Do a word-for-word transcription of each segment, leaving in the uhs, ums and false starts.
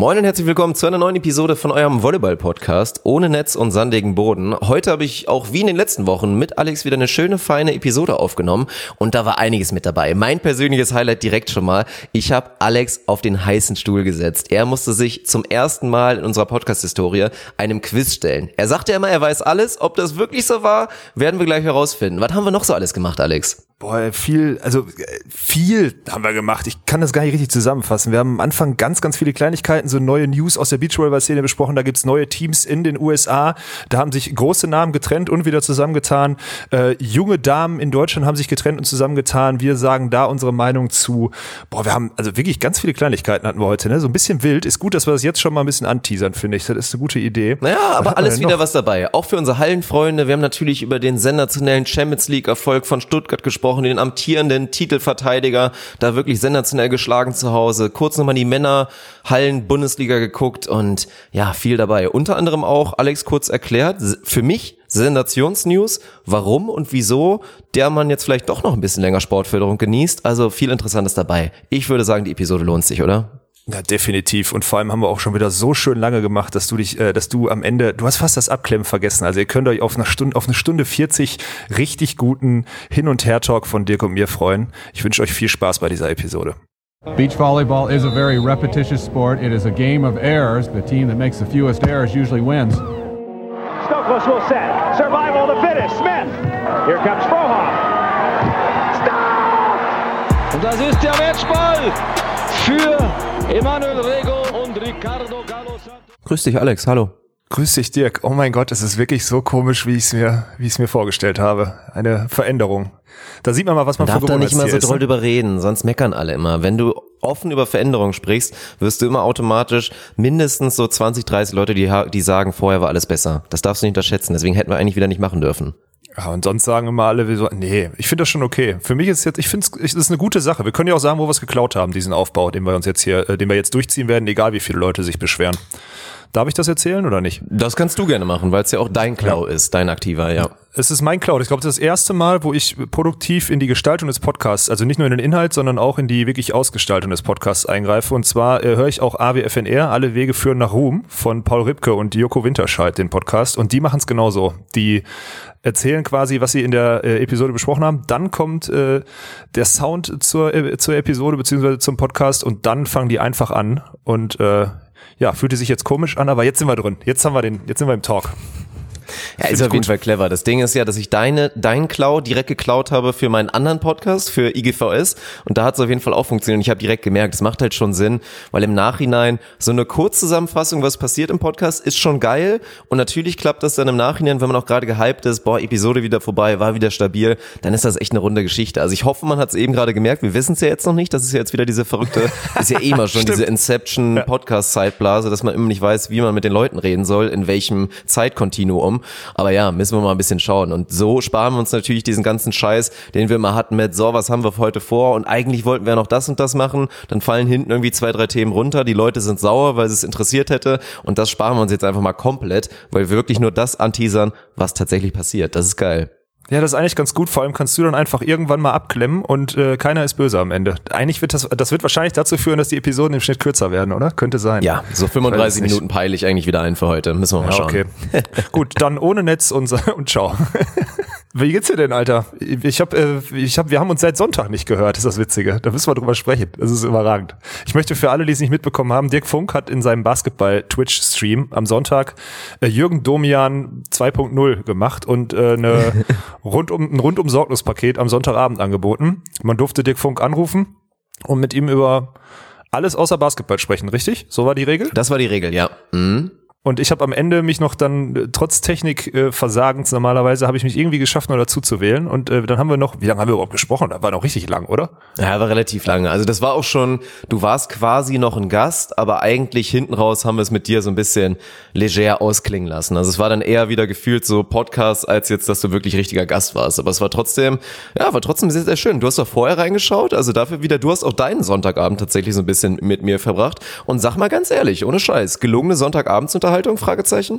Moin und herzlich willkommen zu einer neuen Episode von eurem Volleyball-Podcast ohne Netz und sandigen Boden. Heute habe ich auch wie in den letzten Wochen mit Alex wieder eine schöne, feine Episode aufgenommen und da war einiges mit dabei. Mein persönliches Highlight direkt schon mal, ich habe Alex auf den heißen Stuhl gesetzt. Er musste sich zum ersten Mal in unserer Podcast-Historie einem Quiz stellen. Er sagte immer, er weiß alles. Ob das wirklich so war, werden wir gleich herausfinden. Was haben wir noch so alles gemacht, Alex? Boah, viel, also viel haben wir gemacht. Ich kann das gar nicht richtig zusammenfassen. Wir haben am Anfang ganz, ganz viele Kleinigkeiten, so neue News aus der Beachvolleyball-Szene besprochen. Da gibt's neue Teams in den U S A. Da haben sich große Namen getrennt und wieder zusammengetan. Äh, junge Damen in Deutschland haben sich getrennt und zusammengetan. Wir sagen da unsere Meinung zu. Boah, wir haben also wirklich ganz viele Kleinigkeiten hatten wir heute, ne? So ein bisschen wild. Ist gut, dass wir das jetzt schon mal ein bisschen anteasern, finde ich. Das ist eine gute Idee. Naja, aber alles wieder was dabei. Auch für unsere Hallenfreunde. Wir haben natürlich über den sensationellen Champions League-Erfolg von Stuttgart gesprochen, den amtierenden Titelverteidiger, da wirklich sensationell geschlagen zu Hause. Kurz nochmal die Männerhallen-Bundesliga geguckt und ja, viel dabei. Unter anderem auch, Alex kurz erklärt, für mich Sensationsnews, warum und wieso der Mann jetzt vielleicht doch noch ein bisschen länger Sportförderung genießt. Also viel Interessantes dabei. Ich würde sagen, die Episode lohnt sich, oder? Ja, definitiv. Und vor allem haben wir auch schon wieder so schön lange gemacht, dass du dich, äh, dass du am Ende, du hast fast das Abklemmen vergessen. Also ihr könnt euch auf eine Stunde, auf eine Stunde vierzig richtig guten Hin- und Her-Talk von Dirk und mir freuen. Ich wünsche euch viel Spaß bei dieser Episode. Beach volleyball is a very repetitious sport. It is a game of errors. The team that makes the fewest errors usually wins. Stokos will set. Survival of the fittest. Smith. Here comes Frohoff. Stop! Und das ist der Matchball für Emanuel Rego und Ricardo Galo Santos. Grüß dich, Alex. Hallo. Grüß dich, Dirk. Oh mein Gott, es ist wirklich so komisch, wie ich es mir, wie ich es mir vorgestellt habe. Eine Veränderung. Da sieht man mal, was man man für darf da nicht immer so ist, doll ne? drüber reden, sonst meckern alle immer. Wenn du offen über Veränderungen sprichst, wirst du immer automatisch mindestens so zwanzig, dreißig Leute, die, die sagen, vorher war alles besser. Das darfst du nicht unterschätzen, deswegen hätten wir eigentlich wieder nicht machen dürfen. Ja, und sonst sagen immer alle, wir so, nee, ich finde das schon okay. Für mich ist jetzt, ich finde es ist eine gute Sache. Wir können ja auch sagen, wo wir es geklaut haben, diesen Aufbau, den wir uns jetzt hier, äh, den wir jetzt durchziehen werden, egal wie viele Leute sich beschweren. Darf ich das erzählen oder nicht? Das kannst du gerne machen, weil es ja auch dein Klau ja. ist, dein aktiver, ja. Es ist mein Cloud. Ich glaube, das ist das erste Mal, wo ich produktiv in die Gestaltung des Podcasts, also nicht nur in den Inhalt, sondern auch in die wirklich Ausgestaltung des Podcasts eingreife. Und zwar äh, höre ich auch A W F N R, Alle Wege führen nach Ruhm, von Paul Ripke und Joko Winterscheid, den Podcast. Und die machen es genauso. Die erzählen quasi, was sie in der äh, Episode besprochen haben. Dann kommt äh, der Sound zur, äh, zur Episode beziehungsweise zum Podcast und dann fangen die einfach an. Und äh, ja, fühlte sich jetzt komisch an, aber jetzt sind wir drin. Jetzt haben wir den, jetzt sind wir im Talk. Ja, ist auf jeden Fall clever. Das Ding ist ja, dass ich deine, deinen Klau direkt geklaut habe für meinen anderen Podcast, für I G V S. Und da hat es auf jeden Fall auch funktioniert. Und ich habe direkt gemerkt, es macht halt schon Sinn, weil im Nachhinein so eine Kurzzusammenfassung, was passiert im Podcast, ist schon geil. Und natürlich klappt das dann im Nachhinein, wenn man auch gerade gehypt ist, boah, Episode wieder vorbei, war wieder stabil, dann ist das echt eine runde Geschichte. Also ich hoffe, man hat es eben gerade gemerkt. Wir wissen es ja jetzt noch nicht. Das ist ja jetzt wieder diese verrückte, ist ja eh immer schon diese Inception-Podcast-Zeitblase, dass man immer nicht weiß, wie man mit den Leuten reden soll, in welchem Zeitkontinuum. Aber ja, müssen wir mal ein bisschen schauen. Und so sparen wir uns natürlich diesen ganzen Scheiß, den wir mal hatten mit, so, was haben wir heute vor? Und eigentlich wollten wir noch das und das machen. Dann fallen hinten irgendwie zwei, drei Themen runter. Die Leute sind sauer, weil sie es interessiert hätte. Und das sparen wir uns jetzt einfach mal komplett, weil wir wirklich nur das anteasern, was tatsächlich passiert. Das ist geil. Ja, das ist eigentlich ganz gut. Vor allem kannst du dann einfach irgendwann mal abklemmen und äh, keiner ist böse am Ende. Eigentlich wird das, das wird wahrscheinlich dazu führen, dass die Episoden im Schnitt kürzer werden, oder? Könnte sein. Ja, so fünfunddreißig Minuten peile ich eigentlich wieder ein für heute. Müssen wir mal ja, schauen. Okay. Gut, dann ohne Netz und, und ciao. Wie geht's dir denn, Alter? Ich hab, äh, ich hab, wir haben uns seit Sonntag nicht gehört, ist das Witzige. Da müssen wir drüber sprechen. Das ist überragend. Ich möchte für alle, die es nicht mitbekommen haben, Dirk Funk hat in seinem Basketball-Twitch-Stream am Sonntag äh, Jürgen Domian zwei Punkt null gemacht und äh, eine rundum, ein rundum Sorglos-Paket am Sonntagabend angeboten. Man durfte Dirk Funk anrufen und mit ihm über alles außer Basketball sprechen, richtig? So war die Regel? Das war die Regel, ja. Mhm. Und ich habe am Ende mich noch dann, äh, trotz Technikversagens äh, normalerweise, habe ich mich irgendwie geschafft, noch dazu zu wählen. Und äh, dann haben wir noch, wie lange haben wir überhaupt gesprochen? Das war noch richtig lang, oder? Ja, war relativ lange. Also das war auch schon, du warst quasi noch ein Gast, aber eigentlich hinten raus haben wir es mit dir so ein bisschen leger ausklingen lassen. Also es war dann eher wieder gefühlt so Podcast, als jetzt, dass du wirklich richtiger Gast warst. Aber es war trotzdem, ja, war trotzdem sehr, sehr schön. Du hast doch vorher reingeschaut, also dafür wieder, du hast auch deinen Sonntagabend tatsächlich so ein bisschen mit mir verbracht. Und sag mal ganz ehrlich, ohne Scheiß, gelungene Sonntagabendsunterhaltung? Fragezeichen?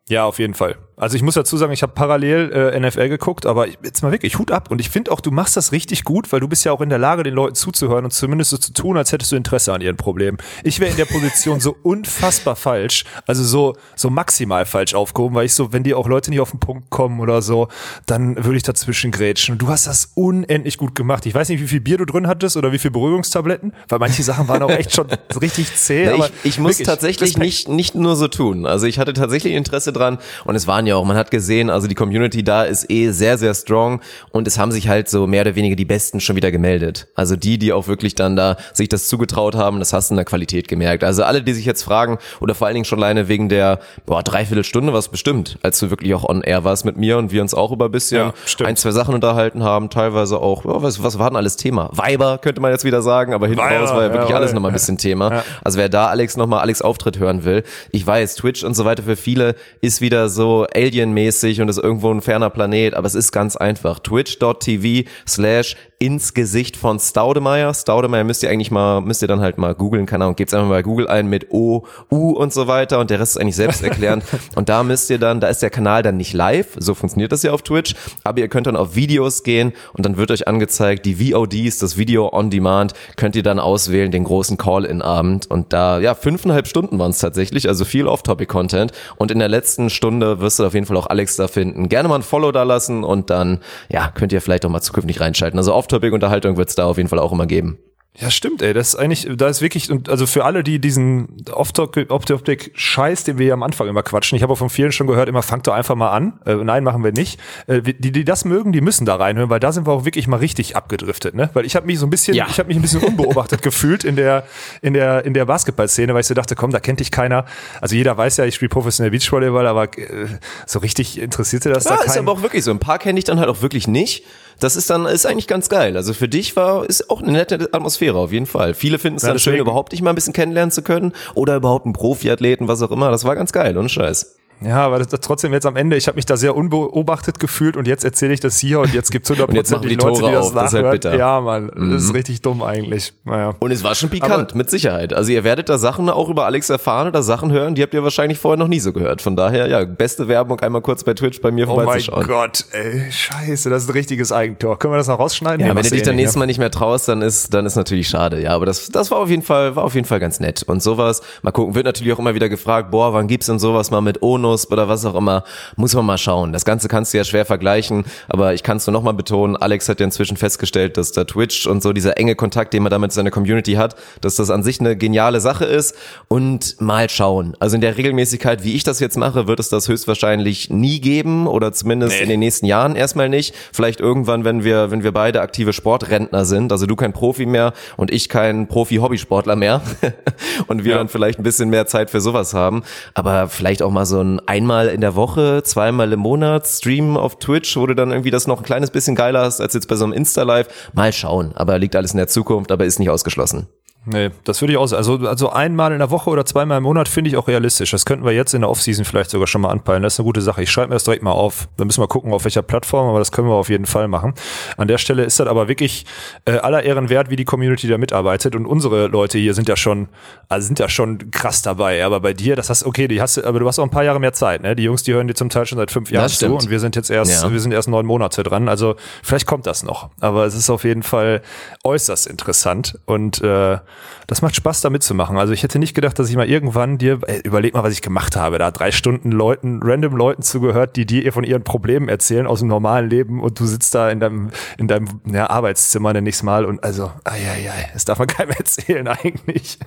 Ja, auf jeden Fall. Also ich muss dazu sagen, ich habe parallel äh, N F L geguckt, aber jetzt mal wirklich, Hut ab. Und ich finde auch, du machst das richtig gut, weil du bist ja auch in der Lage, den Leuten zuzuhören und zumindest so zu tun, als hättest du Interesse an ihren Problemen. Ich wäre in der Position so unfassbar falsch, also so so maximal falsch aufgehoben, weil ich so, wenn die auch Leute nicht auf den Punkt kommen oder so, dann würde ich dazwischen grätschen. Und du hast das unendlich gut gemacht. Ich weiß nicht, wie viel Bier du drin hattest oder wie viel Beruhigungstabletten, weil manche Sachen waren auch echt schon richtig zäh. Na, aber ich, ich muss wirklich, tatsächlich nicht, nicht nur so tun. Also ich hatte tatsächlich Interesse dran und es waren ja auch, man hat gesehen, also die Community da ist eh sehr, sehr strong und es haben sich halt so mehr oder weniger die Besten schon wieder gemeldet. Also die, die auch wirklich dann da sich das zugetraut haben, das hast du in der Qualität gemerkt. Also alle, die sich jetzt fragen oder vor allen Dingen schon alleine wegen der, boah, Dreiviertelstunde was bestimmt, als du wirklich auch on air warst mit mir und wir uns auch über ein bisschen ja, ein, zwei Sachen unterhalten haben, teilweise auch, ja, was, was war denn alles Thema? Weiber, könnte man jetzt wieder sagen, aber hinten raus war ja wirklich ja, alles nochmal ein bisschen Thema. Ja. Also wer da Alex nochmal Alex Auftritt hören will, ich weiß, Twitch und so weiter für viele ist wieder so Alien-mäßig und ist irgendwo ein ferner Planet, aber es ist ganz einfach. Twitch.tv slash ins Gesicht von Staudemeyer. Staudemeyer müsst ihr eigentlich mal, müsst ihr dann halt mal googeln, keine Ahnung, gebt's einfach mal bei Google ein mit O, U und so weiter und der Rest ist eigentlich selbsterklärend. Und da müsst ihr dann, da ist der Kanal dann nicht live, so funktioniert das ja auf Twitch, aber ihr könnt dann auf Videos gehen und dann wird euch angezeigt, die V O Ds, das Video on Demand, könnt ihr dann auswählen, den großen Call-in-Abend und da, ja, fünfeinhalb Stunden waren es tatsächlich, also viel Off-Topic-Content und in der letzten Stunde wirst du auf jeden Fall auch Alex da finden. Gerne mal ein Follow da lassen und dann, ja, könnt ihr vielleicht auch mal zukünftig reinschalten. Also Off-Topic-Unterhaltung wird es da auf jeden Fall auch immer geben. Ja, stimmt, ey, das ist eigentlich, da ist wirklich, also für alle, die diesen Off-Topic-Scheiß, den wir hier am Anfang immer quatschen, ich habe auch von vielen schon gehört, immer fangt doch einfach mal an, äh, nein, machen wir nicht, äh, die, die das mögen, die müssen da reinhören, weil da sind wir auch wirklich mal richtig abgedriftet, ne, weil ich habe mich so ein bisschen, ja. ich habe mich ein bisschen unbeobachtet gefühlt in der, in der, in der Basketball-Szene, weil ich so dachte, komm, da kennt dich keiner, also jeder weiß ja, ich spiele professionell Beachvolleyball, aber äh, so richtig interessierte das ja, da keinen. Ja, ist aber auch wirklich so, ein paar kenne ich dann halt auch wirklich nicht. Das ist dann, ist eigentlich ganz geil. Also für dich war, ist auch eine nette Atmosphäre auf jeden Fall. Viele finden es ja, dann schön, überhaupt dich mal ein bisschen kennenlernen zu können oder überhaupt einen Profiathleten, was auch immer. Das war ganz geil, ohne Scheiß. Ja, aber das, das trotzdem jetzt am Ende, ich habe mich da sehr unbeobachtet gefühlt und jetzt erzähle ich das hier und jetzt gibt's hundert Prozent die Leute, die das nachhören. Halt ja, Mann, mhm. das ist richtig dumm eigentlich. Naja. Und es war schon pikant, aber mit Sicherheit. Also ihr werdet da Sachen auch über Alex erfahren oder Sachen hören, die habt ihr wahrscheinlich vorher noch nie so gehört. Von daher, ja, beste Werbung einmal kurz bei Twitch bei mir vorbeizuschauen. Oh mein Gott, ey, scheiße, das ist ein richtiges Eigentor. Können wir das noch rausschneiden? Ja, wenn du dich dann nächstes Mal nicht mehr traust, dann ist, dann ist natürlich schade. Ja, aber das, das war auf jeden Fall, war auf jeden Fall ganz nett. Und sowas, mal gucken, wird natürlich auch immer wieder gefragt, boah, wann gibt's denn sowas mal mit Onus oder was auch immer. Muss man mal schauen. Das Ganze kannst du ja schwer vergleichen, aber ich kann es nur nochmal betonen, Alex hat ja inzwischen festgestellt, dass da Twitch und so dieser enge Kontakt, den man damit seiner Community hat, dass das an sich eine geniale Sache ist und mal schauen. Also in der Regelmäßigkeit, wie ich das jetzt mache, wird es das höchstwahrscheinlich nie geben oder zumindest nee. in den nächsten Jahren erstmal nicht. Vielleicht irgendwann, wenn wir, wenn wir beide aktive Sportrentner sind, also du kein Profi mehr und ich kein Profi-Hobbysportler mehr und wir ja. dann vielleicht ein bisschen mehr Zeit für sowas haben, aber vielleicht auch mal so ein einmal in der Woche Woche, zweimal im Monat streamen auf Twitch, wo du dann irgendwie das noch ein kleines bisschen geiler hast als jetzt bei so einem Insta-Live. Mal schauen, aber liegt alles in der Zukunft, aber ist nicht ausgeschlossen. Nee, das würde ich auch sagen. Also, also einmal in der Woche oder zweimal im Monat finde ich auch realistisch. Das könnten wir jetzt in der Offseason vielleicht sogar schon mal anpeilen. Das ist eine gute Sache. Ich schreibe mir das direkt mal auf. Dann müssen wir gucken, auf welcher Plattform, aber das können wir auf jeden Fall machen. An der Stelle ist das aber wirklich äh, aller Ehren wert, wie die Community da mitarbeitet. Und unsere Leute hier sind ja schon, also sind ja schon krass dabei. Aber bei dir, das hast okay, die hast du, aber du hast auch ein paar Jahre mehr Zeit, ne? Die Jungs, die hören dir zum Teil schon seit fünf Jahren zu und wir sind jetzt erst, ja. wir sind erst neun Monate dran. Also vielleicht kommt das noch. Aber es ist auf jeden Fall äußerst interessant und äh, das macht Spaß, da mitzumachen. Also ich hätte nicht gedacht, dass ich mal irgendwann dir, ey, überleg mal, was ich gemacht habe, da drei Stunden Leuten, random Leuten zugehört, die dir von ihren Problemen erzählen aus dem normalen Leben und du sitzt da in deinem, in deinem ja, Arbeitszimmer nächstes Mal und also, ai, ai, ai, das darf man keinem erzählen eigentlich.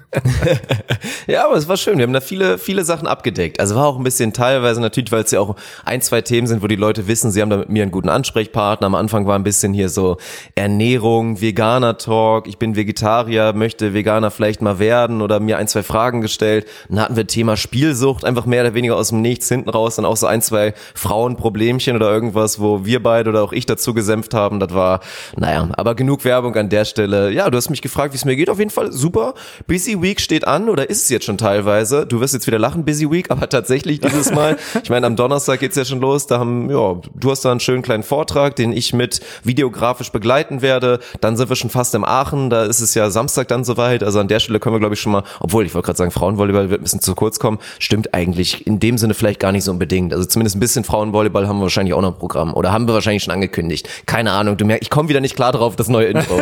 Ja, aber es war schön. Wir haben da viele, viele Sachen abgedeckt. Also war auch ein bisschen teilweise natürlich, weil es ja auch ein, zwei Themen sind, wo die Leute wissen, sie haben da mit mir einen guten Ansprechpartner. Am Anfang war ein bisschen hier so Ernährung, Veganer-Talk, ich bin Vegetarier, möchte Veganer vielleicht mal werden oder mir ein, zwei Fragen gestellt. Dann hatten wir Thema Spielsucht, einfach mehr oder weniger aus dem Nichts hinten raus, dann auch so ein, zwei Frauenproblemchen oder irgendwas, wo wir beide oder auch ich dazu gesenft haben. Das war, naja, aber genug Werbung an der Stelle. Ja, du hast mich gefragt, wie es mir geht. Auf jeden Fall super. Busy Week steht an oder ist es jetzt schon teilweise? Du wirst jetzt wieder lachen, Busy Week, aber tatsächlich dieses Mal. Ich meine, am Donnerstag geht's ja schon los. Da haben, ja, du hast da einen schönen kleinen Vortrag, den ich mit videografisch begleiten werde. Dann sind wir schon fast im Aachen. Da ist es ja Samstag dann soweit. Wahrheit. Also an der Stelle können wir, glaube ich, schon mal, obwohl ich wollte gerade sagen, Frauenvolleyball wird ein bisschen zu kurz kommen, stimmt eigentlich in dem Sinne vielleicht gar nicht so unbedingt. Also zumindest ein bisschen Frauenvolleyball haben wir wahrscheinlich auch noch im Programm oder haben wir wahrscheinlich schon angekündigt. Keine Ahnung, du merkst, ich komme wieder nicht klar drauf, das neue Intro.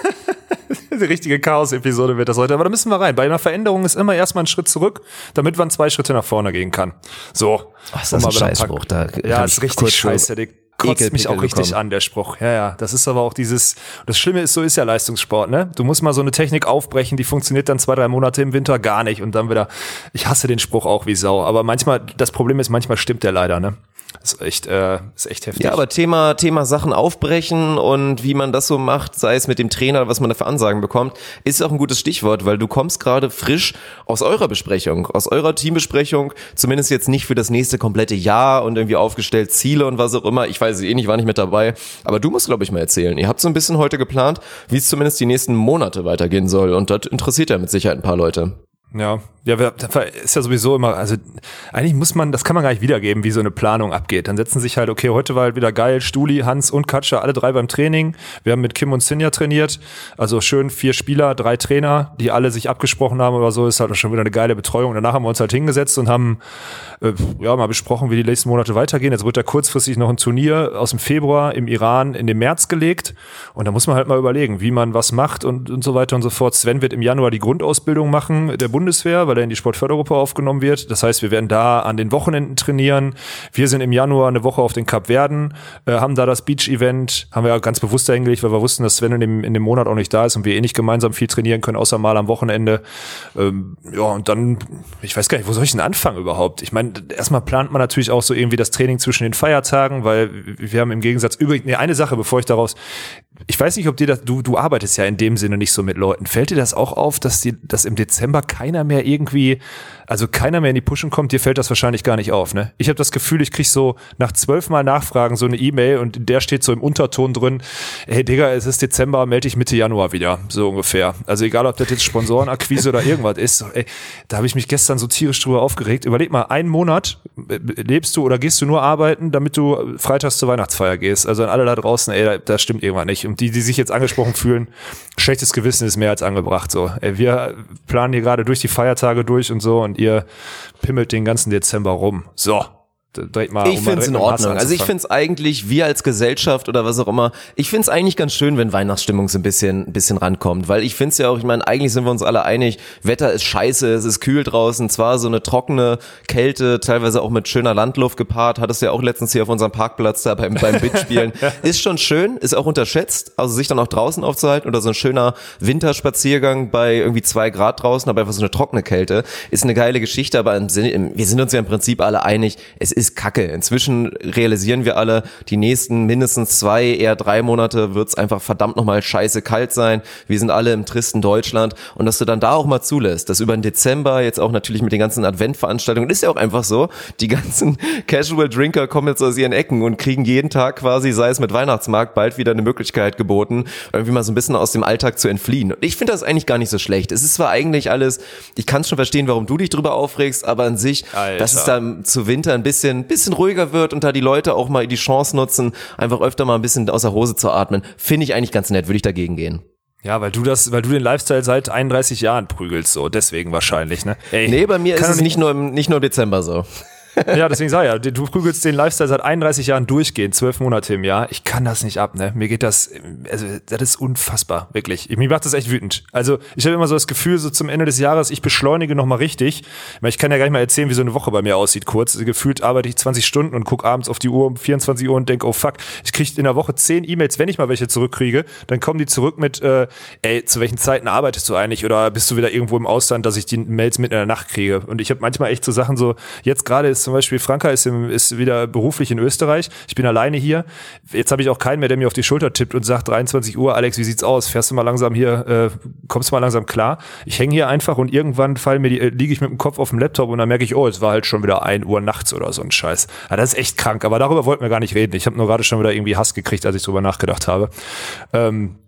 Die richtige Chaos-Episode wird das heute, aber da müssen wir rein. Bei einer Veränderung ist immer erstmal ein Schritt zurück, damit man zwei Schritte nach vorne gehen kann. So. Ach, ist das ein Scheißspruch. Da ja, ist richtig scheiße. Der kotzt mich auch richtig bekommen. an, der Spruch. Ja, ja. Das ist aber auch dieses, das Schlimme ist, so ist ja Leistungssport, ne? Du musst mal so eine Technik aufbrechen, die funktioniert dann zwei, drei Monate im Winter gar nicht und dann wieder, ich hasse den Spruch auch wie Sau, aber manchmal, das Problem ist, manchmal stimmt der leider, ne? Das ist echt, äh, ist echt heftig. Ja, aber Thema, Thema Sachen aufbrechen und wie man das so macht, sei es mit dem Trainer, was man da für Ansagen bekommt, ist auch ein gutes Stichwort, weil du kommst gerade frisch aus eurer Besprechung, aus eurer Teambesprechung, zumindest jetzt nicht für das nächste komplette Jahr und irgendwie aufgestellt Ziele und was auch immer. Ich weiß es eh nicht, war nicht mit dabei, aber du musst, glaube ich, mal erzählen. Ihr habt so ein bisschen heute geplant, wie es zumindest die nächsten Monate weitergehen soll und das interessiert ja mit Sicherheit ein paar Leute. Ja, ja, ist ja sowieso immer, also eigentlich muss man, das kann man gar nicht wiedergeben, wie so eine Planung abgeht. Dann setzen sich halt, okay, heute war halt wieder geil, Stuli, Hans und Katscha, alle drei beim Training. Wir haben mit Kim und Sinja trainiert, also schön vier Spieler, drei Trainer, die alle sich abgesprochen haben oder so, ist halt schon wieder eine geile Betreuung. Danach haben wir uns halt hingesetzt und haben äh, ja mal besprochen, wie die nächsten Monate weitergehen. Jetzt wird da kurzfristig noch ein Turnier aus dem Februar im Iran in den März gelegt und da muss man halt mal überlegen, wie man was macht und, und so weiter und so fort. Sven wird im Januar die Grundausbildung machen der Bundeswehr, weil er in die Sportfördergruppe aufgenommen wird. Das heißt, wir werden da an den Wochenenden trainieren. Wir sind im Januar eine Woche auf den Kapverden, äh, haben da das Beach-Event, haben wir ja ganz bewusst dahingelegt, weil wir wussten, dass Sven in dem, in dem Monat auch nicht da ist und wir eh nicht gemeinsam viel trainieren können, außer mal am Wochenende. Ähm, ja, und dann, ich weiß gar nicht, wo soll ich denn anfangen überhaupt? Ich meine, erstmal plant man natürlich auch so irgendwie das Training zwischen den Feiertagen, weil wir haben im Gegensatz, übrigens, nee, eine Sache, bevor ich daraus, ich weiß nicht, ob dir das, du, du arbeitest ja in dem Sinne nicht so mit Leuten. Fällt dir das auch auf, dass die, dass im Dezember keiner mehr irgendwie, also keiner mehr in die Pushen kommt? Dir fällt das wahrscheinlich gar nicht auf, ne? Ich habe das Gefühl, ich krieg so nach zwölfmal Nachfragen so eine E-Mail und in der steht so im Unterton drin, hey Digga, es ist Dezember, melde dich Mitte Januar wieder, so ungefähr. Also egal, ob das jetzt Sponsorenakquise oder irgendwas ist, so, ey, da habe ich mich gestern so tierisch drüber aufgeregt. Überleg mal, einen Monat lebst du oder gehst du nur arbeiten, damit du freitags zur Weihnachtsfeier gehst. Also an alle da draußen, ey, da, da stimmt irgendwas nicht. Und die, die sich jetzt angesprochen fühlen, schlechtes Gewissen ist mehr als angebracht. So, ey, wir planen hier gerade durch die Feiertage durch und so und ihr pimmelt den ganzen Dezember rum. So. Direkt mal, ich um finde es in Ordnung. Also ich finde es eigentlich, wir als Gesellschaft oder was auch immer, ich finde es eigentlich ganz schön, wenn Weihnachtsstimmung so ein bisschen, ein bisschen rankommt, weil ich finde es ja auch, ich meine, eigentlich sind wir uns alle einig, Wetter ist scheiße, es ist kühl draußen, zwar so eine trockene Kälte, teilweise auch mit schöner Landluft gepaart, hattest du ja auch letztens hier auf unserem Parkplatz da beim, beim Bitspielen, ist schon schön, ist auch unterschätzt, also sich dann auch draußen aufzuhalten oder so ein schöner Winterspaziergang bei irgendwie zwei Grad draußen, aber einfach so eine trockene Kälte, ist eine geile Geschichte, aber im Sinne, im, wir sind uns ja im Prinzip alle einig, es ist ist Kacke. Inzwischen realisieren wir alle, die nächsten mindestens zwei, eher drei Monate wird's einfach verdammt nochmal scheiße kalt sein. Wir sind alle im tristen Deutschland und dass du dann da auch mal zulässt, dass über den Dezember jetzt auch natürlich mit den ganzen Adventveranstaltungen, ist ja auch einfach so, die ganzen Casual Drinker kommen jetzt aus ihren Ecken und kriegen jeden Tag quasi, sei es mit Weihnachtsmarkt, bald wieder eine Möglichkeit geboten, irgendwie mal so ein bisschen aus dem Alltag zu entfliehen. Und ich finde das eigentlich gar nicht so schlecht. Es ist zwar eigentlich alles, ich kann schon verstehen, warum du dich drüber aufregst, aber an sich, Alter, dass es dann zu Winter ein bisschen ein bisschen ruhiger wird und da die Leute auch mal die Chance nutzen, einfach öfter mal ein bisschen aus der Hose zu atmen, finde ich eigentlich ganz nett, würde ich dagegen gehen. Ja, weil du das, weil du den Lifestyle seit einunddreißig Jahren prügelst, so, deswegen wahrscheinlich, ne? Ey, nee, bei mir ist es nicht nur im, nicht nur im Dezember so. Ja, deswegen sag ich ja, du prügelst den Lifestyle seit einunddreißig Jahren durchgehend, zwölf Monate im Jahr. Ich kann das nicht ab, ne? Mir geht das, also das ist unfassbar, wirklich. Mir macht das echt wütend. Also ich habe immer so das Gefühl, so zum Ende des Jahres, ich beschleunige nochmal richtig. Ich kann ja gar nicht mal erzählen, wie so eine Woche bei mir aussieht, kurz. Also gefühlt arbeite ich zwanzig Stunden und gucke abends auf die Uhr um vierundzwanzig Uhr und denke, oh fuck, ich kriege in der Woche zehn E-Mails, wenn ich mal welche zurückkriege, dann kommen die zurück mit, äh, ey, zu welchen Zeiten arbeitest du eigentlich? Oder bist du wieder irgendwo im Ausland, dass ich die Mails mitten in der Nacht kriege? Und ich habe manchmal echt so Sachen so, jetzt gerade ist zum Beispiel Franka ist ist wieder beruflich in Österreich. Ich bin alleine hier. Jetzt habe ich auch keinen mehr, der mir auf die Schulter tippt und sagt, dreiundzwanzig Uhr, Alex, wie sieht's aus? Fährst du mal langsam hier, äh, kommst du mal langsam klar? Ich hänge hier einfach und irgendwann fallen mir die, äh, liege ich mit dem Kopf auf dem Laptop und dann merke ich, oh, es war halt schon wieder ein Uhr nachts oder so ein Scheiß. Ja, das ist echt krank, aber darüber wollten wir gar nicht reden. Ich habe nur gerade schon wieder irgendwie Hass gekriegt, als ich drüber nachgedacht habe. Ähm,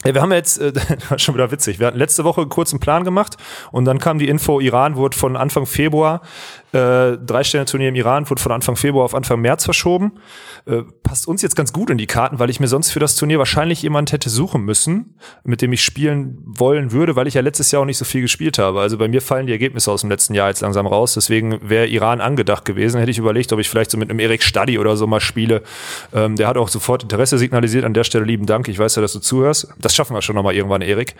Ja, wir haben jetzt, äh, schon wieder witzig, wir hatten letzte Woche einen kurzen Plan gemacht und dann kam die Info, Iran wurde von Anfang Februar, äh, Drei-Sterne-Turnier im Iran wurde von Anfang Februar auf Anfang März verschoben. Äh, passt uns jetzt ganz gut in die Karten, weil ich mir sonst für das Turnier wahrscheinlich jemand hätte suchen müssen, mit dem ich spielen wollen würde, weil ich ja letztes Jahr auch nicht so viel gespielt habe. Also bei mir fallen die Ergebnisse aus dem letzten Jahr jetzt langsam raus, deswegen wäre Iran angedacht gewesen. Hätte ich überlegt, ob ich vielleicht so mit einem Erik Stadi oder so mal spiele. Ähm, der hat auch sofort Interesse signalisiert. An der Stelle lieben Dank. Ich weiß ja, dass du zuhörst. Das schaffen wir schon nochmal irgendwann, Erik.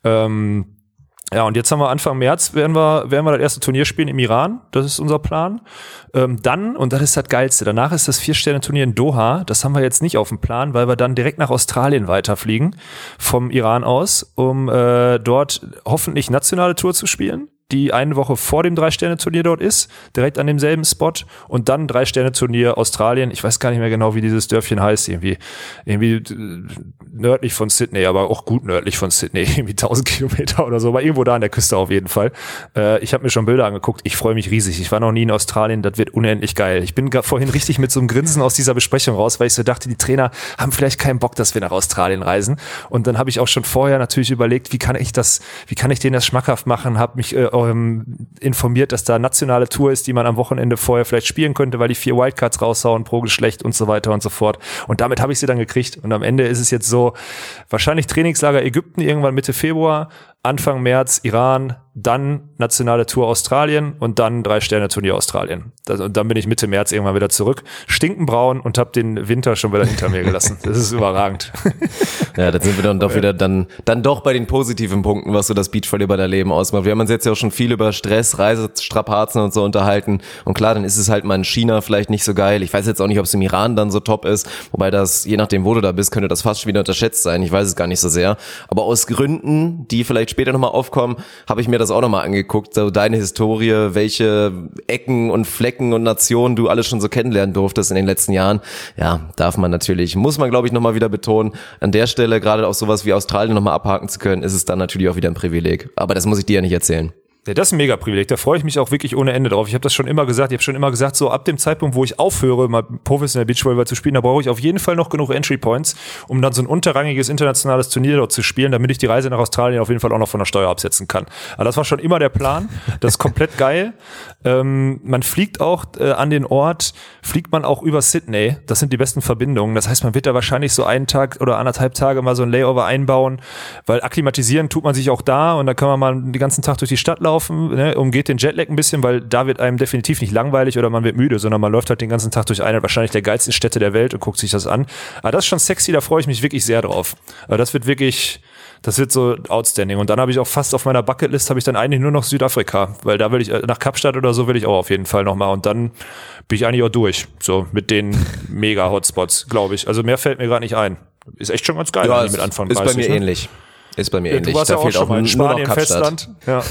Ähm, Ja, und jetzt haben wir Anfang März, werden wir, werden wir das erste Turnier spielen im Iran. Das ist unser Plan. Ähm, dann, und das ist das Geilste, danach ist das Vier-Sterne-Turnier in Doha. Das haben wir jetzt nicht auf dem Plan, weil wir dann direkt nach Australien weiterfliegen, vom Iran aus, um äh, dort hoffentlich nationale Tour zu spielen, die eine Woche vor dem Drei-Sterne-Turnier dort ist, direkt an demselben Spot, und dann Drei-Sterne-Turnier Australien. Ich weiß gar nicht mehr genau, wie dieses Dörfchen heißt, irgendwie, irgendwie nördlich von Sydney, aber auch gut nördlich von Sydney, irgendwie tausend Kilometer oder so, aber irgendwo da an der Küste auf jeden Fall. Äh, ich habe mir schon Bilder angeguckt, ich freue mich riesig. Ich war noch nie in Australien, das wird unendlich geil. Ich bin vorhin richtig mit so einem Grinsen aus dieser Besprechung raus, weil ich so dachte, die Trainer haben vielleicht keinen Bock, dass wir nach Australien reisen. Und dann habe ich auch schon vorher natürlich überlegt, wie kann ich das, wie kann ich denen das schmackhaft machen, habe mich äh, informiert, dass da nationale Tour ist, die man am Wochenende vorher vielleicht spielen könnte, weil die vier Wildcards raushauen pro Geschlecht und so weiter und so fort. Und damit habe ich sie dann gekriegt. Und am Ende ist es jetzt so, wahrscheinlich Trainingslager Ägypten irgendwann Mitte Februar, Anfang März Iran, dann nationale Tour Australien und dann Drei-Sterne-Turnier Australien. Das, und dann bin ich Mitte März irgendwann wieder zurück, stinkenbraun, und habe den Winter schon wieder hinter mir gelassen. Das ist überragend. Ja, da sind wir dann doch wieder dann dann doch bei den positiven Punkten, was so das Beachvolleyball-Leben ausmacht. Wir haben uns jetzt ja auch schon viel über Stress, Reisestrapazen und so unterhalten. Und klar, dann ist es halt mal in China vielleicht nicht so geil. Ich weiß jetzt auch nicht, ob es im Iran dann so top ist. Wobei das, je nachdem, wo du da bist, könnte das fast schon wieder unterschätzt sein. Ich weiß es gar nicht so sehr. Aber aus Gründen, die vielleicht später nochmal aufkommen, habe ich mir das auch nochmal angeguckt, so deine Historie, welche Ecken und Flecken und Nationen du alles schon so kennenlernen durftest in den letzten Jahren. Ja, darf man natürlich, muss man glaube ich nochmal wieder betonen, an der Stelle gerade auch sowas wie Australien nochmal abhaken zu können, ist es dann natürlich auch wieder ein Privileg. Aber das muss ich dir ja nicht erzählen. Ja, das ist ein mega Privileg. Da freue ich mich auch wirklich ohne Ende drauf. Ich habe das schon immer gesagt. Ich habe schon immer gesagt, so ab dem Zeitpunkt, wo ich aufhöre, mal professionell Beachvolleyball zu spielen, da brauche ich auf jeden Fall noch genug Entry Points, um dann so ein unterrangiges internationales Turnier dort zu spielen, damit ich die Reise nach Australien auf jeden Fall auch noch von der Steuer absetzen kann. Aber das war schon immer der Plan. Das ist komplett geil. Ähm, man fliegt auch äh, an den Ort, fliegt man auch über Sydney. Das sind die besten Verbindungen. Das heißt, man wird da wahrscheinlich so einen Tag oder anderthalb Tage mal so ein Layover einbauen, weil akklimatisieren tut man sich auch da, und da kann man mal den ganzen Tag durch die Stadt laufen. Laufen, ne, umgeht den Jetlag ein bisschen, weil da wird einem definitiv nicht langweilig oder man wird müde, sondern man läuft halt den ganzen Tag durch eine wahrscheinlich der geilsten Städte der Welt und guckt sich das an. Aber das ist schon sexy, da freue ich mich wirklich sehr drauf. Aber das wird wirklich, das wird so outstanding. Und dann habe ich auch fast auf meiner Bucketlist habe ich dann eigentlich nur noch Südafrika, weil da will ich, nach Kapstadt oder so will ich auch auf jeden Fall nochmal, und dann bin ich eigentlich auch durch, so mit den mega Hotspots, glaube ich. Also mehr fällt mir gerade nicht ein. Ist echt schon ganz geil, ja, mit Anfang ist dreißig. Ist bei mir ne? ähnlich. Ist bei mir ja, ähnlich. Du warst da ja auch fehlt schon auch mal in Spanien, Festland. Ja.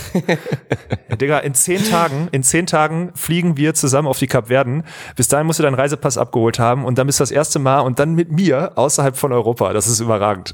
Ja, Digga, in zehn Tagen, in zehn Tagen fliegen wir zusammen auf die Kapverden. Bis dahin musst du deinen Reisepass abgeholt haben, und dann bist du das erste Mal und dann mit mir außerhalb von Europa. Das ist überragend.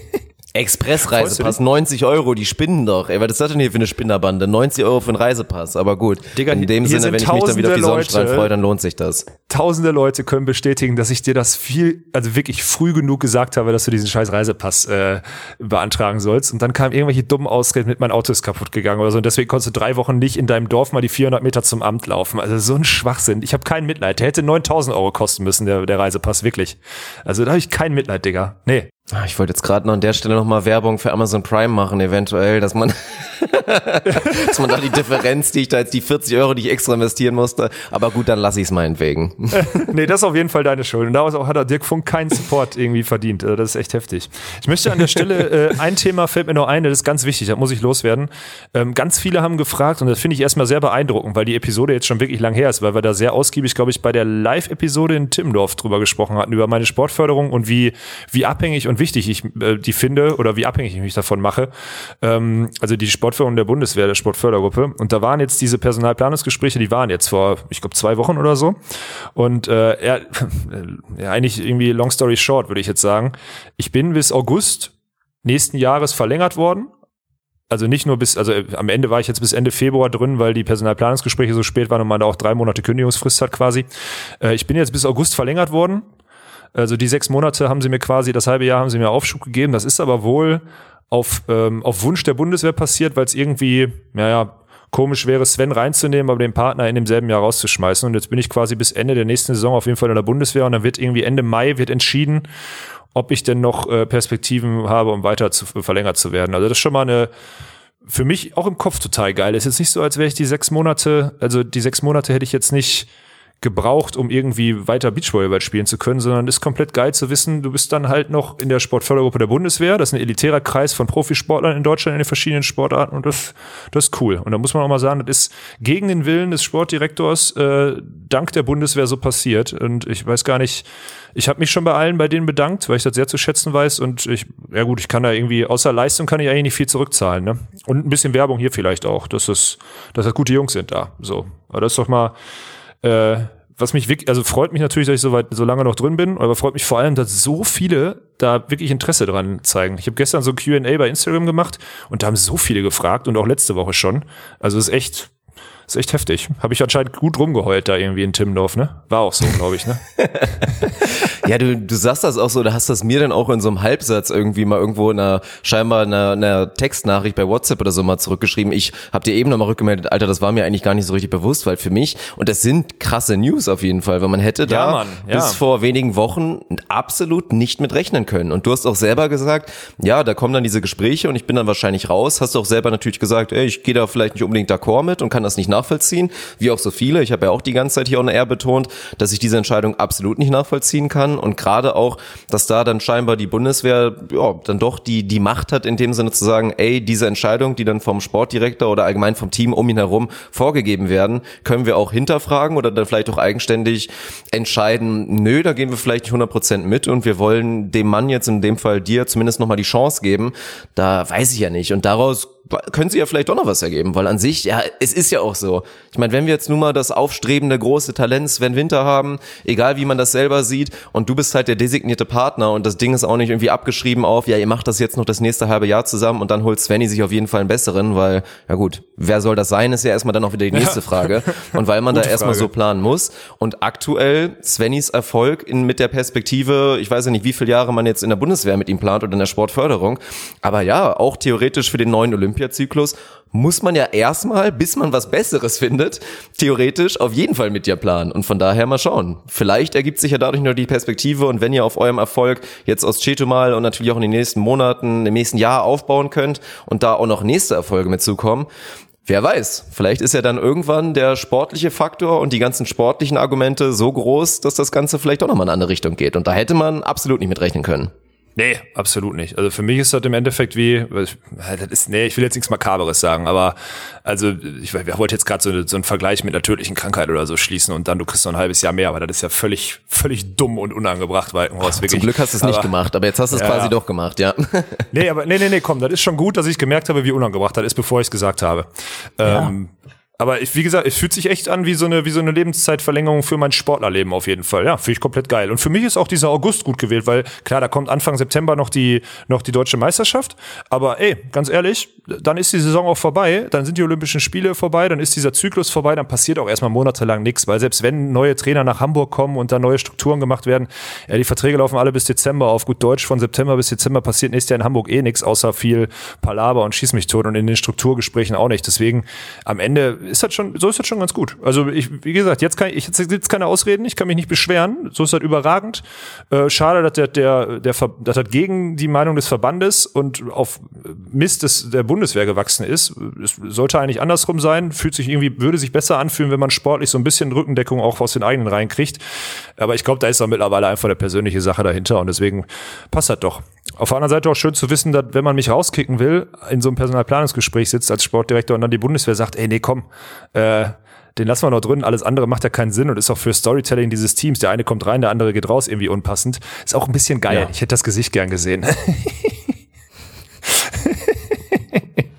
Expressreisepass, neunzig Euro, die spinnen doch. Ey, was ist das denn hier für eine Spinnerbande? neunzig Euro für einen Reisepass, aber gut. Digga, in dem Sinne, wenn ich mich dann wieder auf die Sonnenstrahlen freue, dann lohnt sich das. Tausende Leute können bestätigen, dass ich dir das viel, also wirklich früh genug gesagt habe, dass du diesen scheiß Reisepass äh, beantragen sollst. Und dann kamen irgendwelche dummen Ausreden mit, mein Auto ist kaputt gegangen oder so. Und deswegen konntest du drei Wochen nicht in deinem Dorf mal die vierhundert Meter zum Amt laufen. Also so ein Schwachsinn. Ich habe kein Mitleid. Der hätte neuntausend Euro kosten müssen, der, der Reisepass, wirklich. Also da habe ich kein Mitleid, Digga. Nee. Ich wollte jetzt gerade noch an der Stelle nochmal Werbung für Amazon Prime machen, eventuell, dass man dass man da die Differenz, die ich da jetzt, die vierzig Euro, die ich extra investieren musste, aber gut, dann lasse ich es meinetwegen. Nee, das ist auf jeden Fall deine Schuld. Und daraus auch hat der Dirk Funk keinen Support irgendwie verdient. Das ist echt heftig. Ich möchte an der Stelle, äh, ein Thema fällt mir noch ein, das ist ganz wichtig, das muss ich loswerden. Ähm, ganz viele haben gefragt, und das finde ich erstmal sehr beeindruckend, weil die Episode jetzt schon wirklich lang her ist, weil wir da sehr ausgiebig, glaube ich, bei der Live-Episode in Timmendorf drüber gesprochen hatten, über meine Sportförderung und wie, wie abhängig und wichtig ich äh, die finde oder wie abhängig ich mich davon mache. Ähm, also die Sportförderung der Bundeswehr, der Sportfördergruppe. Und da waren jetzt diese Personalplanungsgespräche, die waren jetzt vor, ich glaube, zwei Wochen oder so. Und äh, er, ja, eigentlich irgendwie long story short, würde ich jetzt sagen. Ich bin bis August nächsten Jahres verlängert worden. Also nicht nur bis, also am Ende war ich jetzt bis Ende Februar drin, weil die Personalplanungsgespräche so spät waren und man da auch drei Monate Kündigungsfrist hat quasi. Äh, ich bin jetzt bis August verlängert worden. Also die sechs Monate haben sie mir quasi, das halbe Jahr haben sie mir Aufschub gegeben. Das ist aber wohl auf, ähm, auf Wunsch der Bundeswehr passiert, weil es irgendwie, naja, komisch wäre, Sven reinzunehmen, aber den Partner in demselben Jahr rauszuschmeißen. Und jetzt bin ich quasi bis Ende der nächsten Saison auf jeden Fall in der Bundeswehr und dann wird irgendwie Ende Mai wird entschieden, ob ich denn noch äh, Perspektiven habe, um weiter zu, verlängert zu werden. Also das ist schon mal eine, für mich auch im Kopf total geil. Es ist jetzt nicht so, als wäre ich die sechs Monate, also die sechs Monate hätte ich jetzt nicht gebraucht, um irgendwie weiter Beachvolleyball spielen zu können, sondern ist komplett geil zu wissen, du bist dann halt noch in der Sportfördergruppe der Bundeswehr, das ist ein elitärer Kreis von Profisportlern in Deutschland in den verschiedenen Sportarten und das, das ist cool. Und da muss man auch mal sagen, das ist gegen den Willen des Sportdirektors äh, dank der Bundeswehr so passiert und ich weiß gar nicht, ich habe mich schon bei allen bei denen bedankt, weil ich das sehr zu schätzen weiß und ich, ja gut, ich kann da irgendwie, außer Leistung kann ich eigentlich nicht viel zurückzahlen, ne? Und ein bisschen Werbung hier vielleicht auch, dass das, dass das gute Jungs sind da, so. Aber das ist doch mal Äh, was mich wirklich, also freut mich natürlich, dass ich so weit, so lange noch drin bin, aber freut mich vor allem, dass so viele da wirklich Interesse dran zeigen. Ich habe gestern so ein Q and A bei Instagram gemacht und da haben so viele gefragt und auch letzte Woche schon. Also ist echt, ist echt heftig. Habe ich anscheinend gut rumgeheult da irgendwie in Timmendorf, ne? War auch so, glaube ich, ne? Ja, du, du sagst das auch so, da hast das mir dann auch in so einem Halbsatz irgendwie mal irgendwo in einer, scheinbar in einer, in einer Textnachricht bei WhatsApp oder so mal zurückgeschrieben. Ich habe dir eben nochmal rückgemeldet, Alter, das war mir eigentlich gar nicht so richtig bewusst, weil für mich, und das sind krasse News auf jeden Fall, weil man hätte da ja, Mann, ja. bis vor wenigen Wochen absolut nicht mit rechnen können. Und du hast auch selber gesagt, ja, da kommen dann diese Gespräche und ich bin dann wahrscheinlich raus. Hast du auch selber natürlich gesagt, ey, ich gehe da vielleicht nicht unbedingt d'accord mit und kann das nicht nachvollziehen, wie auch so viele. Ich habe ja auch die ganze Zeit hier on air betont, dass ich diese Entscheidung absolut nicht nachvollziehen kann und gerade auch, dass da dann scheinbar die Bundeswehr ja dann doch die die Macht hat, in dem Sinne zu sagen, ey, diese Entscheidung, die dann vom Sportdirektor oder allgemein vom Team um ihn herum vorgegeben werden, können wir auch hinterfragen oder dann vielleicht auch eigenständig entscheiden, nö, da gehen wir vielleicht nicht hundert Prozent mit und wir wollen dem Mann jetzt in dem Fall dir zumindest nochmal die Chance geben. Da weiß ich ja nicht und daraus können sie ja vielleicht doch noch was ergeben, weil an sich, ja, es ist ja auch so. Ich meine, wenn wir jetzt nun mal das aufstrebende große Talent Sven Winter haben, egal wie man das selber sieht, und du bist halt der designierte Partner und das Ding ist auch nicht irgendwie abgeschrieben auf, ja, ihr macht das jetzt noch das nächste halbe Jahr zusammen und dann holt Svenny sich auf jeden Fall einen besseren, weil, ja gut, wer soll das sein, ist ja erstmal dann auch wieder die nächste ja. Frage. Und weil man da erstmal so planen muss. Und aktuell Svennys Erfolg in, mit der Perspektive, ich weiß ja nicht, wie viele Jahre man jetzt in der Bundeswehr mit ihm plant oder in der Sportförderung, aber ja, auch theoretisch für den neuen Olympiazyklus muss man ja erstmal, bis man was Besseres findet, theoretisch auf jeden Fall mit dir planen. Und von daher mal schauen. Vielleicht ergibt sich ja dadurch nur die Perspektive und wenn ihr auf eurem Erfolg jetzt aus Chetumal und natürlich auch in den nächsten Monaten, im nächsten Jahr aufbauen könnt und da auch noch nächste Erfolge mitzukommen, wer weiß, vielleicht ist ja dann irgendwann der sportliche Faktor und die ganzen sportlichen Argumente so groß, dass das Ganze vielleicht auch nochmal in eine andere Richtung geht. Und da hätte man absolut nicht mit rechnen können. Nee, absolut nicht. Also für mich ist das im Endeffekt wie, das ist, nee, ich will jetzt nichts Makaberes sagen, aber also ich, ich wollte jetzt gerade so, so einen Vergleich mit einer tödlichen Krankheit oder so schließen und dann du kriegst noch ein halbes Jahr mehr, aber das ist ja völlig, völlig dumm und unangebracht, Walkenhorst, wirklich. Zum Glück hast du es aber, nicht gemacht, aber jetzt hast du es ja, quasi ja. doch gemacht, ja. Nee, aber nee, nee, nee, komm, das ist schon gut, dass ich gemerkt habe, wie unangebracht das ist, bevor ich es gesagt habe. Ja. Ähm, Aber ich, wie gesagt, es fühlt sich echt an wie so eine wie so eine Lebenszeitverlängerung für mein Sportlerleben auf jeden Fall. Ja, finde ich komplett geil. Und für mich ist auch dieser August gut gewählt, weil klar, da kommt Anfang September noch die noch die deutsche Meisterschaft. Aber ey, ganz ehrlich, dann ist die Saison auch vorbei, dann sind die Olympischen Spiele vorbei, dann ist dieser Zyklus vorbei, dann passiert auch erstmal monatelang nichts, weil selbst wenn neue Trainer nach Hamburg kommen und da neue Strukturen gemacht werden, ja, die Verträge laufen alle bis Dezember auf. Gut Deutsch, von September bis Dezember passiert nächstes Jahr in Hamburg eh nichts, außer viel Palaver und Schieß mich tot und in den Strukturgesprächen auch nicht. Deswegen am Ende ist das schon, so ist das schon ganz gut. Also ich, wie gesagt, jetzt kann ich, ich jetzt keine Ausreden, ich kann mich nicht beschweren. So ist das überragend. Äh, schade, dass der, der, der, dass das gegen die Meinung des Verbandes und auf Mist des, der Bundeswehr gewachsen ist. Es sollte eigentlich andersrum sein. Fühlt sich irgendwie, würde sich besser anfühlen, wenn man sportlich so ein bisschen Rückendeckung auch aus den eigenen Reihen kriegt. Aber ich glaube, da ist auch mittlerweile einfach eine persönliche Sache dahinter und deswegen passt das doch. Auf der anderen Seite auch schön zu wissen, dass wenn man mich rauskicken will, in so einem Personalplanungsgespräch sitzt als Sportdirektor und dann die Bundeswehr sagt, ey, nee, komm, äh, den lassen wir noch drin, alles andere macht ja keinen Sinn und ist auch für Storytelling dieses Teams, der eine kommt rein, der andere geht raus, irgendwie unpassend. Ist auch ein bisschen geil. Ja. Ich hätte das Gesicht gern gesehen.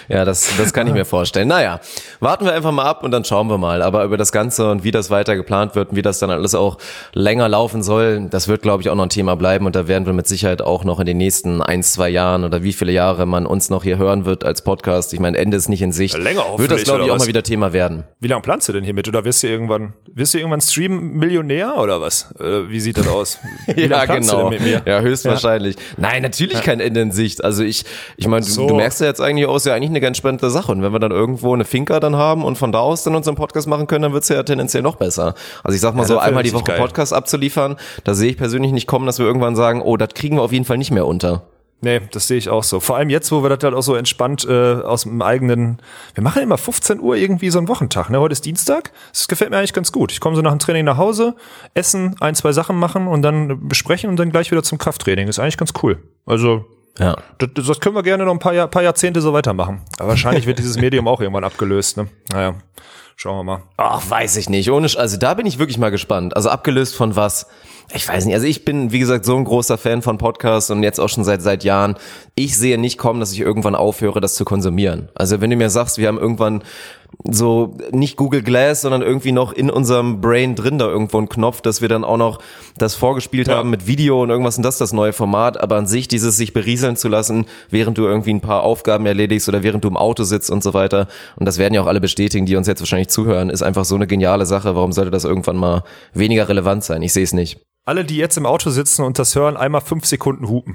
Ja, das, das kann ich mir vorstellen. Naja, warten wir einfach mal ab und dann schauen wir mal. Aber über das Ganze und wie das weiter geplant wird und wie das dann alles auch länger laufen soll, das wird, glaube ich, auch noch ein Thema bleiben. Und da werden wir mit Sicherheit auch noch in den nächsten ein, zwei Jahren oder wie viele Jahre man uns noch hier hören wird als Podcast. Ich meine, Ende ist nicht in Sicht. Länger wird das, glaube ich, auch mal wieder Thema werden. Wie lange planst du denn hiermit? Oder wirst du irgendwann, wirst du irgendwann Stream-Millionär oder was? Äh, wie sieht das aus? Wie ja, genau. Mit mir? Ja, höchstwahrscheinlich. Ja. Nein, natürlich ja. kein Ende in Sicht. Also ich, ich meine, so. du, du merkst ja jetzt eigentlich aus, ja eigentlich eine ganz spannende Sache. Und wenn wir dann irgendwo eine Finca dann haben und von da aus dann unseren Podcast machen können, dann wird's ja tendenziell noch besser. Also ich sag mal ja, so, einmal die Woche geil. Podcast abzuliefern, da sehe ich persönlich nicht kommen, dass wir irgendwann sagen, oh, das kriegen wir auf jeden Fall nicht mehr unter. Nee, das sehe ich auch so. Vor allem jetzt, wo wir das halt auch so entspannt äh, aus dem eigenen, wir machen immer fünfzehn Uhr irgendwie so einen Wochentag, ne? Heute ist Dienstag, das gefällt mir eigentlich ganz gut. Ich komme so nach dem Training nach Hause, essen, ein, zwei Sachen machen und dann besprechen und dann gleich wieder zum Krafttraining. Ist eigentlich ganz cool. Also ja. das, das können wir gerne noch ein paar, Jahr, paar Jahrzehnte so weitermachen. Aber wahrscheinlich wird dieses Medium auch irgendwann abgelöst, ne? Naja, schauen wir mal. Ach, weiß ich nicht. Ohne, also da bin ich wirklich mal gespannt. Also abgelöst von was? Ich weiß nicht, also ich bin, wie gesagt, so ein großer Fan von Podcasts und jetzt auch schon seit seit Jahren. Ich sehe nicht kommen, dass ich irgendwann aufhöre, das zu konsumieren. Also wenn du mir sagst, wir haben irgendwann so nicht Google Glass, sondern irgendwie noch in unserem Brain drin da irgendwo einen Knopf, dass wir dann auch noch das vorgespielt ja. haben mit Video und irgendwas und das ist das neue Format, aber an sich dieses sich berieseln zu lassen, während du irgendwie ein paar Aufgaben erledigst oder während du im Auto sitzt und so weiter, und das werden ja auch alle bestätigen, die uns jetzt wahrscheinlich zuhören, ist einfach so eine geniale Sache. Warum sollte das irgendwann mal weniger relevant sein? Ich sehe es nicht. Alle, die jetzt im Auto sitzen und das hören, einmal fünf Sekunden hupen.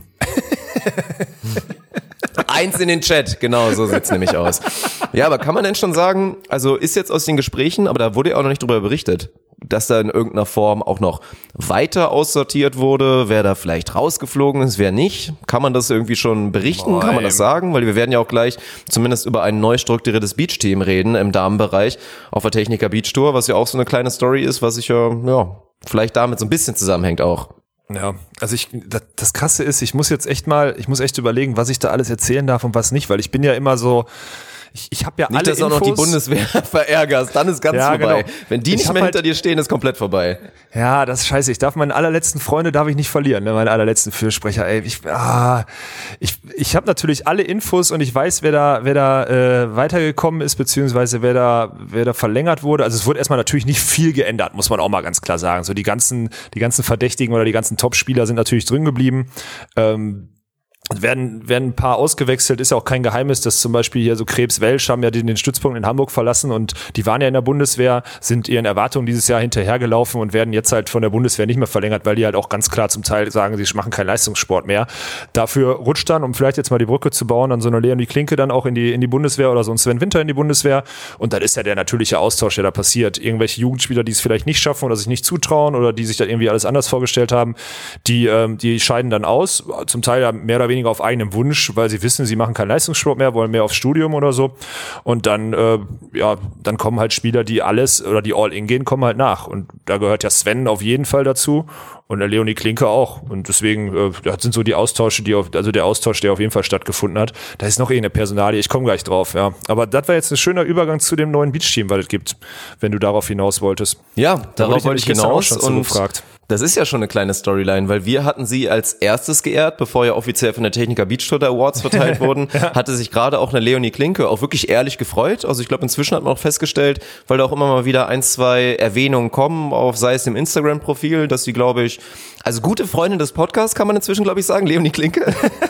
Eins in den Chat, genau, so sieht's nämlich aus. Ja, aber kann man denn schon sagen, also ist jetzt aus den Gesprächen, aber da wurde ja auch noch nicht drüber berichtet, dass da in irgendeiner Form auch noch weiter aussortiert wurde, wer da vielleicht rausgeflogen ist, wer nicht? Kann man das irgendwie schon berichten? Boah, kann man das sagen? Weil wir werden ja auch gleich zumindest über ein neu strukturiertes Beach-Team reden im Damenbereich auf der Techniker Beach Tour, was ja auch so eine kleine Story ist, was ich ja, ja, vielleicht damit so ein bisschen zusammenhängt auch. Ja, also ich, das, das Krasse ist, ich muss jetzt echt mal, ich muss echt überlegen, was ich da alles erzählen darf und was nicht, weil ich bin ja immer so, ich, ich habe ja nicht, alle dass du auch noch die Bundeswehr verärgerst, dann ist ganz ja, vorbei. Genau. Wenn die nicht mehr hinter halt, dir stehen, ist komplett vorbei. Ja, das ist scheiße. Ich darf meine allerletzten Freunde darf ich nicht verlieren, ne? Meine allerletzten Fürsprecher. Ey, ich, ah, ich, ich habe natürlich alle Infos und ich weiß, wer da, wer da äh, weitergekommen ist, beziehungsweise wer da, wer da verlängert wurde. Also es wurde erstmal natürlich nicht viel geändert, muss man auch mal ganz klar sagen. So die ganzen, die ganzen Verdächtigen oder die ganzen Top-Spieler sind natürlich drin geblieben. Ähm, Werden, werden ein paar ausgewechselt, ist ja auch kein Geheimnis, dass zum Beispiel hier so Krebs-Welsch haben ja den, den Stützpunkt in Hamburg verlassen und die waren ja in der Bundeswehr, sind ihren Erwartungen dieses Jahr hinterhergelaufen und werden jetzt halt von der Bundeswehr nicht mehr verlängert, weil die halt auch ganz klar zum Teil sagen, sie machen keinen Leistungssport mehr. Dafür rutscht dann, um vielleicht jetzt mal die Brücke zu bauen, dann so eine Leonie Klinke dann auch in die, in die Bundeswehr oder so ein Sven Winter in die Bundeswehr und dann ist ja der natürliche Austausch, der da passiert. Irgendwelche Jugendspieler, die es vielleicht nicht schaffen oder sich nicht zutrauen oder die sich da irgendwie alles anders vorgestellt haben, die, ähm, die scheiden dann aus, zum Teil ja mehr oder weniger auf eigenem Wunsch, weil sie wissen, sie machen keinen Leistungssport mehr, wollen mehr aufs Studium oder so. Und dann, äh, ja, dann kommen halt Spieler, die alles oder die All-In gehen, kommen halt nach. Und da gehört ja Sven auf jeden Fall dazu und der Leonie Klinke auch. Und deswegen, äh, das sind so die Austausche, die auf, also der Austausch, der auf jeden Fall stattgefunden hat. Da ist noch irgendeine Personalie, ich komme gleich drauf, ja. Aber das war jetzt ein schöner Übergang zu dem neuen Beach-Team, was es gibt, wenn du darauf hinaus wolltest. Ja, da darauf wollte ich hinaus und so gefragt. Das ist ja schon eine kleine Storyline, weil wir hatten sie als erstes geehrt, bevor ja offiziell von der Techniker Beach Tour Awards verteilt wurden, ja. Hatte sich gerade auch eine Leonie Klinke auch wirklich ehrlich gefreut. Also ich glaube, inzwischen hat man auch festgestellt, weil da auch immer mal wieder ein, zwei Erwähnungen kommen, auf sei es im Instagram-Profil, dass sie, glaube ich, also gute Freundin des Podcasts kann man inzwischen, glaube ich, sagen, Leonie Klinke.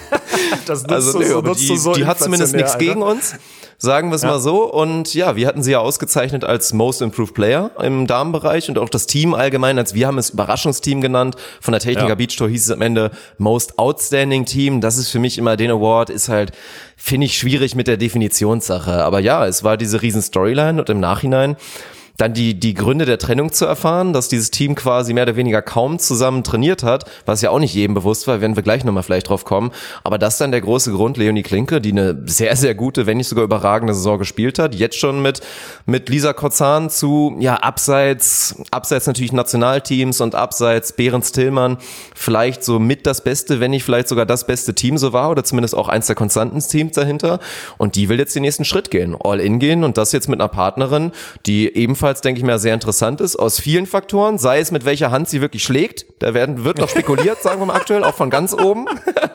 Das nutzt also, du, nö, so, aber nutzt die, du so die hat zumindest nichts Alter. Gegen uns. Sagen wir es ja. mal so. Und ja, wir hatten sie ja ausgezeichnet als Most Improved Player im Damenbereich und auch das Team allgemein, als wir haben es Überraschungsteam genannt. Von der Techniker ja. Beach Tour hieß es am Ende Most Outstanding Team. Das ist für mich immer den Award, ist halt, finde ich, schwierig mit der Definitionssache. Aber ja, es war diese riesen Storyline und im Nachhinein dann die die Gründe der Trennung zu erfahren, dass dieses Team quasi mehr oder weniger kaum zusammen trainiert hat, was ja auch nicht jedem bewusst war, werden wir gleich nochmal vielleicht drauf kommen, aber das ist dann der große Grund, Leonie Klinke, die eine sehr, sehr gute, wenn nicht sogar überragende Saison gespielt hat, jetzt schon mit mit Lisa Kozan zu, ja, abseits, abseits natürlich Nationalteams und abseits Behrens Tillmann vielleicht so mit das Beste, wenn nicht vielleicht sogar das beste Team so war oder zumindest auch eins der konstanten Teams dahinter und die will jetzt den nächsten Schritt gehen, all in gehen und das jetzt mit einer Partnerin, die ebenfalls ebenfalls, denke ich mal, sehr interessant ist, aus vielen Faktoren, sei es mit welcher Hand sie wirklich schlägt, da werden, wird noch spekuliert, sagen wir mal aktuell, auch von ganz oben.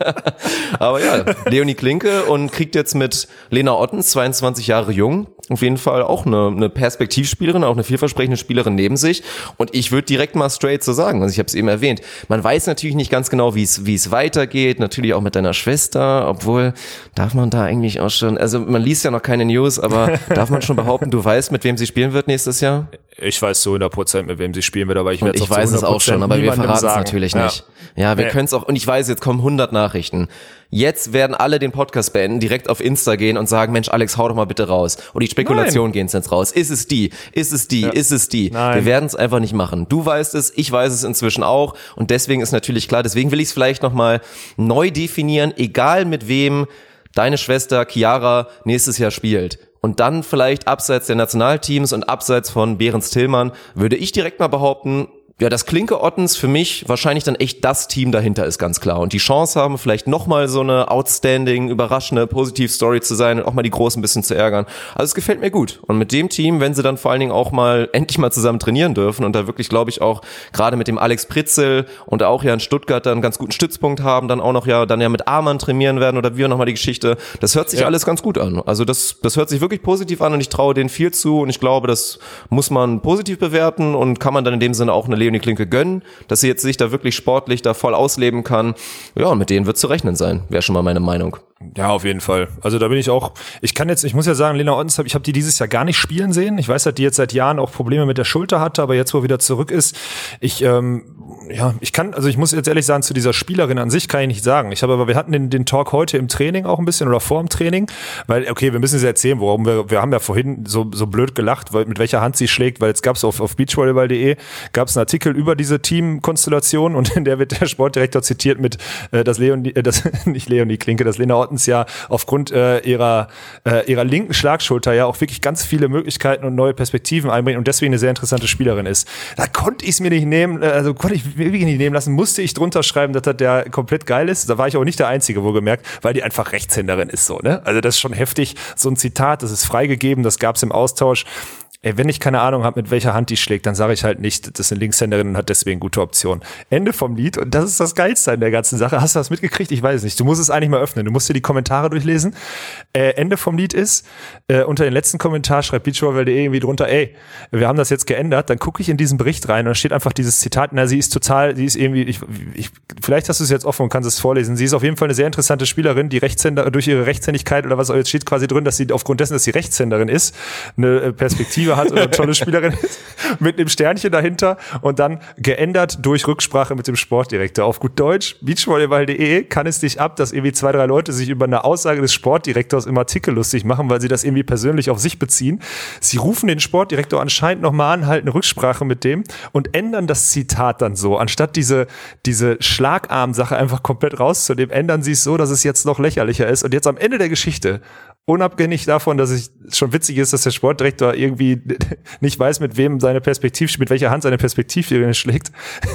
Aber ja, Leonie Klinke und kriegt jetzt mit Lena Ottens, zweiundzwanzig Jahre jung, auf jeden Fall auch eine, eine Perspektivspielerin, auch eine vielversprechende Spielerin neben sich. Und ich würde direkt mal straight so sagen, also ich habe es eben erwähnt, man weiß natürlich nicht ganz genau, wie es wie es weitergeht, natürlich auch mit deiner Schwester, obwohl, darf man da eigentlich auch schon, also man liest ja noch keine News, aber darf man schon behaupten, du weißt, mit wem sie spielen wird nächstes Jahr? Ich weiß zu hundert Prozent, mit wem sie spielen wird, aber ich werde es auch weiß es auch schon, aber wir verraten es natürlich ja. nicht. Ja, wir nee. können es auch, und ich weiß, jetzt kommen hundert Nachrichten. Jetzt werden alle den Podcast beenden, direkt auf Insta gehen und sagen, Mensch, Alex, hau doch mal bitte raus. Und die Spekulationen gehen jetzt raus. Ist es die? Ist es die? Ja. Ist es die? Nein. Wir werden es einfach nicht machen. Du weißt es, ich weiß es inzwischen auch. Und deswegen ist natürlich klar, deswegen will ich es vielleicht nochmal neu definieren, egal mit wem deine Schwester Chiara nächstes Jahr spielt. Und dann vielleicht abseits der Nationalteams und abseits von Behrens Tillmann würde ich direkt mal behaupten, ja, dass Klinke Ottens für mich wahrscheinlich dann echt das Team dahinter ist, ganz klar. Und die Chance haben, vielleicht nochmal so eine outstanding, überraschende, positive Story zu sein und auch mal die Großen ein bisschen zu ärgern. Also es gefällt mir gut. Und mit dem Team, wenn sie dann vor allen Dingen auch mal endlich mal zusammen trainieren dürfen und da wirklich, glaube ich, auch gerade mit dem Alex Pritzel und auch ja in Stuttgart dann einen ganz guten Stützpunkt haben, dann auch noch ja dann ja mit Amann trainieren werden oder wie auch nochmal die Geschichte. Das hört sich ja alles ganz gut an. Also das, das hört sich wirklich positiv an und ich traue denen viel zu und ich glaube, das muss man positiv bewerten und kann man dann in dem Sinne auch eine Leonie Klinke gönnen, dass sie jetzt sich da wirklich sportlich da voll ausleben kann. Ja, und mit denen wird zu rechnen sein. Wäre schon mal meine Meinung. Ja, auf jeden Fall. Also da bin ich auch, ich kann jetzt, ich muss ja sagen, Lena Ottens, ich habe die dieses Jahr gar nicht spielen sehen. Ich weiß, dass die jetzt seit Jahren auch Probleme mit der Schulter hatte, aber jetzt, wo er wieder zurück ist, ich, ähm, ja, ich kann, also ich muss jetzt ehrlich sagen, zu dieser Spielerin an sich kann ich nicht sagen. Ich habe aber, wir hatten den, den Talk heute im Training auch ein bisschen oder vor dem Training, weil, okay, wir müssen sie erzählen, worum wir, wir haben ja vorhin so, so blöd gelacht, weil, mit welcher Hand sie schlägt, weil jetzt gab es auf, auf beachvolleyball punkt de gab es einen Artikel über diese Teamkonstellation und in der wird der Sportdirektor zitiert mit, äh, dass Leonie, äh, das, nicht Leonie Klinke, dass Lena Ottens ja aufgrund äh, ihrer, äh, ihrer linken Schlagschulter ja auch wirklich ganz viele Möglichkeiten und neue Perspektiven einbringt und deswegen eine sehr interessante Spielerin ist. Da konnte ich es mir nicht nehmen, also konnte ich mir wirklich nicht nehmen lassen, musste ich drunter schreiben, dass das der komplett geil ist. Da war ich auch nicht der Einzige, wohlgemerkt, weil die einfach Rechtshänderin ist so, ne? Also das ist schon heftig, so ein Zitat, das ist freigegeben, das gab es im Austausch. Ey, wenn ich keine Ahnung habe, mit welcher Hand die schlägt, dann sage ich halt nicht, das ist eine Linkshänderin und hat deswegen gute Optionen. Ende vom Lied und das ist das Geilste an der ganzen Sache. Hast du das mitgekriegt? Ich weiß es nicht. Du musst es eigentlich mal öffnen. Du musst dir die Kommentare durchlesen. Äh, Ende vom Lied ist, äh, unter den letzten Kommentar schreibt beachvolleyball punkt de irgendwie drunter, ey, wir haben das jetzt geändert. Dann gucke ich in diesen Bericht rein und da steht einfach dieses Zitat, na, sie ist total, sie ist irgendwie, ich, ich, vielleicht hast du es jetzt offen und kannst es vorlesen. Sie ist auf jeden Fall eine sehr interessante Spielerin, die Rechtshänder, durch ihre Rechtshändigkeit oder was auch jetzt steht quasi drin, dass sie aufgrund dessen, dass sie Rechtshänderin ist, eine Perspektive hat oder eine tolle Spielerin ist, mit einem Sternchen dahinter und dann geändert durch Rücksprache mit dem Sportdirektor. Auf gut Deutsch, beachvolleyball punkt de kann es dich ab, dass irgendwie zwei, drei Leute sich über eine Aussage des Sportdirektors im Artikel lustig machen, weil sie das irgendwie persönlich auf sich beziehen. Sie rufen den Sportdirektor anscheinend nochmal an, halten Rücksprache mit dem und ändern das Zitat dann so. Anstatt diese, diese Schlagarm-Sache einfach komplett rauszunehmen, ändern sie es so, dass es jetzt noch lächerlicher ist. Und jetzt am Ende der Geschichte, unabhängig davon, dass es schon witzig ist, dass der Sportdirektor irgendwie nicht weiß, mit wem seine Perspektiv, mit welcher Hand seine Perspektivlinie schlägt,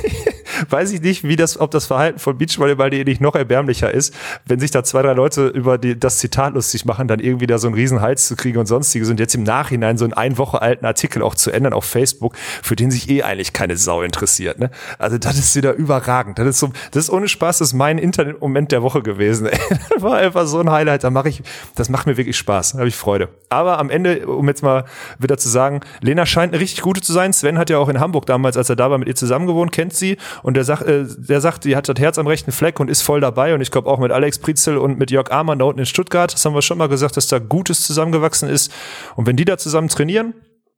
weiß ich nicht, wie das, ob das Verhalten von beachvolleyball punkt de nicht noch erbärmlicher ist, wenn sich da zwei, drei Leute über die, das Zitat lustig machen, dann irgendwie da so einen riesen Hals zu kriegen und sonstiges und jetzt im Nachhinein so einen ein Woche alten Artikel auch zu ändern auf Facebook, für den sich eh eigentlich keine Sau interessiert, ne? Also das ist wieder überragend. Das ist so, das ist ohne Spaß, das ist mein Internet-Moment der Woche gewesen, ey. Das war einfach so ein Highlight, da mache ich, das macht mir wirklich Spaß, da habe ich Freude. Aber am Ende, um jetzt mal wieder zu sagen, Lena scheint eine richtig gute zu sein. Sven hat ja auch in Hamburg damals, als er da war, mit ihr zusammen gewohnt, kennt sie und der sagt, äh, der sagt, die hat das Herz am rechten Fleck und ist voll dabei und ich glaube auch mit Alex Pritzel und mit Jörg Amann da unten in Stuttgart, das haben wir schon mal gesagt, dass da Gutes zusammengewachsen ist und wenn die da zusammen trainieren,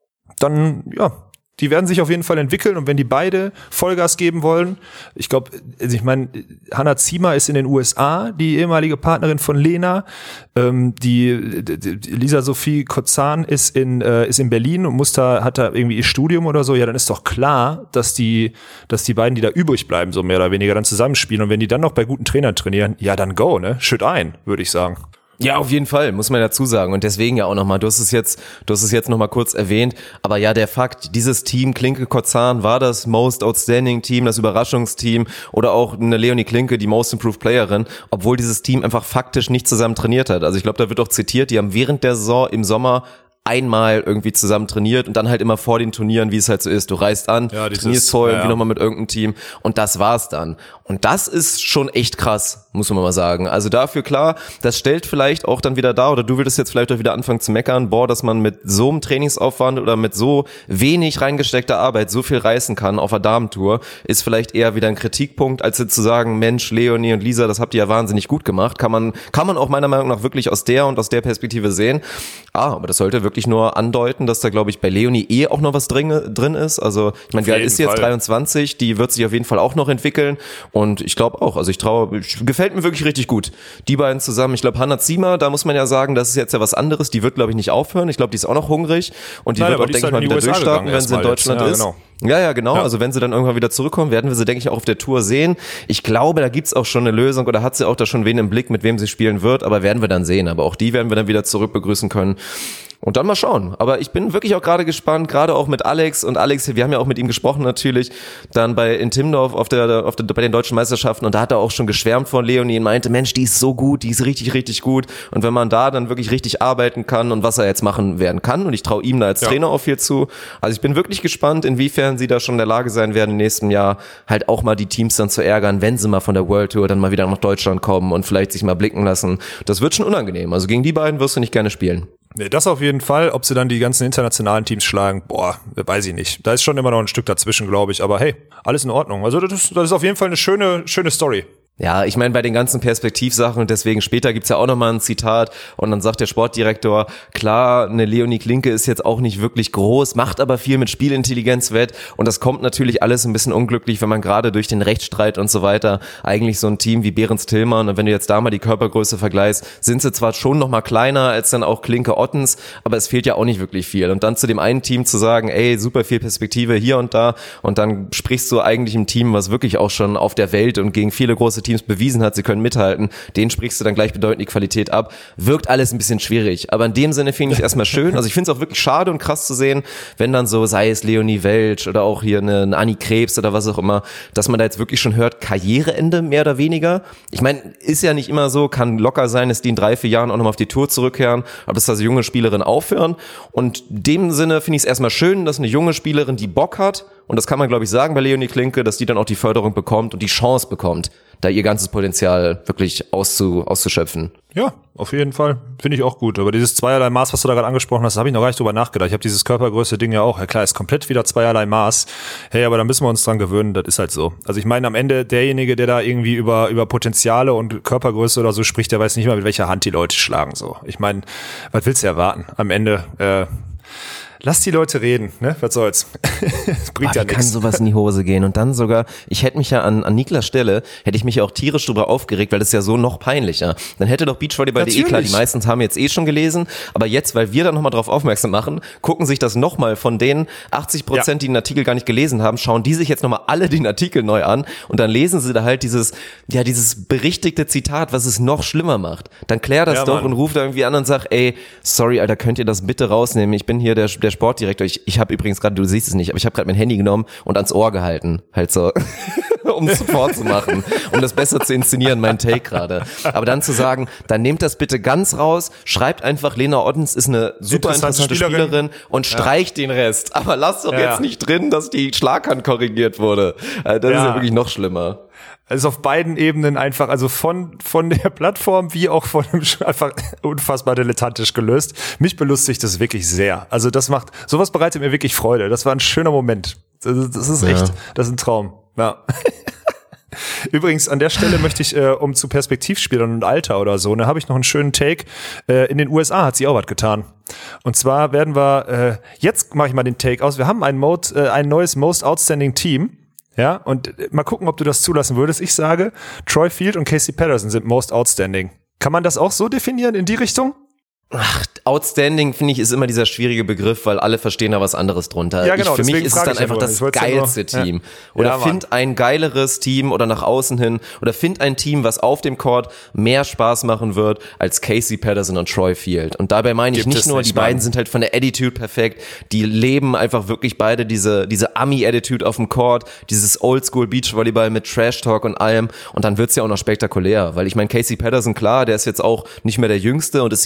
dann, ja, die werden sich auf jeden Fall entwickeln und wenn die beide Vollgas geben wollen, ich glaube, also ich meine, Hannah Ziemer ist in den U S A, die ehemalige Partnerin von Lena, ähm, die, die Lisa Sophie Kozan ist in äh, ist in Berlin und muss da hat da irgendwie ihr Studium oder so, ja, dann ist doch klar, dass die dass die beiden, die da übrig bleiben, so mehr oder weniger dann zusammenspielen und wenn die dann noch bei guten Trainern trainieren, ja, dann go, ne? Schütt ein, würde ich sagen. Ja, auf jeden Fall, muss man dazu sagen. Und deswegen ja auch nochmal, du hast es jetzt, du hast es jetzt nochmal kurz erwähnt, aber ja, der Fakt, dieses Team Klinke Kozan war das Most Outstanding Team, das Überraschungsteam oder auch eine Leonie Klinke, die Most Improved Playerin, obwohl dieses Team einfach faktisch nicht zusammen trainiert hat. Also ich glaube, da wird auch zitiert, die haben während der Saison im Sommer einmal irgendwie zusammen trainiert und dann halt immer vor den Turnieren, wie es halt so ist. Du reist an, ja, dieses, trainierst vorher ja, irgendwie ja. nochmal mit irgendeinem Team und das war's dann. Und das ist schon echt krass, muss man mal sagen. Also dafür klar, das stellt vielleicht auch dann wieder dar, oder du würdest jetzt vielleicht auch wieder anfangen zu meckern, boah, dass man mit so einem Trainingsaufwand oder mit so wenig reingesteckter Arbeit so viel reißen kann auf der Damentour, ist vielleicht eher wieder ein Kritikpunkt, als jetzt zu sagen, Mensch, Leonie und Lisa, das habt ihr ja wahnsinnig gut gemacht. Kann man, kann man auch meiner Meinung nach wirklich aus der und aus der Perspektive sehen. Ah, aber das sollte wirklich nur andeuten, dass da, glaube ich, bei Leonie eh auch noch was drin, drin ist. Also, ich meine, wie alt ist jetzt? dreiundzwanzig, die wird sich auf jeden Fall auch noch entwickeln. Und ich glaube auch, also ich traue, gefällt mir wirklich richtig gut. Die beiden zusammen, ich glaube, Hannah Ziemer, da muss man ja sagen, das ist jetzt ja was anderes. Die wird, glaube ich, nicht aufhören. Ich glaube, die ist auch noch hungrig. Und die Nein, wird auch, die denke ich mal, wieder durchstarten, wenn sie in Deutschland ja, ist. Genau. Ja, ja, genau. Ja. Also wenn sie dann irgendwann wieder zurückkommen, werden wir sie, denke ich, auch auf der Tour sehen. Ich glaube, da gibt's auch schon eine Lösung oder hat sie auch da schon wen im Blick, mit wem sie spielen wird, aber werden wir dann sehen. Aber auch die werden wir dann wieder zurück begrüßen können. Und dann mal schauen. Aber ich bin wirklich auch gerade gespannt, gerade auch mit Alex. Und Alex, wir haben ja auch mit ihm gesprochen natürlich, dann bei in Timmendorf auf der, auf der, bei den deutschen Meisterschaften. Und da hat er auch schon geschwärmt von Leonie und meinte, Mensch, die ist so gut, die ist richtig, richtig gut. Und wenn man da dann wirklich richtig arbeiten kann und was er jetzt machen werden kann, und ich traue ihm da als ja. Trainer auch viel zu. Also ich bin wirklich gespannt, inwiefern sie da schon in der Lage sein werden, im nächsten Jahr halt auch mal die Teams dann zu ärgern, wenn sie mal von der World Tour dann mal wieder nach Deutschland kommen und vielleicht sich mal blicken lassen. Das wird schon unangenehm. Also gegen die beiden wirst du nicht gerne spielen. Nee, das auf jeden Fall. Ob sie dann die ganzen internationalen Teams schlagen, boah, weiß ich nicht. Da ist schon immer noch ein Stück dazwischen, glaube ich. Aber hey, alles in Ordnung. Also das, das ist auf jeden Fall eine schöne, schöne Story. Ja, ich meine, bei den ganzen Perspektivsachen und deswegen später gibt's ja auch nochmal ein Zitat und dann sagt der Sportdirektor, klar, eine Leonie Klinke ist jetzt auch nicht wirklich groß, macht aber viel mit Spielintelligenz wett und das kommt natürlich alles ein bisschen unglücklich, wenn man gerade durch den Rechtsstreit und so weiter eigentlich so ein Team wie Behrens Tillmann, und wenn du jetzt da mal die Körpergröße vergleichst, sind sie zwar schon nochmal kleiner als dann auch Klinke Ottens, aber es fehlt ja auch nicht wirklich viel und dann zu dem einen Team zu sagen, ey, super viel Perspektive hier und da und dann sprichst du eigentlich im Team, was wirklich auch schon auf der Welt und gegen viele große Teams bewiesen hat, sie können mithalten, den sprichst du dann gleich bedeutend die Qualität ab. Wirkt alles ein bisschen schwierig, aber in dem Sinne finde ich es erstmal schön. Also ich finde es auch wirklich schade und krass zu sehen, wenn dann so, sei es Leonie Welsch oder auch hier eine, eine Anni Krebs oder was auch immer, dass man da jetzt wirklich schon hört, Karriereende mehr oder weniger. Ich meine, ist ja nicht immer so, kann locker sein, dass die in drei, vier Jahren auch nochmal auf die Tour zurückkehren, aber dass da so junge Spielerinnen aufhören und in dem Sinne finde ich es erstmal schön, dass eine junge Spielerin, die Bock hat, und das kann man, glaube ich, sagen bei Leonie Klinke, dass die dann auch die Förderung bekommt und die Chance bekommt, da ihr ganzes Potenzial wirklich auszu, auszuschöpfen. Ja, auf jeden Fall. Finde ich auch gut. Aber dieses zweierlei Maß, was du da gerade angesprochen hast, da habe ich noch gar nicht drüber nachgedacht. Ich habe dieses Körpergröße-Ding ja auch. Ja klar, ist komplett wieder zweierlei Maß. Hey, aber da müssen wir uns dran gewöhnen. Das ist halt so. Also ich meine, am Ende derjenige, der da irgendwie über über Potenziale und Körpergröße oder so spricht, der weiß nicht mal, mit welcher Hand die Leute schlagen. So. Ich meine, was willst du erwarten? Am Ende äh, lass die Leute reden, ne? Was soll's? Das bringt Boah, ja wie kann nichts. sowas in die Hose gehen? Und dann sogar, ich hätte mich ja an, an Niklas Stelle, hätte ich mich ja auch tierisch drüber aufgeregt, weil das ist ja so noch peinlicher. Dann hätte doch Beachvolleyball punkt de, klar, die meisten haben jetzt eh schon gelesen, aber jetzt, weil wir dann nochmal drauf aufmerksam machen, gucken sich das nochmal von den achtzig Prozent, ja. die den Artikel gar nicht gelesen haben, schauen die sich jetzt nochmal alle den Artikel neu an und dann lesen sie da halt dieses, ja, dieses berichtigte Zitat, was es noch schlimmer macht. Dann klär das ja, doch Mann. und ruf da irgendwie an und sag, ey, sorry, Alter, könnt ihr das bitte rausnehmen? Ich bin hier der, der Sportdirektor. Ich, ich habe übrigens gerade, du siehst es nicht, aber ich habe gerade mein Handy genommen und ans Ohr gehalten, halt so, um Support zu machen, um das besser zu inszenieren, mein Take gerade. Aber dann zu sagen, dann nehmt das bitte ganz raus, schreibt einfach, Lena Ottens ist eine super interessante, interessante Spielerin. Spielerin und ja. streicht den Rest. Aber lasst doch ja. jetzt nicht drin, dass die Schlaghand korrigiert wurde. Das ja. ist ja wirklich noch schlimmer. Es ist auf beiden Ebenen einfach, also von von der Plattform wie auch von dem einfach unfassbar dilettantisch gelöst. Mich belustigt das wirklich sehr. Also das macht, sowas bereitet mir wirklich Freude. Das war ein schöner Moment. Das, das ist echt, ja. das ist ein Traum. Ja. Übrigens, an der Stelle möchte ich, äh, um zu Perspektivspielern und Alter oder so, ne, habe ich noch einen schönen Take. Äh, in den U S A hat sie auch was getan. Und zwar werden wir, äh, jetzt mache ich mal den Take aus. Wir haben ein, Mode, äh, ein neues Most Outstanding Team. Ja, und mal gucken, ob du das zulassen würdest. Ich sage, Troy Field und Casey Patterson sind most outstanding. Kann man das auch so definieren in die Richtung? Ach, outstanding, finde ich, ist immer dieser schwierige Begriff, weil alle verstehen da was anderes drunter. Ja, genau, ich, für mich ist es dann einfach das geilste nur, Team. Ja. Oder ja, find ein geileres Team oder nach außen hin. Oder find ein Team, was auf dem Court mehr Spaß machen wird als Casey Patterson und Troy Field. Und dabei meine ich Gibt nicht nur, nicht, die beiden sind halt von der Attitude perfekt. Die leben einfach wirklich beide diese diese Ami-Attitude auf dem Court, dieses Oldschool-Beachvolleyball mit Trash-Talk und allem. Und dann wird's ja auch noch spektakulär. Weil ich meine, Casey Patterson, klar, der ist jetzt auch nicht mehr der Jüngste und ist jetzt eh auch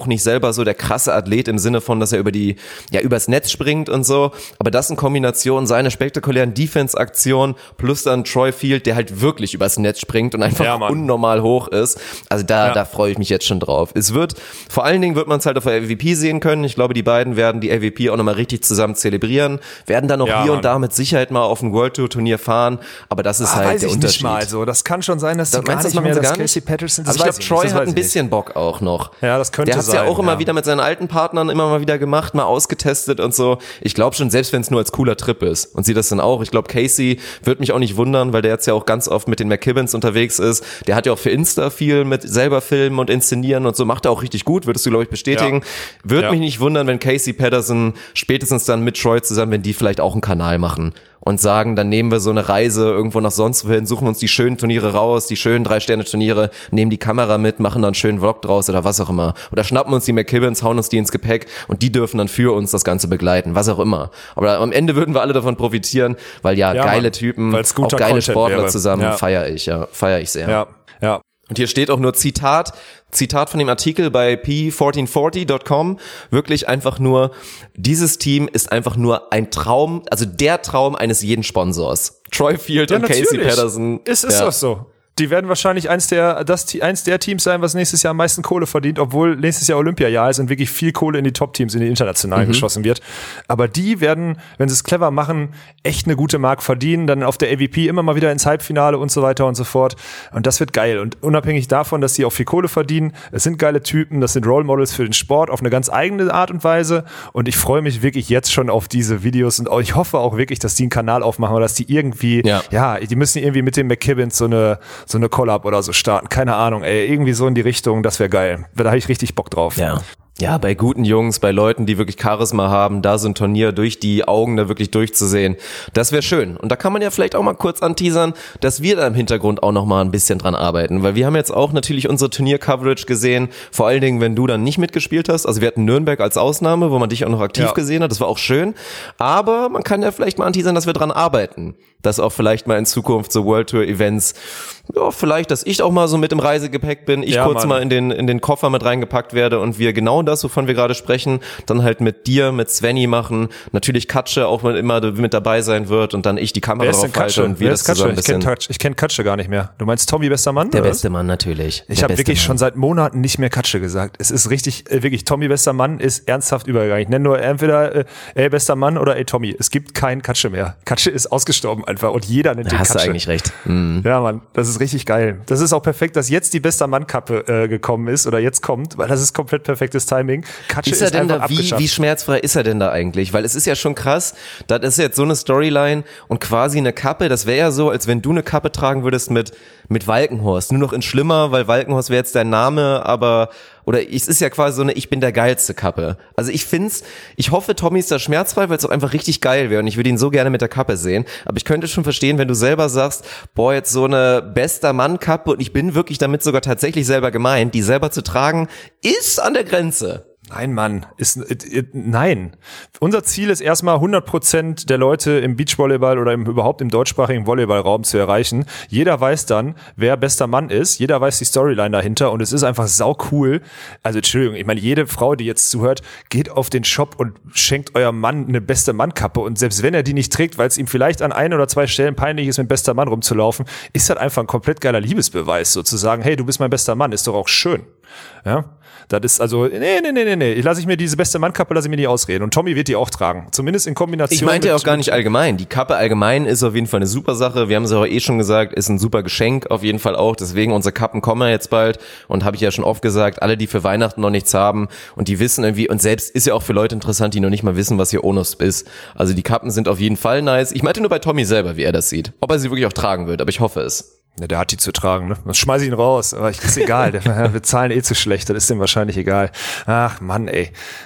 auch nicht selber so der krasse Athlet im Sinne von, dass er über die, ja, übers Netz springt und so. Aber das in Kombination seiner spektakulären Defense-Aktion plus dann Troy Field, der halt wirklich übers Netz springt und einfach ja, unnormal hoch ist. Also da, ja. da freue ich mich jetzt schon drauf. Es wird, vor allen Dingen wird man es halt auf der L V P sehen können. Ich glaube, die beiden werden die L V P auch nochmal richtig zusammen zelebrieren, werden dann auch ja, hier Mann. und da mit Sicherheit mal auf ein World Tour Turnier fahren. Aber das ist ah, halt der Unterschied. Nicht mal so. Das kann schon sein, dass die das, gar nicht mehr das das Casey Patterson. Also ich glaube, Troy hat ein bisschen Bock auch noch. Ja, das könnte sein. Der hat es ja auch immer ja. wieder mit seinen alten Partnern immer mal wieder gemacht, mal ausgetestet und so. Ich glaube schon, selbst wenn es nur als cooler Trip ist und sie das dann auch. Ich glaube, Casey wird mich auch nicht wundern, weil der jetzt ja auch ganz oft mit den McKibbins unterwegs ist. Der hat ja auch für Insta viel mit selber filmen und inszenieren und so. Macht er auch richtig gut, würdest du, glaube ich, bestätigen. Ja. Würde ja. mich nicht wundern, wenn Casey Patterson spätestens dann mit Troy zusammen, wenn die vielleicht auch einen Kanal machen und sagen, dann nehmen wir so eine Reise irgendwo nach sonst wohin, suchen uns die schönen Turniere raus, die schönen Drei-Sterne-Turniere, nehmen die Kamera mit, machen dann einen schönen Vlog draus oder was auch immer. Oder schnappen uns die McKibbins, hauen uns die ins Gepäck und die dürfen dann für uns das Ganze begleiten, was auch immer. Aber am Ende würden wir alle davon profitieren, weil ja, ja geile Mann, Typen, auch geile Content Sportler wäre. zusammen, ja. feiere ich, ja, feiere ich sehr. Ja, ja. Und hier steht auch nur Zitat, Zitat von dem Artikel bei P vierzehn vierzig Punkt com, wirklich einfach nur, dieses Team ist einfach nur ein Traum, also der Traum eines jeden Sponsors. Troy Field ja, und natürlich. Casey Patterson. Es ist ja. doch so. Die werden wahrscheinlich eins der, das, eins der Teams sein, was nächstes Jahr am meisten Kohle verdient, obwohl nächstes Jahr Olympiajahr ist und wirklich viel Kohle in die Top-Teams, in die internationalen mhm. geschossen wird. Aber die werden, wenn sie es clever machen, echt eine gute Mark verdienen, dann auf der A V P immer mal wieder ins Halbfinale und so weiter und so fort. Und das wird geil. Und unabhängig davon, dass die auch viel Kohle verdienen, es sind geile Typen, das sind Role Models für den Sport auf eine ganz eigene Art und Weise. Und ich freue mich wirklich jetzt schon auf diese Videos und ich hoffe auch wirklich, dass die einen Kanal aufmachen oder dass die irgendwie, ja, ja die müssen irgendwie mit den McKibbins so eine so eine Collab oder so starten. Keine Ahnung, ey. Irgendwie so in die Richtung, das wäre geil. Da habe ich richtig Bock drauf. Ja. Ja, bei guten Jungs, bei Leuten, die wirklich Charisma haben, da so ein Turnier durch die Augen da wirklich durchzusehen, das wäre schön. Und da kann man ja vielleicht auch mal kurz anteasern, dass wir da im Hintergrund auch noch mal ein bisschen dran arbeiten, weil wir haben jetzt auch natürlich unsere Turnier-Coverage gesehen, vor allen Dingen, wenn du dann nicht mitgespielt hast. Also wir hatten Nürnberg als Ausnahme, wo man dich auch noch aktiv ja. gesehen hat, das war auch schön. Aber man kann ja vielleicht mal anteasern, dass wir dran arbeiten, dass auch vielleicht mal in Zukunft so World Tour Events, ja, vielleicht, dass ich auch mal so mit im Reisegepäck bin, ich ja, kurz Mann. mal in den in den Koffer mit reingepackt werde und wir genau das, wovon wir gerade sprechen, dann halt mit dir, mit Svenny machen, natürlich Katsche auch mal immer mit dabei sein wird und dann ich die Kamera drauf halte und wir das zusammen ein bisschen... Ich kenne Katsche gar nicht mehr. Du meinst Tommy, bester Mann? Der beste Mann, natürlich. Ich habe wirklich Mann. schon seit Monaten nicht mehr Katsche gesagt. Es ist richtig, wirklich, Tommy, bester Mann ist ernsthaft übergegangen. Ich nenne nur entweder äh, ey, bester Mann oder ey, Tommy. Es gibt kein Katsche mehr. Katsche ist ausgestorben einfach und jeder nennt den Katsche. Hast du eigentlich recht. Mhm. Ja, Mann, das ist richtig geil. Das ist auch perfekt, dass jetzt die bester Mann-Kappe äh, gekommen ist oder jetzt kommt, weil das ist komplett perfektes Timing. Katsche ist, ist er denn da, wie, wie schmerzfrei ist er denn da eigentlich? Weil es ist ja schon krass, das ist jetzt so eine Storyline und quasi eine Kappe, das wäre ja so, als wenn du eine Kappe tragen würdest mit mit Walkenhorst, nur noch in schlimmer, weil Walkenhorst wäre jetzt dein Name, aber oder es ist ja quasi so eine Ich bin der geilste Kappe. Also ich find's, ich hoffe, Tommy ist da schmerzfrei, weil es auch einfach richtig geil wäre und ich würde ihn so gerne mit der Kappe sehen, aber ich könnte schon verstehen, wenn du selber sagst, boah, jetzt so eine bester Mann-Kappe und ich bin wirklich damit sogar tatsächlich selber gemeint, die selber zu tragen, ist an der Grenze. Nein, Mann, ist äh, nein. Unser Ziel ist erstmal hundert Prozent der Leute im Beachvolleyball oder im, überhaupt im deutschsprachigen Volleyballraum zu erreichen. Jeder weiß dann, wer bester Mann ist. Jeder weiß die Storyline dahinter und es ist einfach sau cool. Also Entschuldigung, ich meine, jede Frau, die jetzt zuhört, geht auf den Shop und schenkt eurem Mann eine beste Mann-Kappe und selbst wenn er die nicht trägt, weil es ihm vielleicht an ein oder zwei Stellen peinlich ist, mit bester Mann rumzulaufen, ist das einfach ein komplett geiler Liebesbeweis, sozusagen, hey, du bist mein bester Mann, ist doch auch schön. Ja, das ist also, nee, nee, nee, nee, nee, ich lasse ich mir diese beste Mannkappe, lasse ich mir nicht ausreden. Und Tommy wird die auch tragen. Zumindest in Kombination. Ich meinte ja auch gar nicht allgemein. Die Kappe allgemein ist auf jeden Fall eine super Sache. Wir haben es ja auch eh schon gesagt, ist ein super Geschenk auf jeden Fall auch. Deswegen, unsere Kappen kommen ja jetzt bald. Und habe ich ja schon oft gesagt, alle, die für Weihnachten noch nichts haben und die wissen irgendwie, und selbst ist ja auch für Leute interessant, die noch nicht mal wissen, was hier Onus ist. Also die Kappen sind auf jeden Fall nice. Ich meinte nur bei Tommy selber, wie er das sieht. Ob er sie wirklich auch tragen wird, aber ich hoffe es. Ja, der hat die zu tragen, ne? Dann schmeiß ich ihn raus. Aber ich, ist egal. Wir zahlen eh zu schlecht. Das ist dem wahrscheinlich egal. Ach, Mann, ey.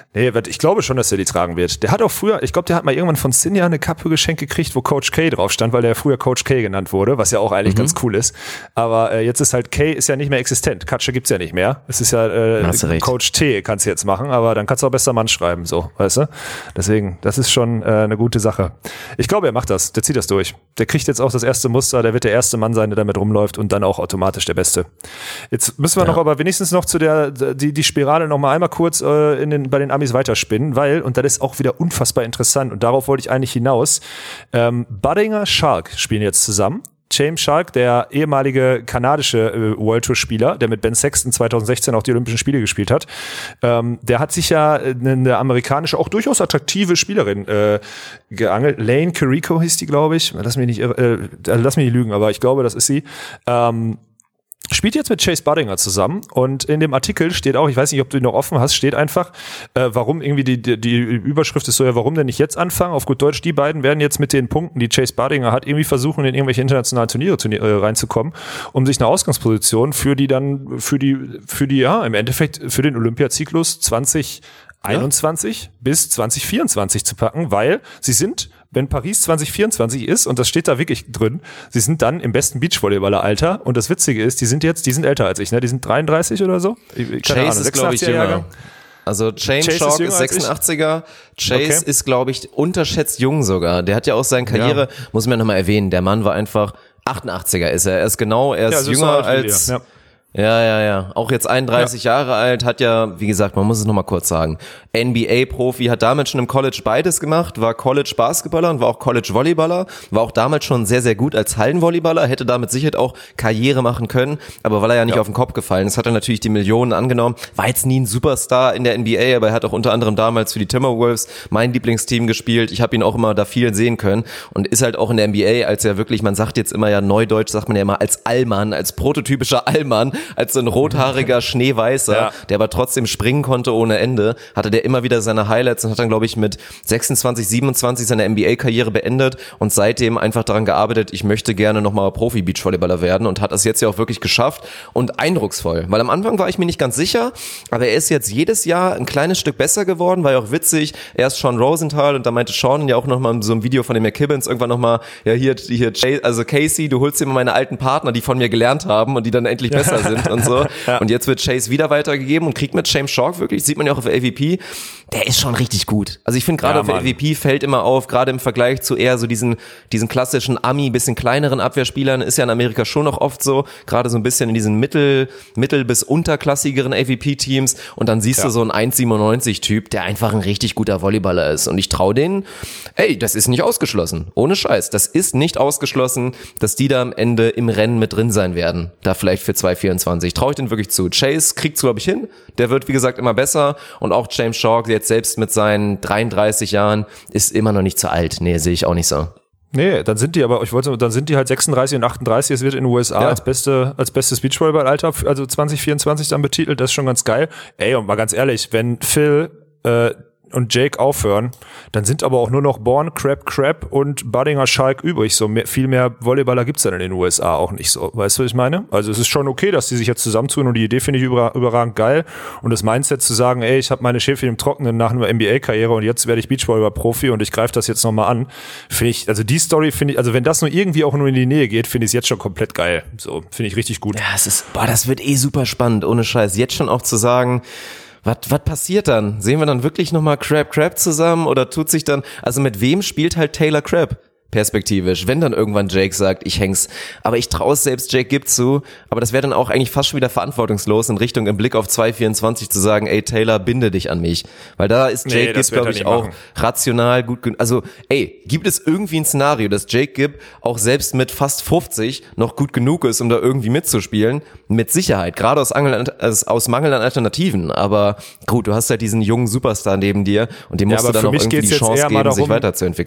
Nee, ich glaube schon, dass er die tragen wird. Der hat auch früher, ich glaube, der hat mal irgendwann von Sinja eine Kappe geschenkt gekriegt, wo Coach K drauf stand, weil der früher Coach K genannt wurde, was ja auch eigentlich mhm. ganz cool ist. Aber äh, jetzt ist halt K ist ja nicht mehr existent. Katsche gibt's ja nicht mehr. Es ist ja äh, Coach T kannst du jetzt machen, aber dann kannst du auch besser Mann schreiben, so, weißt du? Deswegen, das ist schon äh, eine gute Sache. Ich glaube, er macht das. Der zieht das durch. Der kriegt jetzt auch das erste Muster. Der wird der erste Mann sein, der damit rumläuft und dann auch automatisch der Beste. Jetzt müssen wir ja. noch aber wenigstens noch zu der, die, die Spirale noch mal einmal kurz äh, in den, bei den Amis weiterspinnen, weil, und das ist auch wieder unfassbar interessant und darauf wollte ich eigentlich hinaus, ähm, Budinger Shark spielen jetzt zusammen. James Shark, der ehemalige kanadische äh, World Tour Spieler, der mit Ben Sexton zwanzig sechzehn auch die Olympischen Spiele gespielt hat, ähm, der hat sich ja eine, eine amerikanische, auch durchaus attraktive Spielerin äh, geangelt. Lane Kiriko hieß die, glaube ich. Lass mich nicht, äh, lass mich nicht lügen, aber ich glaube, das ist sie. Ähm, Spielt jetzt mit Chase Budinger zusammen und in dem Artikel steht auch, ich weiß nicht, ob du ihn noch offen hast, steht einfach, äh, warum irgendwie die, die, die Überschrift ist so, ja, warum denn nicht jetzt anfangen? Auf gut Deutsch, die beiden werden jetzt mit den Punkten, die Chase Budinger hat, irgendwie versuchen, in irgendwelche internationalen Turniere, Turniere äh, reinzukommen, um sich eine Ausgangsposition für die dann, für die, für die, ja, im Endeffekt für den Olympiazyklus zwanzig einundzwanzig ja. bis zwanzig vierundzwanzig zu packen, weil sie sind, wenn Paris zwanzig vierundzwanzig ist, und das steht da wirklich drin, sie sind dann im besten Beachvolleyballer-Alter. Und das Witzige ist, die sind jetzt, die sind älter als ich, ne? Die sind dreiunddreißig oder so. Keine Chase Ahnung, ist, glaube ich, jünger. Also James Chase Shark ist, ist sechsundachtziger. Chase okay. ist, glaube ich, unterschätzt jung sogar. Der hat ja auch seine Karriere, ja. muss man nochmal erwähnen, der Mann war einfach, achtundachtziger ist er. Er ist genau, er ist ja, jünger als... Ja. Ja, ja, ja. Auch jetzt einunddreißig ja. Jahre alt, hat ja, wie gesagt, man muss es nochmal kurz sagen, N B A-Profi, hat damals schon im College beides gemacht, war College-Basketballer und war auch College-Volleyballer, war auch damals schon sehr, sehr gut als Hallenvolleyballer, hätte damit sicher auch Karriere machen können, aber weil er ja nicht ja. auf den Kopf gefallen ist, hat er natürlich die Millionen angenommen, war jetzt nie ein Superstar in der N B A, aber er hat auch unter anderem damals für die Timberwolves mein Lieblingsteam gespielt, ich habe ihn auch immer da viel sehen können und ist halt auch in der N B A, als er wirklich, man sagt jetzt immer ja neudeutsch, sagt man ja immer als Allmann, als prototypischer Allmann, als so ein rothaariger Schneeweißer, ja. der aber trotzdem springen konnte ohne Ende, hatte der immer wieder seine Highlights und hat dann, glaube ich, mit sechsundzwanzig, siebenundzwanzig seine N B A-Karriere beendet und seitdem einfach daran gearbeitet, ich möchte gerne nochmal Profi-Beachvolleyballer werden und hat das jetzt ja auch wirklich geschafft und eindrucksvoll, weil am Anfang war ich mir nicht ganz sicher, aber er ist jetzt jedes Jahr ein kleines Stück besser geworden, war ja auch witzig, erst Sean Rosenthal und da meinte Sean ja auch nochmal in so einem Video von dem McKibbins irgendwann nochmal, ja hier, hier, also Casey, du holst dir immer meine alten Partner, die von mir gelernt haben und die dann endlich besser sind und so. Ja. Und jetzt wird Chase wieder weitergegeben und kriegt mit James Shark wirklich, sieht man ja auch auf der A V P, der ist schon richtig gut. Also ich finde gerade ja, auf der A V P fällt immer auf, gerade im Vergleich zu eher so diesen diesen klassischen Ami, bisschen kleineren Abwehrspielern, ist ja in Amerika schon noch oft so, gerade so ein bisschen in diesen mittel mittel bis unterklassigeren A V P-Teams und dann siehst ja. du so einen eins Komma siebenundneunzig-Typ, der einfach ein richtig guter Volleyballer ist und ich traue denen, ey, das ist nicht ausgeschlossen, ohne Scheiß, das ist nicht ausgeschlossen, dass die da am Ende im Rennen mit drin sein werden, da vielleicht für zwei Komma vierundzwanzig, traue ich den wirklich zu. Chase kriegt's, glaube ich, hin, der wird, wie gesagt, immer besser und auch James Shark, jetzt selbst mit seinen dreiunddreißig Jahren, ist immer noch nicht zu alt, nee, sehe ich auch nicht so. Nee, dann sind die aber, ich wollte, dann sind die halt sechsunddreißig und achtunddreißig, es wird in den U S A ja. als beste, als bestes Beachvolleyball-Alter, also zwanzig vierundzwanzig dann betitelt, das ist schon ganz geil. Ey, und mal ganz ehrlich, wenn Phil, äh, und Jake aufhören, dann sind aber auch nur noch Born, Crab, Crab und Budinger Shark übrig. So mehr, viel mehr Volleyballer gibt's dann in den U S A auch nicht so. Weißt du, was ich meine? Also es ist schon okay, dass die sich jetzt zusammentun und die Idee finde ich über, überragend geil. Und das Mindset zu sagen, ey, ich habe meine Schäfchen im Trockenen nach einer N B A-Karriere und jetzt werde ich Beachvolleyball-Profi und ich greife das jetzt nochmal an, finde ich, also die Story finde ich, also wenn das nur irgendwie auch nur in die Nähe geht, finde ich es jetzt schon komplett geil. So, finde ich richtig gut. Ja, es ist, boah, das wird eh super spannend, ohne Scheiß. Jetzt schon auch zu sagen, Was, was passiert dann? Sehen wir dann wirklich nochmal Crab Crab zusammen oder tut sich dann, also mit wem spielt halt Taylor Crab? Perspektivisch, wenn dann irgendwann Jake sagt, ich häng's, aber ich traue es selbst Jake Gibb zu, aber das wäre dann auch eigentlich fast schon wieder verantwortungslos in Richtung im Blick auf zwei Komma vierundzwanzig zu sagen, ey Taylor, binde dich an mich, weil da ist Jake nee, Gibb, glaube ich, auch machen. rational gut, also ey, gibt es irgendwie ein Szenario, dass Jake Gibb auch selbst mit fast fünfzig noch gut genug ist, um da irgendwie mitzuspielen? Mit Sicherheit, gerade aus, aus, aus Mangel an Alternativen, aber gut, du hast halt diesen jungen Superstar neben dir und dem musst ja, du dann auch irgendwie die Chance geben, darum, sich weiterzuentwickeln.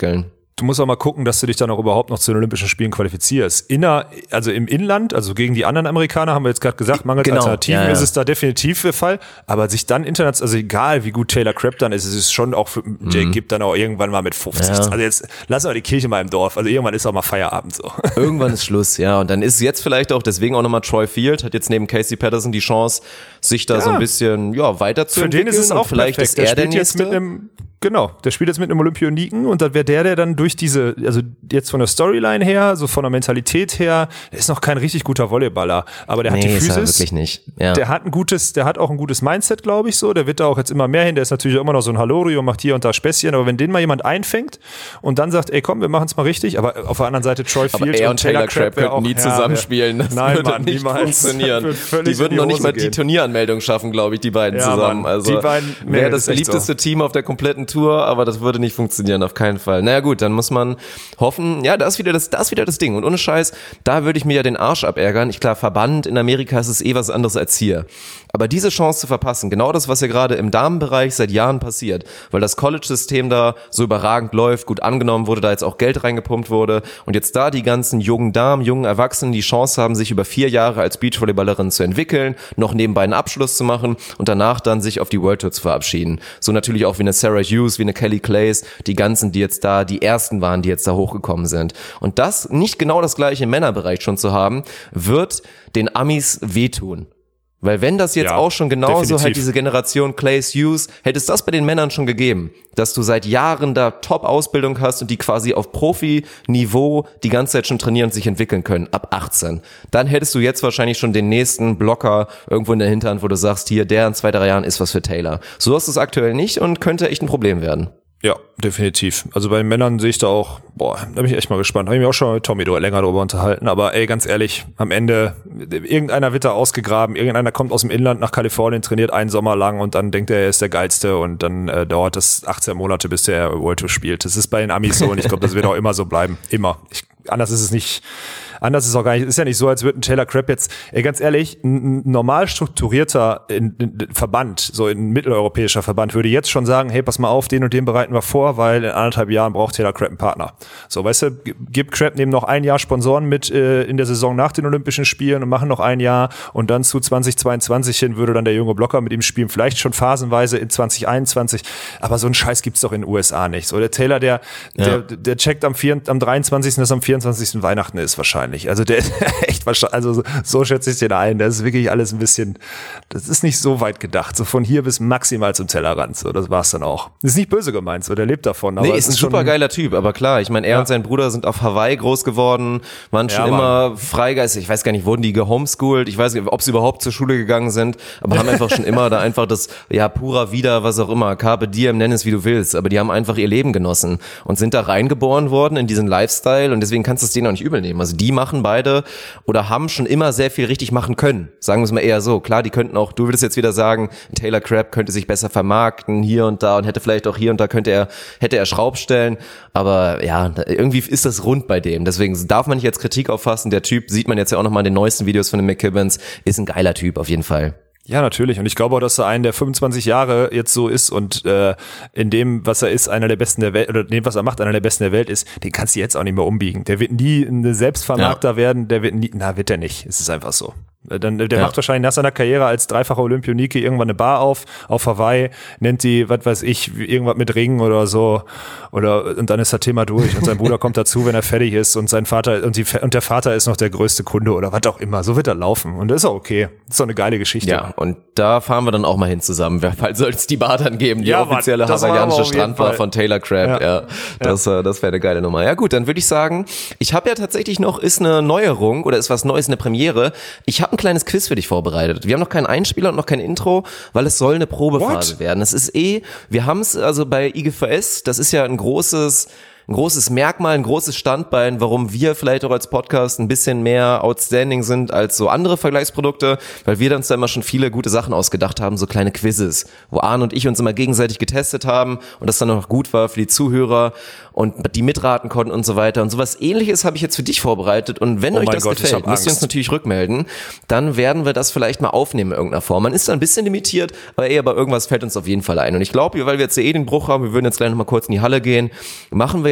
du musst auch mal gucken, dass du dich dann auch überhaupt noch zu den Olympischen Spielen qualifizierst. Inner, also im Inland, also gegen die anderen Amerikaner, haben wir jetzt gerade gesagt, mangels genau. Alternativen ja, ja. ist es da definitiv der Fall. Aber sich dann international, also egal wie gut Taylor Crabb dann ist, es ist schon auch für Jake mhm. gibt dann auch irgendwann mal mit fünfzig. Ja. Also jetzt lassen wir die Kirche mal im Dorf. Also irgendwann ist auch mal Feierabend so. Irgendwann ist Schluss, ja. Und dann ist jetzt vielleicht auch deswegen auch nochmal Troy Field, hat jetzt neben Casey Patterson die Chance, sich da ja. so ein bisschen ja weiterzuentwickeln. Für den ist es auch vielleicht perfekt. ist er der der jetzt mit Nächste. einem Genau, der spielt jetzt mit einem Olympioniken und dann wäre der, der dann durch diese, also jetzt von der Storyline her, so von der Mentalität her, der ist noch kein richtig guter Volleyballer, aber der nee, hat die Physis, ist er wirklich nicht. Ja. Der hat ein gutes, der hat auch ein gutes Mindset, glaube ich so, der wird da auch jetzt immer mehr hin, der ist natürlich auch immer noch so ein Halori und macht hier und da Späßchen, aber wenn den mal jemand einfängt und dann sagt, ey komm, wir machen es mal richtig, aber auf der anderen Seite Troy Field aber er und, und Taylor, Taylor Crabb könnten nie ja, zusammenspielen, das nein, würde Mann, nicht niemals. funktionieren. Die würden noch nicht mal gehen. Die Turnieranmeldung schaffen, glaube ich, die beiden ja, zusammen. Mann, also die beiden, nee, wäre das das beliebteste so. Team auf der kompletten Tour, aber das würde nicht funktionieren, auf keinen Fall. Naja gut, dann muss man hoffen, ja, das ist wieder das, das ist wieder das Ding. Und ohne Scheiß, da würde ich mir ja den Arsch abärgern. Ich klar, Verband in Amerika ist es eh was anderes als hier. Aber diese Chance zu verpassen, genau das, was ja gerade im Damenbereich seit Jahren passiert, weil das College-System da so überragend läuft, gut angenommen wurde, da jetzt auch Geld reingepumpt wurde und jetzt da die ganzen jungen Damen, jungen Erwachsenen die Chance haben, sich über vier Jahre als Beachvolleyballerin zu entwickeln, noch nebenbei einen Abschluss zu machen und danach dann sich auf die World Tour zu verabschieden. So natürlich auch wie eine Sarah Hughes, wie eine Kelly Clays, die ganzen, die jetzt da die ersten waren, die jetzt da hochgekommen sind. Und das nicht genau das gleiche im Männerbereich schon zu haben, wird den Amis wehtun. Weil wenn das jetzt ja, auch schon genauso definitiv. Halt diese Generation Clays Hughes, hätte es das bei den Männern schon gegeben, dass du seit Jahren da Top-Ausbildung hast und die quasi auf Profi-Niveau die ganze Zeit schon trainieren und sich entwickeln können, ab achtzehn. Dann hättest du jetzt wahrscheinlich schon den nächsten Blocker irgendwo in der Hinterhand, wo du sagst, hier, der in zwei, drei Jahren ist was für Taylor. So hast du es aktuell nicht und könnte echt ein Problem werden. Ja, definitiv. Also bei den Männern sehe ich da auch, boah, da bin ich echt mal gespannt. Habe ich mich auch schon mit Tommy länger darüber unterhalten. Aber ey, ganz ehrlich, am Ende, irgendeiner wird da ausgegraben, irgendeiner kommt aus dem Inland nach Kalifornien, trainiert einen Sommer lang und dann denkt er, er ist der Geilste und dann äh, dauert das achtzehn Monate, bis der World Tour spielt. Das ist bei den Amis so und ich glaube, das wird auch immer so bleiben. Immer. Ich, anders ist es nicht. Anders ist es auch gar nicht. Ist ja nicht so, als würde ein Taylor Crabb jetzt, ey, ganz ehrlich, ein, ein normal strukturierter in, in Verband, so ein mitteleuropäischer Verband, würde jetzt schon sagen, hey, pass mal auf, den und den bereiten wir vor, weil in anderthalb Jahren braucht Taylor Crabb einen Partner. So, weißt du, gibt Crabb neben noch ein Jahr Sponsoren mit äh, in der Saison nach den Olympischen Spielen und machen noch ein Jahr und dann zu zwanzig zweiundzwanzig hin würde dann der junge Blocker mit ihm spielen, vielleicht schon phasenweise in zwanzig einundzwanzig, aber so einen Scheiß gibt's doch in den U S A nicht. So, der Taylor, der, ja. der, der checkt am, vier, am dreiundzwanzigsten dass am vierundzwanzigsten Weihnachten ist wahrscheinlich. Also der ist echt wahrscheinlich, also so schätze ich den ein. Das ist wirklich alles ein bisschen, das ist nicht so weit gedacht. So von hier bis maximal zum Tellerrand. So, das war's dann auch. Das ist nicht böse gemeint, so der lebt davon. Aber nee, ist ein super geiler Typ, aber klar, ich meine, er ja. und sein Bruder sind auf Hawaii groß geworden, waren schon ja, immer freigeistig. Ich weiß gar nicht, wurden die gehomeschoolt? Ich weiß nicht, ob sie überhaupt zur Schule gegangen sind, aber haben einfach schon immer da einfach das, ja, purer Vida, was auch immer, Carpe Diem, nenn es wie du willst, aber die haben einfach ihr Leben genossen und sind da reingeboren worden in diesen Lifestyle und deswegen kannst du es denen auch nicht übel nehmen. Also die machen beide oder haben schon immer sehr viel richtig machen können. Sagen wir es mal eher so. Klar, die könnten auch, du würdest jetzt wieder sagen, Taylor Crabb könnte sich besser vermarkten hier und da und hätte vielleicht auch hier und da könnte er, hätte er Schraubstellen. Aber ja, irgendwie ist das rund bei dem. Deswegen darf man nicht jetzt Kritik auffassen. Der Typ, sieht man jetzt ja auch nochmal in den neuesten Videos von den McKibbins, ist ein geiler Typ auf jeden Fall. Ja, natürlich. Und ich glaube auch, dass er einen, der fünfundzwanzig Jahre jetzt so ist und äh, in dem, was er ist, einer der Besten der Welt, oder in dem, was er macht, einer der Besten der Welt ist, den kannst du jetzt auch nicht mehr umbiegen. Der wird nie ein Selbstvermarkter ja. werden, der wird nie, na, wird er nicht. Es ist einfach so. Dann, der ja. macht wahrscheinlich nach seiner Karriere als dreifacher Olympionike irgendwann eine Bar auf, auf Hawaii, nennt die, was weiß ich, irgendwas mit Ringen oder so, oder, und dann ist das Thema durch und sein Bruder kommt dazu, wenn er fertig ist und sein Vater, und die, und der Vater ist noch der größte Kunde oder was auch immer. So wird er laufen und das ist auch okay. Das ist doch eine geile Geschichte. Ja, und da fahren wir dann auch mal hin zusammen. Weil soll es die Bar dann geben, die ja, offizielle Mann, hawaiianische Strandbar von Taylor Crabb. Ja, ja das, ja. das wäre eine geile Nummer. Ja gut, dann würde ich sagen, ich habe ja tatsächlich noch, ist eine Neuerung oder ist was Neues, eine Premiere. Ich habe ein kleines Quiz für dich vorbereitet. Wir haben noch keinen Einspieler und noch kein Intro, weil es soll eine Probephase What? werden. Es ist eh, wir haben es also bei I G V S, das ist ja ein großes ein großes Merkmal, ein großes Standbein, warum wir vielleicht auch als Podcast ein bisschen mehr outstanding sind als so andere Vergleichsprodukte, weil wir uns da immer schon viele gute Sachen ausgedacht haben, so kleine Quizzes, wo Arne und ich uns immer gegenseitig getestet haben und das dann noch gut war für die Zuhörer und die mitraten konnten und so weiter. Und sowas Ähnliches habe ich jetzt für dich vorbereitet und wenn oh euch das Gott, gefällt, müsst ihr uns natürlich rückmelden, dann werden wir das vielleicht mal aufnehmen in irgendeiner Form. Man ist da ein bisschen limitiert, aber eher bei irgendwas fällt uns auf jeden Fall ein. Und ich glaube, weil wir jetzt eh den Bruch haben, wir würden jetzt gleich noch mal kurz in die Halle gehen, machen wir jetzt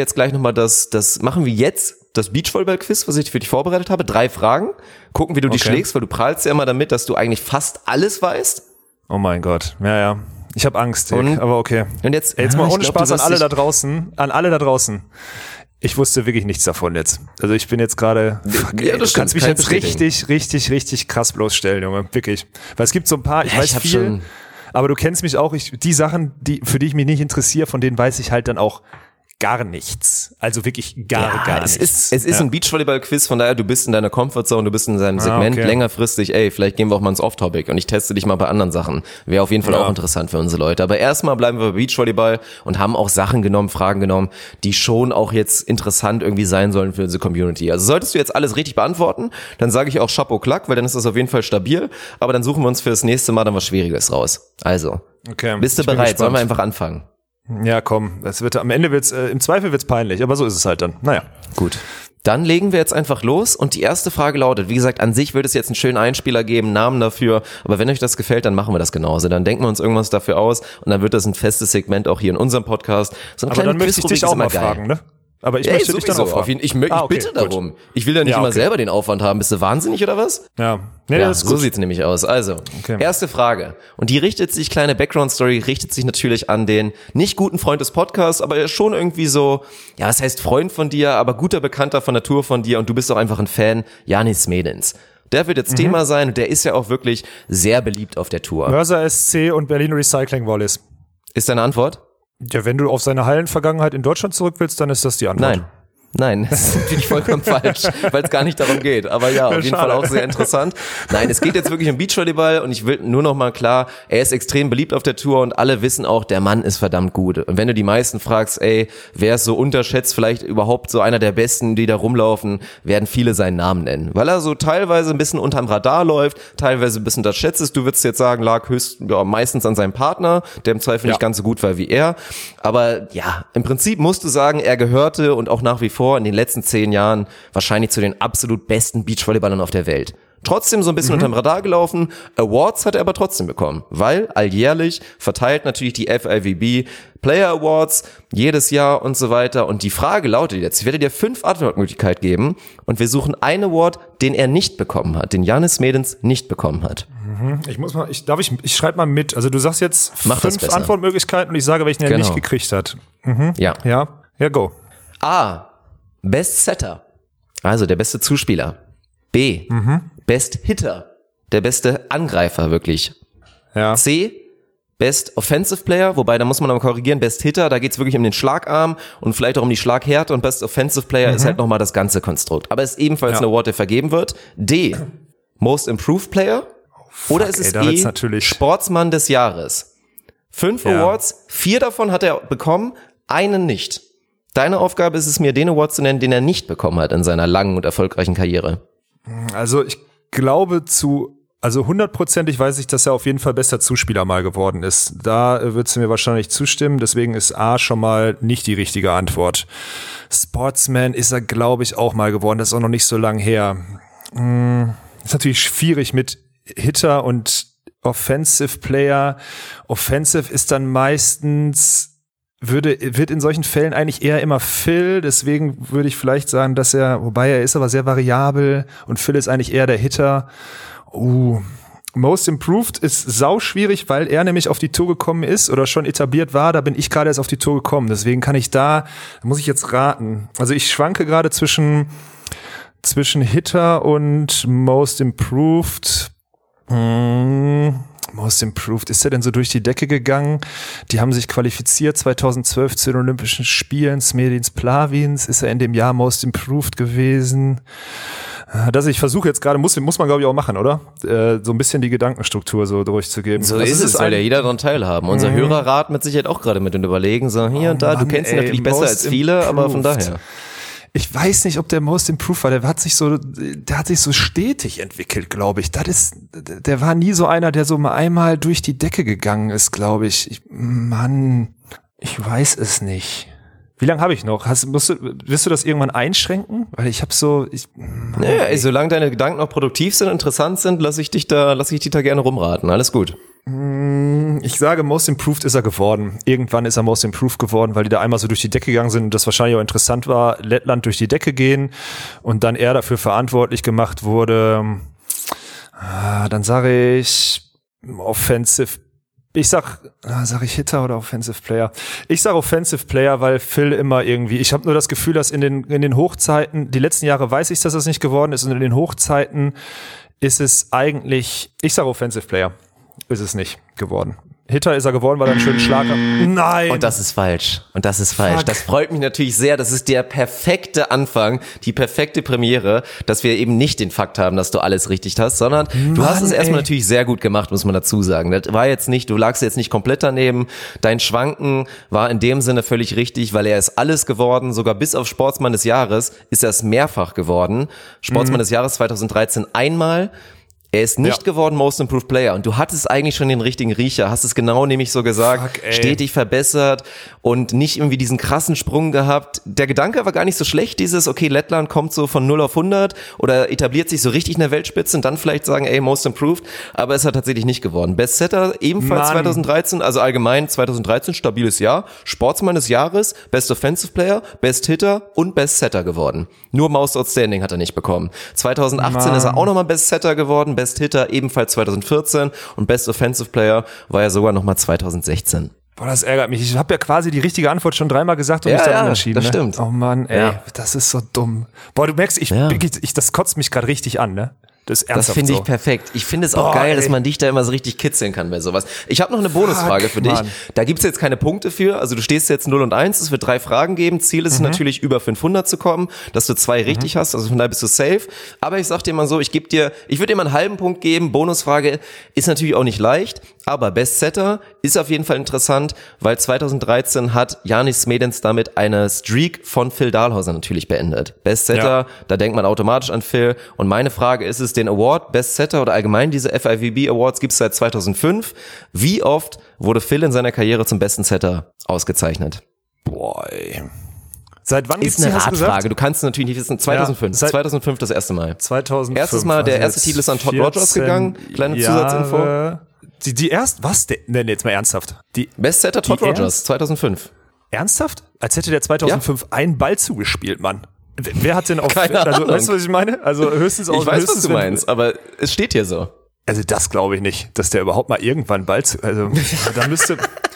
jetzt gleich nochmal das, das machen wir jetzt, das Beachvolleyball-Quiz, was ich für dich vorbereitet habe. Drei Fragen. Gucken, wie du die Okay. schlägst, weil du prahlst ja immer damit, dass du eigentlich fast alles weißt. Oh mein Gott, ja, ja. Ich habe Angst, Dick, Und- aber okay. Und jetzt, Ey, jetzt ah, mal ich ohne glaub, Spaß du an wirst alle dich- da draußen, an alle da draußen. Ich wusste wirklich nichts davon jetzt. Also ich bin jetzt gerade, fuck, Ja, ey, das du kannst stimmt, mich kann jetzt ich bestätigen. richtig, richtig, richtig krass bloßstellen, Junge, wirklich. Weil es gibt so ein paar, ich Ja, weiß ich hab viel, schon- aber du kennst mich auch, ich, die Sachen, die, für die ich mich nicht interessiere, von denen weiß ich halt dann auch gar nichts. Also wirklich gar, ja, gar es nichts. ist, es ist ja. ein Beachvolleyball-Quiz, von daher, du bist in deiner Comfortzone, du bist in deinem Segment, okay. längerfristig, ey, vielleicht gehen wir auch mal ins Off-Topic und ich teste dich mal bei anderen Sachen. Wäre auf jeden Fall Ja. auch interessant für unsere Leute. Aber erstmal bleiben wir bei Beachvolleyball und haben auch Sachen genommen, Fragen genommen, die schon auch jetzt interessant irgendwie sein sollen für unsere Community. Also solltest du jetzt alles richtig beantworten, dann sage ich auch Chapeau Klack, weil dann ist das auf jeden Fall stabil, aber dann suchen wir uns für das nächste Mal dann was Schwieriges raus. Also, Okay. bist du Ich bin bereit? gespannt. Sollen wir einfach anfangen? Ja, komm, es wird, am Ende wird's, äh, im Zweifel wird's peinlich, aber so ist es halt dann. Naja. Gut. Dann legen wir jetzt einfach los und die erste Frage lautet, wie gesagt, an sich würde es jetzt einen schönen Einspieler geben, Namen dafür, aber wenn euch das gefällt, dann machen wir das genauso. Dann denken wir uns irgendwas dafür aus und dann wird das ein festes Segment auch hier in unserem Podcast. So eine Aber kleine dann möchte ich Quizrubrik dich ist auch immer mal geil. fragen, ne? Aber ich Ey, möchte dich dann sowieso, auch auf fragen. jeden, ich, mö- ich Ah, okay, bitte gut. darum. Ich will ja nicht Ja, immer okay. selber den Aufwand haben. Bist du wahnsinnig oder was? Ja, nee, Ja, das ist so gut. sieht's nämlich aus. Also, Okay. erste Frage. Und die richtet sich, kleine Background-Story, richtet sich natürlich an den nicht guten Freund des Podcasts, aber schon irgendwie so, ja, was heißt Freund von dir, aber guter Bekannter von der Tour von dir und du bist auch einfach ein Fan, Janis Medens. Der wird Mhm. jetzt Thema sein und der ist ja auch wirklich sehr beliebt auf der Tour. Mörser S C und Berlin Recycling Wallis. Ist deine Antwort? Ja, wenn du auf seine Hallenvergangenheit in Deutschland zurück willst, dann ist das die Antwort. Nein. Nein, das ist natürlich vollkommen falsch, weil es gar nicht darum geht. Aber ja, auf jeden Schade. Fall auch sehr interessant. Nein, es geht jetzt wirklich um Beachvolleyball und ich will nur noch mal klar, er ist extrem beliebt auf der Tour und alle wissen auch, der Mann ist verdammt gut. Und wenn du die meisten fragst, ey, wer ist so unterschätzt, vielleicht überhaupt so einer der Besten, die da rumlaufen, werden viele seinen Namen nennen. Weil er so teilweise ein bisschen unterm Radar läuft, teilweise ein bisschen unterschätzt ist. Du würdest jetzt sagen, lag höchst, ja, meistens an seinem Partner, der im Zweifel Ja. nicht ganz so gut war wie er. Aber ja, im Prinzip musst du sagen, er gehörte und auch nach wie vor in den letzten zehn Jahren wahrscheinlich zu den absolut besten Beachvolleyballern auf der Welt. Trotzdem so ein bisschen unterm Radar gelaufen. Awards hat er aber trotzdem bekommen, weil alljährlich verteilt natürlich die F I V B Player Awards jedes Jahr und so weiter. Und die Frage lautet jetzt, ich werde dir fünf Antwortmöglichkeiten geben und wir suchen einen Award, den er nicht bekommen hat, den Janis Medens nicht bekommen hat. Ich muss mal, ich darf ich, ich schreibe mal mit. Also du sagst jetzt Mach das fünf besser. Antwortmöglichkeiten und ich sage, welchen er Genau. nicht gekriegt hat. Ja. Ja, ja, go. A. Best Setter, also der beste Zuspieler. B. Best Hitter, der beste Angreifer wirklich. Ja. C. Best Offensive Player, wobei da muss man aber korrigieren, Best Hitter, da geht's wirklich um den Schlagarm und vielleicht auch um die Schlaghärte und Best Offensive Player ist halt nochmal das ganze Konstrukt. Aber es ist ebenfalls Ja. ein Award, der vergeben wird. D. Most Improved Player. Oder es ey, ist da E. wird's natürlich- Sportsmann des Jahres. Fünf Ja. Awards, vier davon hat er bekommen, einen nicht. Deine Aufgabe ist es mir, den Award zu nennen, den er nicht bekommen hat in seiner langen und erfolgreichen Karriere. Also ich glaube zu, also hundertprozentig weiß ich, dass er auf jeden Fall bester Zuspieler mal geworden ist. Da äh, würdest du mir wahrscheinlich zustimmen, deswegen ist A schon mal nicht die richtige Antwort. Sportsman ist er, glaube ich, auch mal geworden, das ist auch noch nicht so lang her. Hm, ist natürlich schwierig mit Hitter und Offensive Player. Offensive ist dann meistens würde, wird in solchen Fällen eigentlich eher immer Phil, deswegen würde ich vielleicht sagen, dass er, wobei er ist aber sehr variabel und Phil ist eigentlich eher der Hitter. Uh, Most Improved ist sau schwierig, weil er nämlich auf die Tour gekommen ist oder schon etabliert war, da bin ich gerade erst auf die Tour gekommen, deswegen kann ich da, da muss ich jetzt raten. Also ich schwanke gerade zwischen, zwischen Hitter und Most Improved. Hm. Most Improved. Ist er denn so durch die Decke gegangen? Die haben sich qualifiziert zweitausendzwölf zu den Olympischen Spielen. Smedins Plavins. Ist er in dem Jahr Most Improved gewesen? Das ich versuche jetzt gerade, muss, muss man glaube ich auch machen, oder? Äh, so ein bisschen die Gedankenstruktur so durchzugeben. So Also ist es, soll ein- ja jeder daran teilhaben. Unser Hörerrat mit Sicherheit auch gerade mit den Überlegen, so hier und da, du Mann, kennst ihn ey, natürlich besser Most als viele, aber von Improved. daher. Ich weiß nicht, ob der Most Improved war. Der hat sich so, der hat sich so stetig entwickelt, glaube ich. Das ist, der war nie so einer, der so mal einmal durch die Decke gegangen ist, glaube ich. ich. Mann, ich weiß es nicht. Wie lange habe ich noch? Hast, musst du, wirst du das irgendwann einschränken? Weil ich habe so, ich, Mann, Naja, ey, solange deine Gedanken noch produktiv sind, interessant sind, lasse ich dich da, lasse ich dich da gerne rumraten. Alles gut. Ich sage, Most Improved ist er geworden. Irgendwann ist er Most Improved geworden, weil die da einmal so durch die Decke gegangen sind und das wahrscheinlich auch interessant war, Lettland durch die Decke gehen und dann er dafür verantwortlich gemacht wurde. Ah, dann sage ich Offensive. Ich sag, sag ich Hitter oder Offensive Player? Ich sag Offensive Player, weil Phil immer irgendwie, ich habe nur das Gefühl, dass in den in den Hochzeiten, die letzten Jahre weiß ich, dass das nicht geworden ist und in den Hochzeiten ist es eigentlich, ich sag Offensive Player, ist es nicht geworden. Hitter ist er geworden, weil er einen schönen Schlag hat. Nein! Und das ist falsch. Und das ist falsch. Fuck. Das freut mich natürlich sehr. Das ist der perfekte Anfang, die perfekte Premiere, dass wir eben nicht den Fakt haben, dass du alles richtig hast, sondern Mann, du hast es erstmal ey. natürlich sehr gut gemacht, muss man dazu sagen. Das war jetzt nicht, du lagst jetzt nicht komplett daneben. Dein Schwanken war in dem Sinne völlig richtig, weil er ist alles geworden, sogar bis auf Sportsmann des Jahres ist er es mehrfach geworden. Sportsmann Mhm. des Jahres zweitausenddreizehn einmal. Er ist nicht Ja. geworden Most Improved Player und du hattest eigentlich schon den richtigen Riecher, hast es genau nämlich so gesagt, Fuck, ey. stetig verbessert und nicht irgendwie diesen krassen Sprung gehabt. Der Gedanke war gar nicht so schlecht, dieses, okay, Lettland kommt so von null auf hundert oder etabliert sich so richtig in der Weltspitze und dann vielleicht sagen, ey, Most Improved, aber es hat tatsächlich nicht geworden. Best Setter ebenfalls Mann. zweitausenddreizehn, also allgemein zweitausenddreizehn, stabiles Jahr, Sportsmann des Jahres, Best Offensive Player, Best Hitter und Best Setter geworden. Nur Most Outstanding hat er nicht bekommen. zweitausendachtzehn Mann. ist er auch nochmal Best Setter geworden, Best Hitter ebenfalls zweitausendvierzehn und Best Offensive Player war er sogar nochmal zweitausendsechzehn. Boah, das ärgert mich. Ich habe ja quasi die richtige Antwort schon dreimal gesagt und Ja, mich dann ja, umentschieden. das ne? stimmt. Oh Mann, ey, Ja. das ist so dumm. Boah, du merkst, ich, Ja. ich, ich das kotzt mich gerade richtig an, ne? Das ist Das ernsthaft finde ich so. perfekt. Ich finde es auch Boah, geil, ey. dass man dich da immer so richtig kitzeln kann bei sowas. Ich habe noch eine Bonusfrage Fuck, für dich. Mann. Da gibt's jetzt keine Punkte für. Also du stehst jetzt null und eins. Es wird drei Fragen geben. Ziel ist Mhm. natürlich über fünfhundert zu kommen, dass du zwei richtig hast. Also von daher bist du safe. Aber ich sag dir mal so, ich gebe dir, ich würde dir mal einen halben Punkt geben. Bonusfrage ist natürlich auch nicht leicht. Aber Best Setter ist auf jeden Fall interessant, weil zweitausenddreizehn hat Giannis Smedens damit eine Streak von Phil Dahlhauser natürlich beendet. Best Setter, Ja. da denkt man automatisch an Phil. Und meine Frage ist es, den Award Best Setter oder allgemein diese F I V B Awards gibt es seit zweitausendfünf. Wie oft wurde Phil in seiner Karriere zum besten Setter ausgezeichnet? Boah, ey. Seit wann Ist gibt's eine die, hast du gesagt? Radfrage. Du kannst es natürlich nicht wissen. zweitausendfünf. Ja, seit- zweitausendfünf das erste Mal. zweitausendfünf. Erstes Mal, der also erste jetzt Titel ist an Todd Rogers vierzehn gegangen. Kleine Jahre. Zusatzinfo. Die, die erst, was? Der, nee, nee, jetzt mal ernsthaft. Die, Best Setter Todd Die Rogers, erst- zweitausendfünf. ernsthaft? Als hätte der zweitausendfünf einen Ball zugespielt, Mann. Wer, wer hat denn auf, Keine also, Ahnung. weißt du, was ich meine? Also höchstens auch, Ich weiß, höchstens, was du wenn- meinst, aber es steht hier so. Also das glaube ich nicht, dass der überhaupt mal irgendwann Ball zu, also da müsste,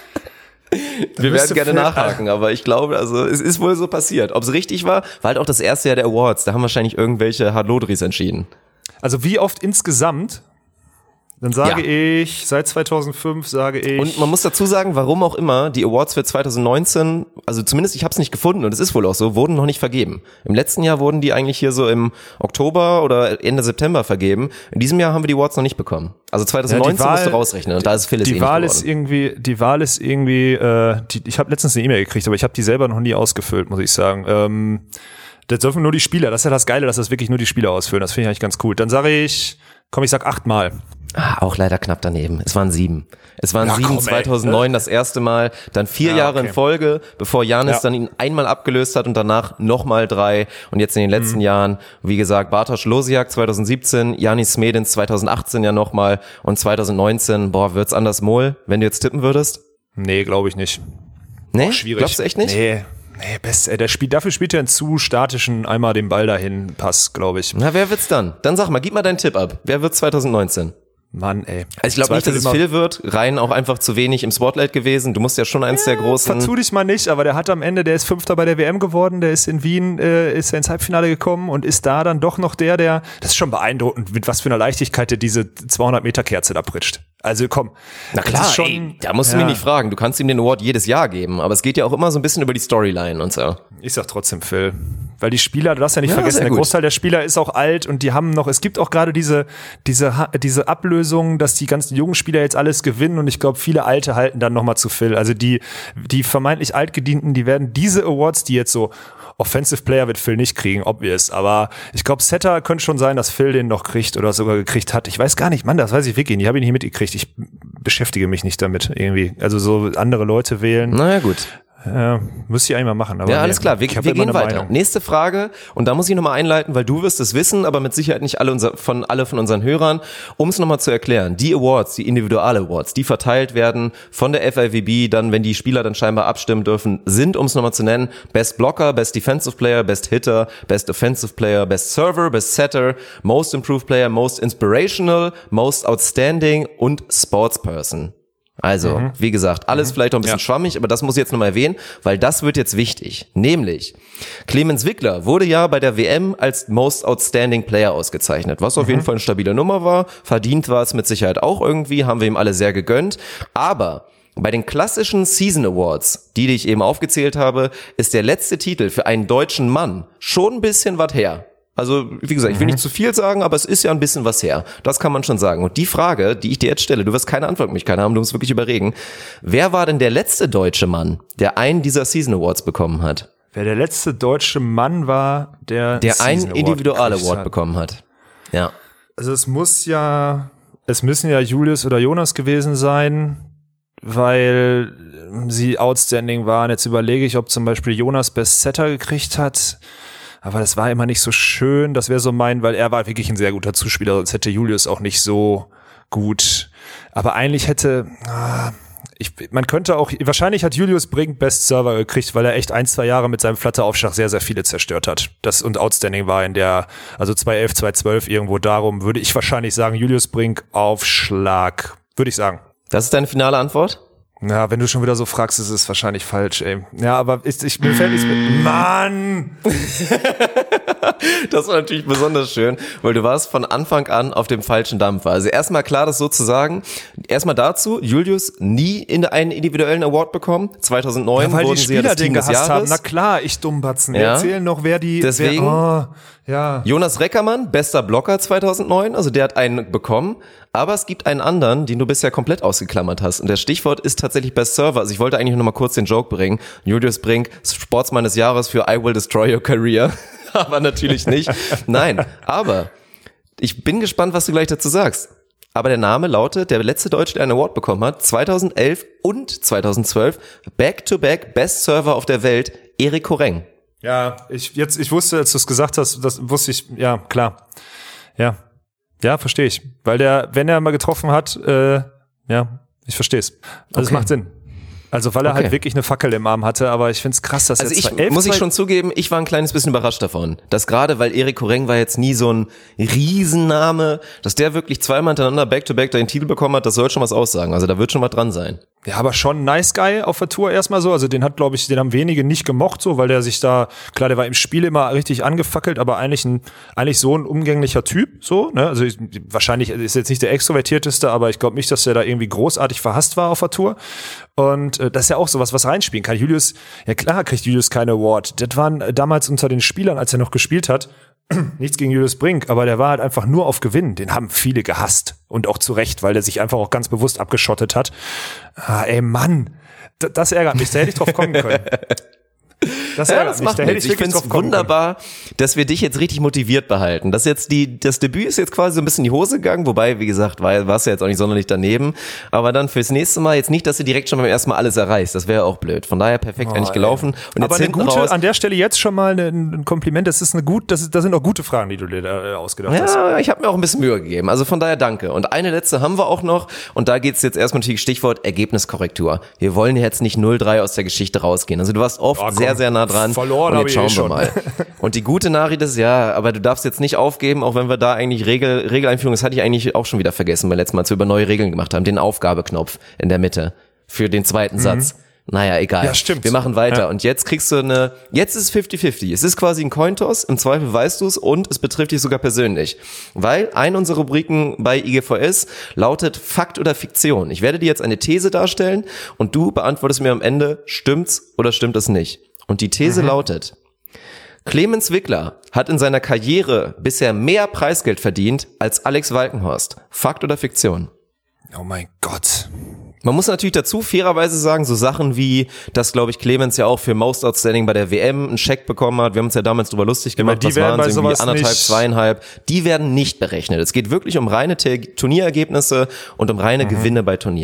Wir müsste werden gerne Phil- nachhaken, aber ich glaube, also es ist wohl so passiert. Ob es richtig war, war halt auch das erste Jahr der Awards. Da haben wahrscheinlich irgendwelche Hardlodris entschieden. also wie oft insgesamt? Dann sage Ja. ich, seit zweitausendfünf sage ich, Und man muss dazu sagen, warum auch immer, die Awards für zweitausendneunzehn, also zumindest ich habe es nicht gefunden und es ist wohl auch so, wurden noch nicht vergeben. Im letzten Jahr wurden die eigentlich hier so im Oktober oder Ende September vergeben. In diesem Jahr haben wir die Awards noch nicht bekommen. Also zweitausendneunzehn Ja, die Wahl- musst du rausrechnen und da ist Phyllis eh die nicht Wahl ist geworden. irgendwie, die Wahl ist irgendwie, äh, die, ich habe letztens eine E-Mail gekriegt, aber ich habe die selber noch nie ausgefüllt, muss ich sagen. Ähm, das dürfen nur die Spieler, das ist ja das Geile, dass das wirklich nur die Spieler ausfüllen, das finde ich eigentlich ganz cool. Dann sage ich, komm, ich sag achtmal. Ah, auch leider knapp daneben. Es waren sieben. Es waren Ja, sieben komm, ey. zweitausendneun das erste Mal, dann vier Ja, Jahre okay. in Folge, bevor Giannis Ja. dann ihn einmal abgelöst hat und danach nochmal drei. Und jetzt in den letzten Mhm. Jahren, wie gesagt, Bartosz Losiak zweitausendsiebzehn, Giannis Smedens zweitausendachtzehn ja nochmal und zweitausendneunzehn, boah, wird's anders Mol, wenn du jetzt tippen würdest? Nee, glaube ich nicht. Nee? Schwierig. Glaubst du echt nicht? Nee, nee, best, ey, der spielt, dafür spielt er einen zu statischen, einmal den Ball dahin Pass, glaube ich. Na, wer wird's dann? Dann sag mal, gib mal deinen Tipp ab. Wer wird zweitausendneunzehn? Mann, ey. Also ich glaube nicht, dass es Zweifel Phil wird, rein auch einfach zu wenig im Spotlight gewesen. Du musst ja schon eins der großen... Vertu dich mal nicht, aber der hat am Ende, der ist Fünfter bei der W M geworden, der ist in Wien, äh, ist er ins Halbfinale gekommen und ist da dann doch noch der, der, das ist schon beeindruckend, mit was für einer Leichtigkeit der diese zweihundert Meter Kerze da pritscht. Also komm. Na das klar, ist schon, ey, da musst du ja, mich nicht fragen. Du kannst ihm den Award jedes Jahr geben, aber es geht ja auch immer so ein bisschen über die Storyline und so. Ich sag trotzdem Phil. Weil die Spieler, du darfst ja nicht Ja, vergessen, sehr der gut. Großteil der Spieler ist auch alt und die haben noch, es gibt auch gerade diese, diese, Ha- diese Ablösung, dass die ganzen jungen Spieler jetzt alles gewinnen und ich glaube, viele Alte halten dann nochmal zu Phil. Also die, die vermeintlich Altgedienten, die werden diese Awards, die jetzt so Offensive Player wird Phil nicht kriegen, obvious, aber ich glaube, Setter könnte schon sein, dass Phil den noch kriegt oder sogar gekriegt hat. Ich weiß gar nicht, Mann, das weiß ich wirklich nicht. Ich habe ihn nicht mitgekriegt. Ich beschäftige mich nicht damit irgendwie. Also so andere Leute wählen. Naja, gut. Ja, müsste ich eigentlich mal machen. Aber ja, alles nee, klar, wir, wir gehen weiter. Meinung. Nächste Frage, und da muss ich nochmal einleiten, weil du wirst es wissen, aber mit Sicherheit nicht alle, unser, von, alle von unseren Hörern, um es nochmal zu erklären. Die Awards, die Individual-Awards, die verteilt werden von der F I V B, dann, wenn die Spieler dann scheinbar abstimmen dürfen, sind, um es nochmal zu nennen, Best Blocker, Best Defensive Player, Best Hitter, Best Offensive Player, Best Server, Best Setter, Most Improved Player, Most Inspirational, Most Outstanding und Sportsperson. Also, mhm. wie gesagt, alles mhm. vielleicht noch ein bisschen ja. schwammig, aber das muss ich jetzt nochmal erwähnen, weil das wird jetzt wichtig. Nämlich, Clemens Wickler wurde ja bei der W M als Most Outstanding Player ausgezeichnet, was auf mhm. jeden Fall eine stabile Nummer war. Verdient war es mit Sicherheit auch irgendwie, haben wir ihm alle sehr gegönnt. Aber bei den klassischen Season Awards, die, die ich eben aufgezählt habe, ist der letzte Titel für einen deutschen Mann schon ein bisschen was her. Also, wie gesagt, ich will nicht zu viel sagen, aber es ist ja ein bisschen was her. Das kann man schon sagen. Und die Frage, die ich dir jetzt stelle, du wirst keine Antwortmöglichkeit haben, du musst wirklich überreden. Wer war denn der letzte deutsche Mann, der einen dieser Season Awards bekommen hat? Wer der letzte deutsche Mann war, der der einen Individual Award bekommen hat. Ja. Also es muss ja, es müssen ja Julius oder Jonas gewesen sein, weil sie outstanding waren. Jetzt überlege ich, ob zum Beispiel Jonas Best Setter gekriegt hat. Aber das war immer nicht so schön, das wäre so mein, weil er war wirklich ein sehr guter Zuspieler, sonst hätte Julius auch nicht so gut. Aber eigentlich hätte, ich, man könnte auch, wahrscheinlich hat Julius Brink Best Server gekriegt, weil er echt ein, zwei Jahre mit seinem Flutter-Aufschlag sehr, sehr viele zerstört hat. Das und outstanding war in der, also zwanzig elf, zwanzig zwölf irgendwo darum, würde ich wahrscheinlich sagen, Julius Brink Aufschlag, würde ich sagen. Das ist deine finale Antwort? Ja, wenn du schon wieder so fragst, ist es wahrscheinlich falsch, ey. Ja, aber ist, ich, mir fällt nichts mit. Mann! Das war natürlich besonders schön, weil du warst von Anfang an auf dem falschen Dampfer. Also erstmal klar, das so zu sagen. Erstmal dazu, Julius nie in einen individuellen Award bekommen. zweitausendneun ja, weil wurden die sie ja das Team den des gehasst Jahres. Haben. Na klar, ich Dummbatzen. Wir ja. erzählen noch, wer die... Deswegen, wer, oh, ja. Jonas Reckermann, bester Blocker zweitausendneun, also der hat einen bekommen. Aber es gibt einen anderen, den du bisher komplett ausgeklammert hast. Und das Stichwort ist tatsächlich Best Server. Also ich wollte eigentlich nur mal kurz den Joke bringen. Julius Brink, Sportsmann des Jahres für I Will Destroy Your Career. Aber natürlich nicht. Nein, aber ich bin gespannt, was du gleich dazu sagst. Aber der Name lautet, der letzte Deutsche, der einen Award bekommen hat, zweitausendelf und zweitausendzwölf, Back-to-Back Best Server auf der Welt, Erik Koreng. Ja, ich jetzt ich wusste, als du es gesagt hast, das wusste ich, ja, klar. Ja. Ja, verstehe ich. Weil der, wenn er mal getroffen hat, äh, ja, ich verstehe es. Also es okay. macht Sinn. Also weil er okay. halt wirklich eine Fackel im Arm hatte, aber ich find's krass, dass also er ich muss ich schon zugeben, ich war ein kleines bisschen überrascht davon, dass gerade, weil Erik Koreng war jetzt nie so ein Riesenname, dass der wirklich zweimal hintereinander Back-to-Back den Titel bekommen hat, das soll schon was aussagen, also da wird schon was dran sein. Ja, aber schon Nice Guy auf der Tour erstmal so, also den hat, glaube ich, den haben wenige nicht gemocht so, weil der sich da, klar, der war im Spiel immer richtig angefackelt, aber eigentlich ein, eigentlich so ein umgänglicher Typ, so, ne, also ich, wahrscheinlich ist jetzt nicht der extrovertierteste, aber ich glaube nicht, dass der da irgendwie großartig verhasst war auf der Tour. Und äh, das ist ja auch sowas, was reinspielen kann. Julius, ja klar kriegt Julius keine Award. Das waren äh, damals unter den Spielern, als er noch gespielt hat, nichts gegen Julius Brink, aber der war halt einfach nur auf Gewinn. Den haben viele gehasst. Und auch zu Recht, weil der sich einfach auch ganz bewusst abgeschottet hat. Ah, ey Mann, d- das ärgert mich. Da hätte ich drauf kommen können. Das ja, das macht da nichts. Ich, ich finde es wunderbar, können. dass wir dich jetzt richtig motiviert behalten. Das jetzt die, das Debüt ist jetzt quasi so ein bisschen in die Hose gegangen, wobei, wie gesagt, war, warst du ja jetzt auch nicht sonderlich daneben. Aber dann fürs nächste Mal jetzt nicht, dass du direkt schon beim ersten Mal alles erreichst. Das wäre auch blöd. Von daher perfekt oh, eigentlich gelaufen. Und aber jetzt eine gute, raus, an der Stelle jetzt schon mal ein Kompliment. Das ist eine gut, das, ist, das sind auch gute Fragen, die du dir da ausgedacht ja, hast. Ja, ich habe mir auch ein bisschen Mühe gegeben. Also von daher danke. Und eine letzte haben wir auch noch. Und da geht's jetzt erstmal natürlich Stichwort Ergebniskorrektur. Wir wollen jetzt nicht null drei aus der Geschichte rausgehen. Also du warst oft ja, komm, sehr, sehr nah dran. Verloren und jetzt schauen eh wir mal. Und die gute Nachricht ist, ja, aber du darfst jetzt nicht aufgeben, auch wenn wir da eigentlich Regel, Regeleinführung, das hatte ich eigentlich auch schon wieder vergessen beim letzten Mal, als wir über neue Regeln gemacht haben, den Aufgabeknopf in der Mitte für den zweiten mhm. Satz. Naja, egal. Ja, stimmt. Wir machen weiter. Ja. Und jetzt kriegst du eine, jetzt ist es fifty fifty. Es ist quasi ein Cointoss. Im Zweifel weißt du es und es betrifft dich sogar persönlich. Weil eine unserer Rubriken bei I G V S lautet Fakt oder Fiktion. Ich werde dir jetzt eine These darstellen und du beantwortest mir am Ende, stimmt's oder stimmt es nicht? Und die These mhm. lautet, Clemens Wickler hat in seiner Karriere bisher mehr Preisgeld verdient als Alex Walkenhorst. Fakt oder Fiktion? Oh mein Gott. Man muss natürlich dazu fairerweise sagen, so Sachen wie, dass, glaube ich, Clemens ja auch für Most Outstanding bei der W M einen Scheck bekommen hat. Wir haben uns ja damals drüber lustig gemacht, ja, was waren es, irgendwie anderthalb, nicht. zweieinhalb. Die werden nicht berechnet. Es geht wirklich um reine T- Turnierergebnisse und um reine mhm. Gewinne bei Turnieren.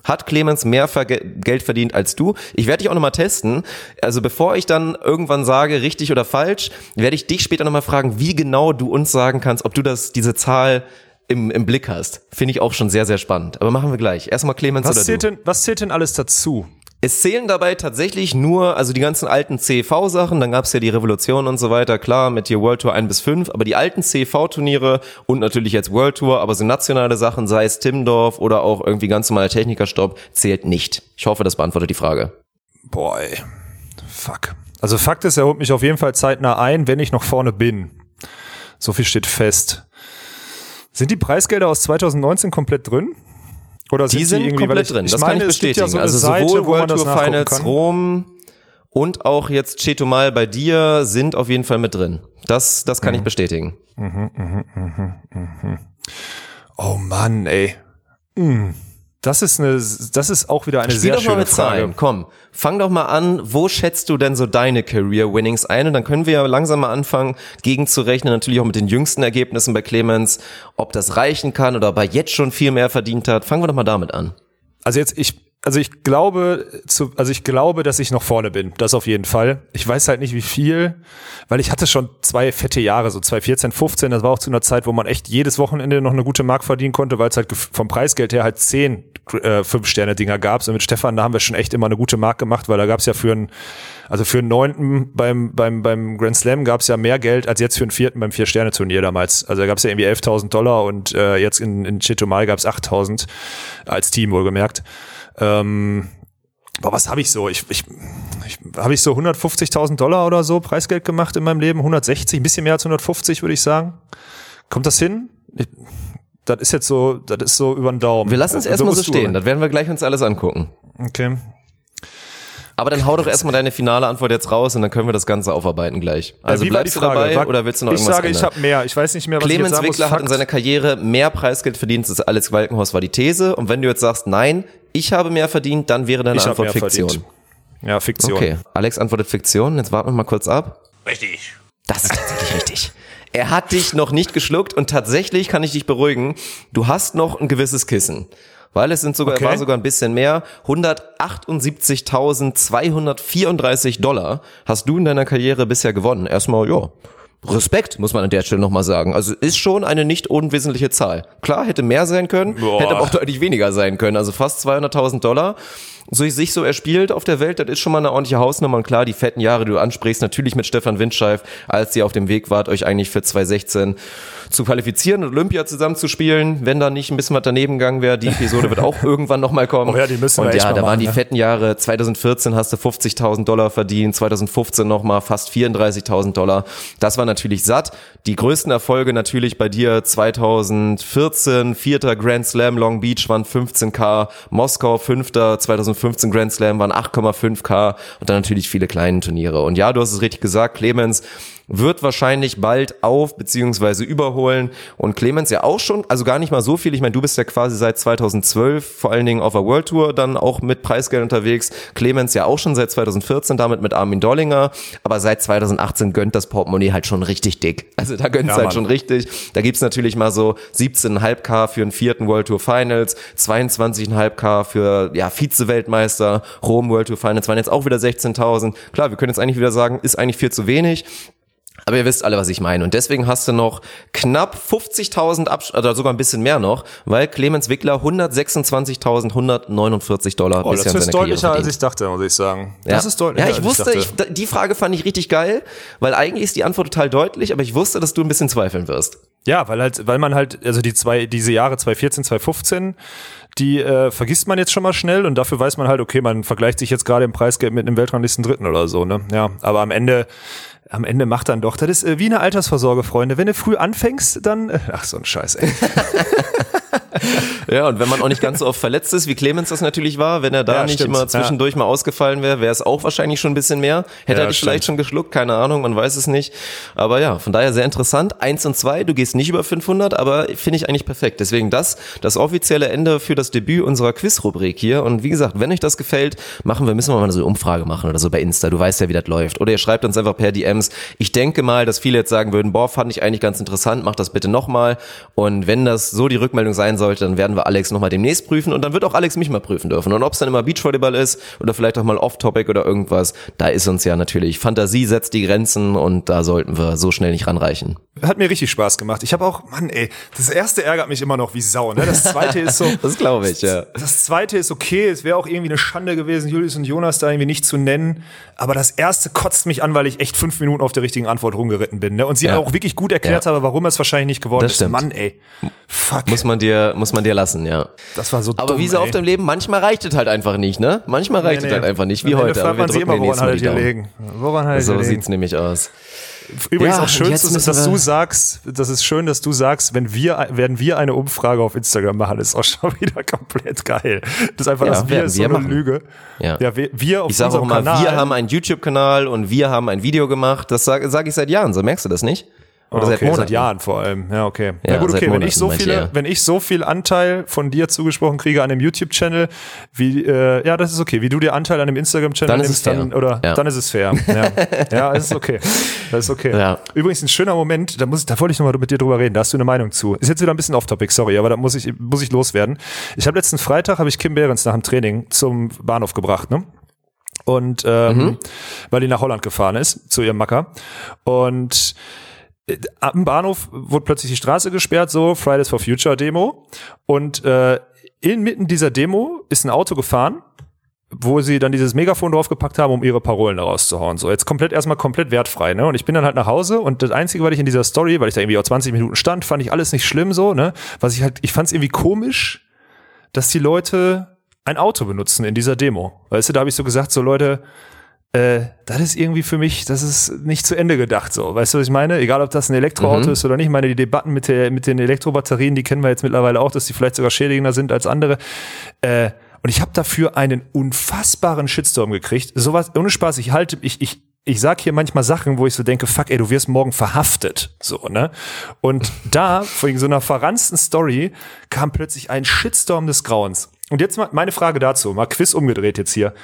Hat Clemens mehr Verge- Geld verdient als du? Ich werde dich auch nochmal testen. Also bevor ich dann irgendwann sage, richtig oder falsch, werde ich dich später nochmal fragen, wie genau du uns sagen kannst, ob du das diese Zahl im, im Blick hast. Finde ich auch schon sehr, sehr spannend. Aber machen wir gleich. Erstmal Clemens was oder zählt du? Denn, was zählt denn alles dazu? Es zählen dabei tatsächlich nur, also die ganzen alten C E V-Sachen, dann gab's ja die Revolution und so weiter, klar, mit hier World Tour eins bis fünf, aber die alten C E V-Turniere und natürlich jetzt World Tour, aber so nationale Sachen, sei es Timmendorf oder auch irgendwie ganz normaler Technikerstopp, zählt nicht. Ich hoffe, das beantwortet die Frage. Boah, ey. Fuck. Also Fakt ist, er holt mich auf jeden Fall zeitnah ein, wenn ich noch vorne bin. So viel steht fest. Sind die Preisgelder aus zwanzig neunzehn komplett drin? Oder sind die sind irgendwie, komplett ich, drin, ich das meine, kann ich bestätigen. Ja so also Seite, sowohl World Tour Finals Rom und auch jetzt Chetumal bei dir sind auf jeden Fall mit drin. Das, das kann mhm. ich bestätigen. Mhm, mhm, mhm, mhm. Oh Mann, ey. Mhm. Das ist eine, das ist auch wieder eine Spiel sehr doch schöne mal mit Frage. Zahlen. Komm, fang doch mal an. Wo schätzt du denn so deine Career Winnings ein? Und dann können wir ja langsam mal anfangen, gegenzurechnen, natürlich auch mit den jüngsten Ergebnissen bei Clemens, ob das reichen kann oder ob er jetzt schon viel mehr verdient hat. Fangen wir doch mal damit an. Also jetzt, ich, also ich glaube, zu, also ich glaube, dass ich noch vorne bin. Das auf jeden Fall. Ich weiß halt nicht, wie viel, weil ich hatte schon zwei fette Jahre, so zwanzig vierzehn, fünfzehn. Das war auch zu einer Zeit, wo man echt jedes Wochenende noch eine gute Mark verdienen konnte, weil es halt vom Preisgeld her halt zehn äh, Fünf-Sterne-Dinger gab. So mit Stefan, da haben wir schon echt immer eine gute Mark gemacht, weil da gab es ja für einen, also für einen Neunten beim beim beim Grand Slam gab es ja mehr Geld als jetzt für einen Vierten beim Vier-Sterne-Turnier damals. Also da gab es ja irgendwie elftausend Dollar und äh, jetzt in in Chetumal gab es achttausend als Team wohlgemerkt. Ähm, boah, was habe ich so? Ich, ich, ich habe ich so hundertfünfzigtausend Dollar oder so Preisgeld gemacht in meinem Leben, hundertsechzig, ein bisschen mehr als hundertfünfzig, würde ich sagen. Kommt das hin? Ich, das ist jetzt so, das ist so über den Daumen. Wir lassen es erstmal so stehen, das werden wir gleich uns alles angucken. Okay. Aber dann hau doch erstmal deine finale Antwort jetzt raus und dann können wir das Ganze aufarbeiten gleich. Also ja, bleibst du dabei War, oder willst du noch ich irgendwas sage, ändern? Ich sage, ich habe mehr. Ich weiß nicht mehr, was Clemens ich jetzt sagen Wickler muss. hat in seiner Karriere mehr Preisgeld verdient als Alex Walkenhorst, war die These. Und wenn du jetzt sagst, nein, ich habe mehr verdient, dann wäre deine ich Antwort Fiktion. Verdient. Ja, Fiktion. Okay, Alex antwortet Fiktion. Jetzt warten wir mal kurz ab. Richtig. Das ist tatsächlich richtig. Er hat dich noch nicht geschluckt und tatsächlich kann ich dich beruhigen, du hast noch ein gewisses Kissen. Weil es sind sogar, okay. war sogar ein bisschen mehr. hundertachtundsiebzigtausendzweihundertvierunddreißig Dollar hast du in deiner Karriere bisher gewonnen. Erstmal, ja, Respekt, muss man an der Stelle nochmal sagen. Also ist schon eine nicht unwesentliche Zahl. Klar, hätte mehr sein können, Boah. hätte aber auch deutlich weniger sein können. Also fast zweihunderttausend Dollar. So sich so erspielt auf der Welt, das ist schon mal eine ordentliche Hausnummer. Und klar, die fetten Jahre, die du ansprichst, natürlich mit Stefan Windscheif, als ihr auf dem Weg wart, euch eigentlich für zwanzig sechzehn zu qualifizieren und Olympia zusammenzuspielen, wenn da nicht ein bisschen was daneben gegangen wäre. Die Episode wird auch irgendwann nochmal kommen. Oh ja, die müssen wir und echt ja, mal da waren machen, die ne? fetten Jahre. zweitausendvierzehn hast du fünfzigtausend Dollar verdient, zweitausendfünfzehn nochmal fast vierunddreißigtausend Dollar. Das war natürlich satt. Die größten Erfolge natürlich bei dir zweitausendvierzehn, vierter Grand Slam Long Beach waren fünfzehn K, Moskau fünfter, zweitausendfünfzehn Grand Slam waren acht Komma fünf K und dann natürlich viele kleine Turniere. Und ja, du hast es richtig gesagt, Clemens wird wahrscheinlich bald auf beziehungsweise überholen und Clemens ja auch schon, also gar nicht mal so viel, ich meine, du bist ja quasi seit zweitausendzwölf vor allen Dingen auf der World Tour dann auch mit Preisgeld unterwegs, Clemens ja auch schon seit zweitausendvierzehn damit mit Armin Dollinger, aber seit zweitausendachtzehn gönnt das Portemonnaie halt schon richtig dick, also da gönnt's ja, halt Mann. schon richtig, da gibt's natürlich mal so siebzehn Komma fünf K für einen vierten World Tour Finals, zweiundzwanzig Komma fünf K für ja Vize-Weltmeister, Rom World Tour Finals waren jetzt auch wieder sechzehntausend, klar, wir können jetzt eigentlich wieder sagen, ist eigentlich viel zu wenig. Aber ihr wisst alle, was ich meine. Und deswegen hast du noch knapp fünfzigtausend, Abs- oder sogar ein bisschen mehr noch, weil Clemens Wickler hundertsechsundzwanzigtausendeinhundertneunundvierzig Dollar Oh, bisher das in ist seiner deutlicher, Karriere als verdient. ich dachte, muss ich sagen. Ja. Das ist deutlicher, Ja, ich als wusste, ich ich, dachte. die Frage fand ich richtig geil, weil eigentlich ist die Antwort total deutlich, aber ich wusste, dass du ein bisschen zweifeln wirst. Ja, weil halt, weil man halt, also die zwei, diese Jahre zweitausendvierzehn, zweitausendfünfzehn, die äh, vergisst man jetzt schon mal schnell und dafür weiß man halt, okay, man vergleicht sich jetzt gerade im Preisgeld mit einem Weltranglisten Dritten oder so, ne? Ja, aber am Ende, am Ende macht dann doch, das ist äh, wie eine Altersvorsorge, Freunde. Wenn du früh anfängst, dann, äh, ach so ein Scheiß, ey. Ja, und wenn man auch nicht ganz so oft verletzt ist, wie Clemens das natürlich war, wenn er da Ja, nicht stimmt. immer zwischendurch Ja. mal ausgefallen wäre, wäre es auch wahrscheinlich schon ein bisschen mehr. Hätte Ja, er dich stimmt. vielleicht schon geschluckt, keine Ahnung, man weiß es nicht. Aber ja, von daher sehr interessant. Eins und zwei, du gehst nicht über fünfhundert, aber finde ich eigentlich perfekt. Deswegen das, das offizielle Ende für das Debüt unserer Quiz-Rubrik hier. Und wie gesagt, wenn euch das gefällt, machen wir, müssen wir mal so eine Umfrage machen oder so bei Insta. Du weißt ja, wie das läuft. Oder ihr schreibt uns einfach per D Ms. Ich denke mal, dass viele jetzt sagen würden, boah, fand ich eigentlich ganz interessant, mach das bitte nochmal. Und wenn das so die Rückmeldung sein sein sollte, dann werden wir Alex nochmal demnächst prüfen und dann wird auch Alex mich mal prüfen dürfen. Und ob es dann immer Beachvolleyball ist oder vielleicht auch mal Off-Topic oder irgendwas, da ist uns ja natürlich, Fantasie setzt die Grenzen und da sollten wir so schnell nicht ranreichen. Hat mir richtig Spaß gemacht. Ich habe auch, Mann ey, das erste ärgert mich immer noch wie Sau, ne? Das zweite ist so. Das glaube ich, ja. Das zweite ist okay, es wäre auch irgendwie eine Schande gewesen, Julius und Jonas da irgendwie nicht zu nennen, aber das erste kotzt mich an, weil ich echt fünf Minuten auf der richtigen Antwort rumgeritten bin, ne? Und sie ja. auch wirklich gut erklärt ja. habe, warum er es wahrscheinlich nicht geworden das ist. Stimmt. Mann, ey. Fuck. Muss man dir, muss man dir lassen, ja. Das war so dumm, aber wie so ey. oft im Leben, manchmal reicht es halt einfach nicht, ne? Manchmal reicht nee, nee. es halt einfach nicht, wie Am Ende heute. fragt man sich immer, woran halt hier legen. Woran halt so sieht's nämlich aus. Übrigens ja, auch schön, dass, dass du sagst, das ist schön, dass du sagst, wenn wir, werden wir eine Umfrage auf Instagram machen, ist auch schon wieder komplett geil. Das ist einfach, ja, das Wir ist so wir eine machen. Lüge. Ja, ja wir, wir auf ich sage auch immer, Kanal, wir haben einen YouTube-Kanal und wir haben ein Video gemacht. Das sage sag ich seit Jahren, so merkst du das nicht? Oder okay, seit Monaten. Seit Jahren vor allem. Ja, okay. Ja, ja gut, okay, wenn ich so viele, ich, ja. wenn ich so viel Anteil von dir zugesprochen kriege an dem YouTube-Channel, wie, äh, ja, das ist okay. Wie du dir Anteil an dem Instagram-Channel dann nimmst, dann, oder, ja. dann ist es fair. Ja, ja, das ist okay. Das ist okay. Ja. Übrigens ein schöner Moment, da muss ich, da wollte ich nochmal mit dir drüber reden. Da hast du eine Meinung zu. Ist jetzt wieder ein bisschen off-topic, sorry, aber da muss ich, muss ich loswerden. Ich habe letzten Freitag, habe ich Kim Behrens nach dem Training zum Bahnhof gebracht, ne? Und, ähm, mhm. weil die nach Holland gefahren ist, zu ihrem Macker. Und, am Bahnhof wurde plötzlich die Straße gesperrt, so Fridays for Future Demo. Und äh, inmitten dieser Demo ist ein Auto gefahren, wo sie dann dieses Megafon draufgepackt haben, um ihre Parolen da rauszuhauen. So, jetzt komplett erstmal komplett wertfrei, ne? Und ich bin dann halt nach Hause und das Einzige, was ich in dieser Story, weil ich da irgendwie auch zwanzig Minuten stand, fand ich alles nicht schlimm so, ne? Was ich halt, ich fand es irgendwie komisch, dass die Leute ein Auto benutzen in dieser Demo. Weißt du, da habe ich so gesagt, so Leute, Äh, das ist irgendwie für mich, das ist nicht zu Ende gedacht so. Weißt du, was ich meine? Egal, ob das ein Elektroauto mhm. ist oder nicht. Ich meine, die Debatten mit, der, mit den Elektrobatterien, die kennen wir jetzt mittlerweile auch, dass die vielleicht sogar schädigender sind als andere. Äh, und ich habe dafür einen unfassbaren Shitstorm gekriegt. Sowas, ohne Spaß, ich halte, ich, ich, ich sag hier manchmal Sachen, wo ich so denke, fuck ey, du wirst morgen verhaftet. So, ne? Und da, wegen so einer verranzten Story, kam plötzlich ein Shitstorm des Grauens. Und jetzt mal meine Frage dazu, mal Quiz umgedreht jetzt hier.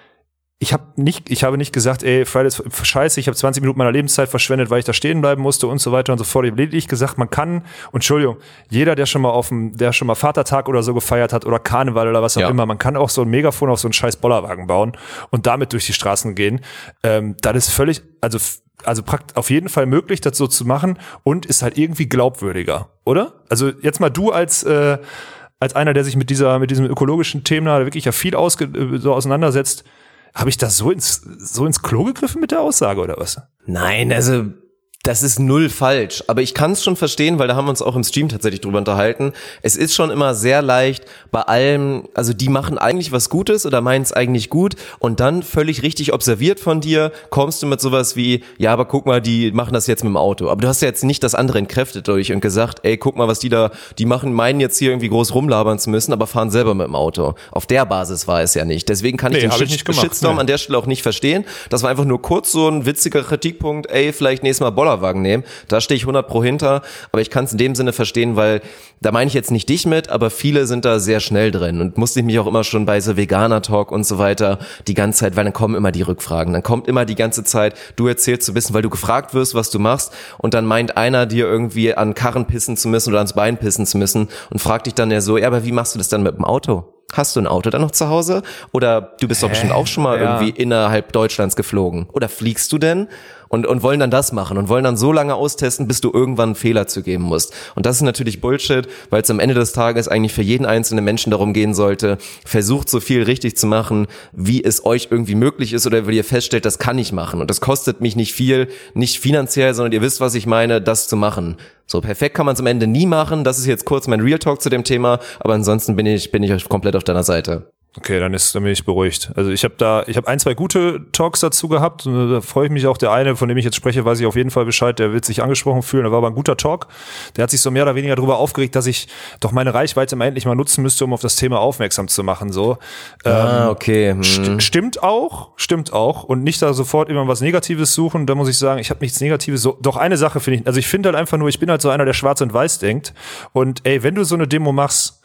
Ich habe nicht, ich habe nicht gesagt, ey, Fridays, scheiße, ich habe zwanzig Minuten meiner Lebenszeit verschwendet, weil ich da stehen bleiben musste und so weiter und so fort. Ich habe lediglich gesagt, man kann, und Entschuldigung, jeder, der schon mal auf dem, der schon mal Vatertag oder so gefeiert hat oder Karneval oder was auch ja. immer, man kann auch so ein Megafon auf so einen scheiß Bollerwagen bauen und damit durch die Straßen gehen. Ähm, das ist völlig, also also prakt, auf jeden Fall möglich, das so zu machen und ist halt irgendwie glaubwürdiger, oder? Also jetzt mal du als äh, als einer, der sich mit dieser mit diesem ökologischen Thema wirklich ja viel ausge, so auseinandersetzt. Habe ich das so ins, so ins Klo gegriffen mit der Aussage oder was? Nein, also das ist null falsch, aber ich kann es schon verstehen, weil da haben wir uns auch im Stream tatsächlich drüber unterhalten. Es ist schon immer sehr leicht bei allem, also die machen eigentlich was Gutes oder meinen es eigentlich gut und dann völlig richtig observiert von dir kommst du mit sowas wie, ja, aber guck mal, die machen das jetzt mit dem Auto. Aber du hast ja jetzt nicht das andere entkräftet durch und gesagt, ey, guck mal, was die da, die machen, meinen jetzt hier irgendwie groß rumlabern zu müssen, aber fahren selber mit dem Auto. Auf der Basis war es ja nicht. Deswegen kann ich nee, den Shit- ich Shitstorm nee. an der Stelle auch nicht verstehen. Das war einfach nur kurz so ein witziger Kritikpunkt, ey, vielleicht nächstes Mal Boller Wagen nehmen. Da stehe ich hundert pro hinter, aber ich kann es in dem Sinne verstehen, weil da meine ich jetzt nicht dich mit, aber viele sind da sehr schnell drin und musste ich mich auch immer schon bei so Veganer-Talk und so weiter die ganze Zeit, weil dann kommen immer die Rückfragen, dann kommt immer die ganze Zeit, du erzählst so ein bisschen, weil du gefragt wirst, was du machst und dann meint einer dir irgendwie an Karren pissen zu müssen oder ans Bein pissen zu müssen und fragt dich dann ja so, ja, aber wie machst du das dann mit dem Auto? Hast du ein Auto dann noch zu Hause? Oder du bist doch bestimmt auch schon mal ja. irgendwie innerhalb Deutschlands geflogen. Oder fliegst du denn? Und, und wollen dann das machen und wollen dann so lange austesten, bis du irgendwann einen Fehler zugeben musst. Und das ist natürlich Bullshit, weil es am Ende des Tages eigentlich für jeden einzelnen Menschen darum gehen sollte, versucht so viel richtig zu machen, wie es euch irgendwie möglich ist oder wie ihr feststellt, das kann ich machen. Und das kostet mich nicht viel, nicht finanziell, sondern ihr wisst, was ich meine, das zu machen. So perfekt kann man es am Ende nie machen. Das ist jetzt kurz mein Real Talk zu dem Thema, aber ansonsten bin ich bin ich euch komplett auf deiner Seite. Okay, dann ist dann bin ich beruhigt. Also ich habe da, ich habe ein, zwei gute Talks dazu gehabt. Und da freue ich mich auch. Der eine, von dem ich jetzt spreche, weiß ich auf jeden Fall Bescheid. Der wird sich angesprochen fühlen. Der war aber ein guter Talk. Der hat sich so mehr oder weniger darüber aufgeregt, dass ich doch meine Reichweite mal endlich mal nutzen müsste, um auf das Thema aufmerksam zu machen. So. Ah, okay. Hm. St- stimmt auch, stimmt auch. Und nicht da sofort immer was Negatives suchen. Da muss ich sagen, ich habe nichts Negatives. So, doch eine Sache finde ich. Also ich finde halt einfach nur, ich bin halt so einer, der schwarz und weiß denkt. Und ey, wenn du so eine Demo machst,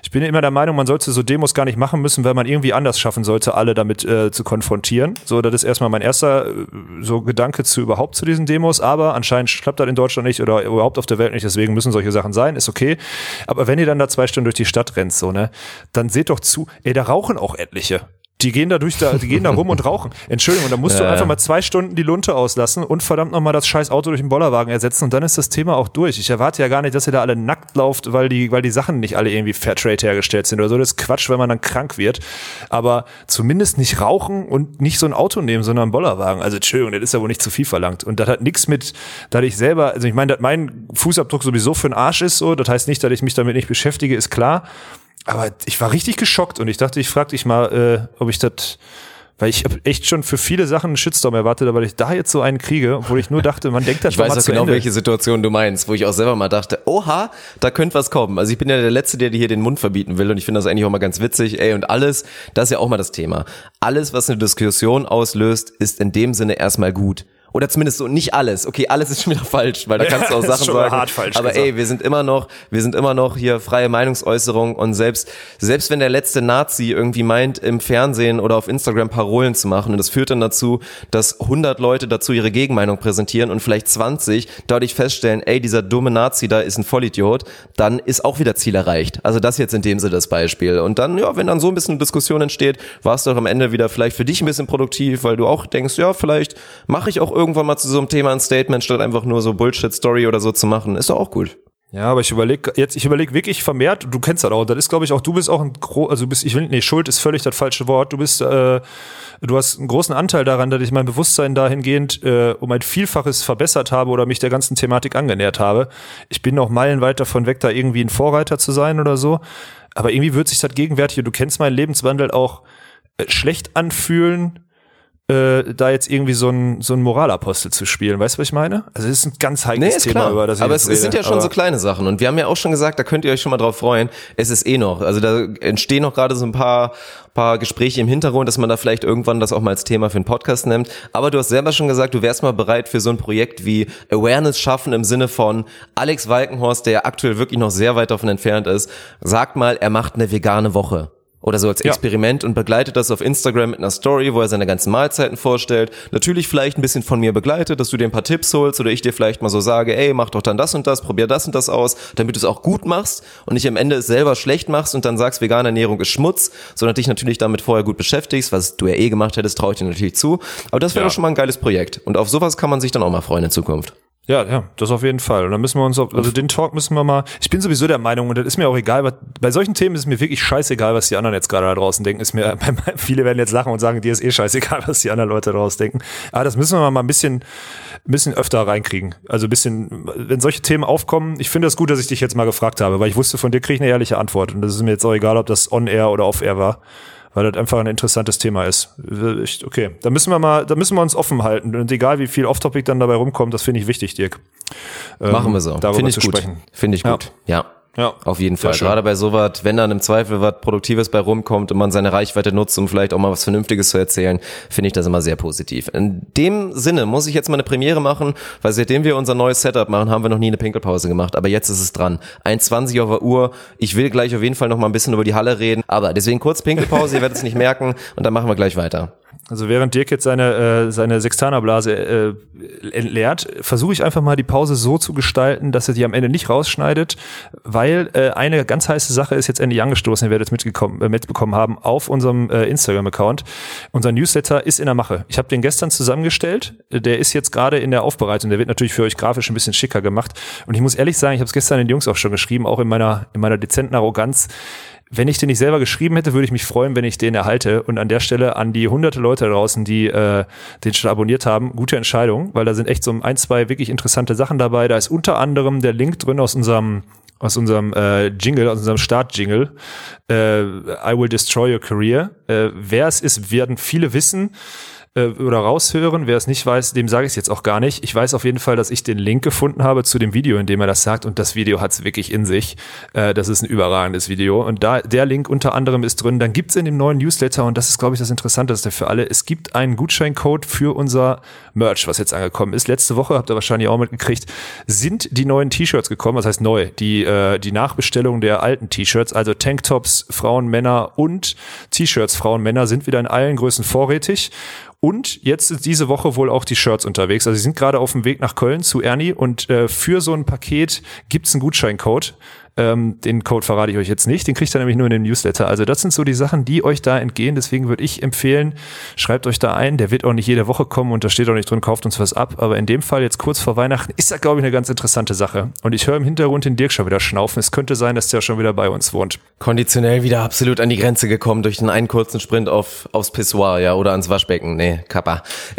Ich bin immer der Meinung, man sollte so Demos gar nicht machen müssen, weil man irgendwie anders schaffen sollte, alle damit äh, zu konfrontieren. So, das ist erstmal mein erster äh, so Gedanke zu überhaupt zu diesen Demos, aber anscheinend klappt das in Deutschland nicht oder überhaupt auf der Welt nicht, deswegen müssen solche Sachen sein, ist okay. Aber wenn ihr dann da zwei Stunden durch die Stadt rennt, so, ne, dann seht doch zu, ey, da rauchen auch etliche. Die gehen da durch, da, die gehen da rum und rauchen. Entschuldigung, da musst ja. du einfach mal zwei Stunden die Lunte auslassen und verdammt nochmal das scheiß Auto durch den Bollerwagen ersetzen und dann ist das Thema auch durch. Ich erwarte ja gar nicht, dass ihr da alle nackt lauft, weil die, weil die Sachen nicht alle irgendwie Fairtrade hergestellt sind oder so. Das ist Quatsch, wenn man dann krank wird. Aber zumindest nicht rauchen und nicht so ein Auto nehmen, sondern einen Bollerwagen. Also Entschuldigung, das ist ja wohl nicht zu viel verlangt. Und das hat nichts mit, dass ich selber, also ich meine, dass mein Fußabdruck sowieso für den Arsch ist so. Das heißt nicht, dass ich mich damit nicht beschäftige, ist klar. Aber ich war richtig geschockt und ich dachte, ich frag dich mal, äh, ob ich das, weil ich habe echt schon für viele Sachen einen Shitstorm erwartet, aber ich da jetzt so einen kriege, obwohl ich nur dachte, man denkt das ich weiß auch genau, Ende. Welche Situation du meinst, wo ich auch selber mal dachte, oha, da könnte was kommen. Also ich bin ja der Letzte, der dir hier den Mund verbieten will und ich finde das eigentlich auch mal ganz witzig, ey, und alles, das ist ja auch mal das Thema. Alles, was eine Diskussion auslöst, ist in dem Sinne erstmal gut. Oder zumindest so, nicht alles. Okay, alles ist schon wieder falsch, weil da kannst du auch Sachen sagen. Hart falsch aber gesagt. Ey, wir sind immer noch, wir sind immer noch hier freie Meinungsäußerung und selbst, selbst wenn der letzte Nazi irgendwie meint, im Fernsehen oder auf Instagram Parolen zu machen und das führt dann dazu, dass hundert Leute dazu ihre Gegenmeinung präsentieren und vielleicht zwanzig dadurch feststellen, ey, dieser dumme Nazi da ist ein Vollidiot, dann ist auch wieder Ziel erreicht. Also das jetzt in dem Sinne das Beispiel. Und dann, ja, wenn dann so ein bisschen Diskussion entsteht, war es doch am Ende wieder vielleicht für dich ein bisschen produktiv, weil du auch denkst, ja, vielleicht mache ich auch irgendwie irgendwann mal zu so einem Thema ein Statement, statt einfach nur so Bullshit-Story oder so zu machen. Ist doch auch gut. Ja, aber ich überlege jetzt, ich überlege wirklich vermehrt, du kennst das auch, das ist, glaube ich, auch, du bist auch ein, gro- also du bist, ich will, nee, Schuld ist völlig das falsche Wort, du bist, äh, du hast einen großen Anteil daran, dass ich mein Bewusstsein dahingehend äh, um ein Vielfaches verbessert habe oder mich der ganzen Thematik angenähert habe. Ich bin noch meilenweit davon weg, da irgendwie ein Vorreiter zu sein oder so, aber irgendwie wird sich das gegenwärtig, und du kennst meinen Lebenswandel auch, äh, schlecht anfühlen, Äh, da jetzt irgendwie so ein so ein Moralapostel zu spielen, weißt du, was ich meine? Also es ist ein ganz heikles nee, Thema, klar. über das ich Aber jetzt es, rede. es sind ja schon aber so kleine Sachen und wir haben ja auch schon gesagt, da könnt ihr euch schon mal drauf freuen. Es ist eh noch, also da entstehen noch gerade so ein paar paar Gespräche im Hintergrund, dass man da vielleicht irgendwann das auch mal als Thema für einen Podcast nimmt. Aber du hast selber schon gesagt, du wärst mal bereit für so ein Projekt wie Awareness schaffen im Sinne von Alex Walkenhorst, der ja aktuell wirklich noch sehr weit davon entfernt ist, sagt mal, er macht eine vegane Woche. Oder so als Experiment ja. und begleitet das auf Instagram mit einer Story, wo er seine ganzen Mahlzeiten vorstellt. Natürlich vielleicht ein bisschen von mir begleitet, dass du dir ein paar Tipps holst oder ich dir vielleicht mal so sage, ey, mach doch dann das und das, probier das und das aus, damit du es auch gut machst und nicht am Ende es selber schlecht machst und dann sagst, vegane Ernährung ist Schmutz, sondern dich natürlich damit vorher gut beschäftigst, was du ja eh gemacht hättest, traue ich dir natürlich zu. Aber das wäre ja. doch schon mal ein geiles Projekt. Und auf sowas kann man sich dann auch mal freuen in Zukunft. Ja, ja, das auf jeden Fall. Und dann müssen wir uns, auf, also den Talk müssen wir mal, ich bin sowieso der Meinung, und das ist mir auch egal, was, bei solchen Themen ist es mir wirklich scheißegal, was die anderen jetzt gerade da draußen denken. Ist mir, viele werden jetzt lachen und sagen, dir ist eh scheißegal, was die anderen Leute da draußen denken. Aber das müssen wir mal ein bisschen, ein bisschen öfter reinkriegen. Also ein bisschen, wenn solche Themen aufkommen, ich finde das gut, dass ich dich jetzt mal gefragt habe, weil ich wusste, von dir kriege ich eine ehrliche Antwort. Und das ist mir jetzt auch egal, ob das on-air oder off-air war. Weil das einfach ein interessantes Thema ist. Okay, da müssen wir mal, da müssen wir uns offen halten. Und egal, wie viel Off-Topic dann dabei rumkommt, das finde ich wichtig, Dirk. Ähm, Machen wir so. Finde ich gut. Finde ich gut. Ja. ja. Ja, auf jeden Fall. Gerade bei sowas, wenn dann im Zweifel was Produktives bei rumkommt und man seine Reichweite nutzt, um vielleicht auch mal was Vernünftiges zu erzählen, finde ich das immer sehr positiv. In dem Sinne muss ich jetzt mal eine Premiere machen, weil seitdem wir unser neues Setup machen, haben wir noch nie eine Pinkelpause gemacht. Aber jetzt ist es dran. eins zwanzig auf der Uhr. Ich will gleich auf jeden Fall noch mal ein bisschen über die Halle reden. Aber deswegen kurz Pinkelpause, ihr werdet es nicht merken. Und dann machen wir gleich weiter. Also während Dirk jetzt seine äh, seine Sextanerblase äh, entleert, versuche ich einfach mal die Pause so zu gestalten, dass er die am Ende nicht rausschneidet, weil äh, eine ganz heiße Sache ist jetzt endlich angestoßen, ihr werdet es mitgekommen, äh, mitbekommen haben, auf unserem äh, Instagram-Account. Unser Newsletter ist in der Mache. Ich habe den gestern zusammengestellt, der ist jetzt gerade in der Aufbereitung, der wird natürlich für euch grafisch ein bisschen schicker gemacht. Und ich muss ehrlich sagen, ich habe es gestern den Jungs auch schon geschrieben, auch in meiner in meiner dezenten Arroganz. Wenn ich den nicht selber geschrieben hätte, würde ich mich freuen, wenn ich den erhalte. Und an der Stelle an die hunderte Leute da draußen, die äh, den schon abonniert haben, gute Entscheidung, weil da sind echt so ein, zwei wirklich interessante Sachen dabei. Da ist unter anderem der Link drin aus unserem aus unserem äh, Jingle, aus unserem Start-Jingle, äh, I will destroy your career. Äh, wer es ist, werden viele wissen. äh, oder raushören. Wer es nicht weiß, dem sage ich es jetzt auch gar nicht. Ich weiß auf jeden Fall, dass ich den Link gefunden habe zu dem Video, in dem er das sagt, und das Video hat es wirklich in sich. Äh, das ist ein überragendes Video und da der Link unter anderem ist drin. Dann gibt's in dem neuen Newsletter, und das ist, glaube ich, das Interessanteste für alle, es gibt einen Gutscheincode für unser Merch, was jetzt angekommen ist. Letzte Woche, habt ihr wahrscheinlich auch mitgekriegt, sind die neuen T-Shirts gekommen, was heißt neu, die, äh, die Nachbestellung der alten T-Shirts, also Tanktops, Frauen, Männer und T-Shirts, Frauen, Männer sind wieder in allen Größen vorrätig. Und jetzt ist diese Woche wohl auch die Shirts unterwegs. Also sie sind gerade auf dem Weg nach Köln zu Ernie und äh, für so ein Paket gibt's einen Gutscheincode. Ähm, den Code verrate ich euch jetzt nicht, den kriegt ihr nämlich nur in dem Newsletter. Also das sind so die Sachen, die euch da entgehen. Deswegen würde ich empfehlen, schreibt euch da ein. Der wird auch nicht jede Woche kommen und da steht auch nicht drin, kauft uns was ab. Aber in dem Fall jetzt kurz vor Weihnachten ist das, glaube ich, eine ganz interessante Sache. Und ich höre im Hintergrund den Dirk schon wieder schnaufen. Es könnte sein, dass der schon wieder bei uns wohnt. Konditionell wieder absolut an die Grenze gekommen durch den einen kurzen Sprint auf aufs Pissoir, ja, oder ans Waschbecken. Nee, Kappa.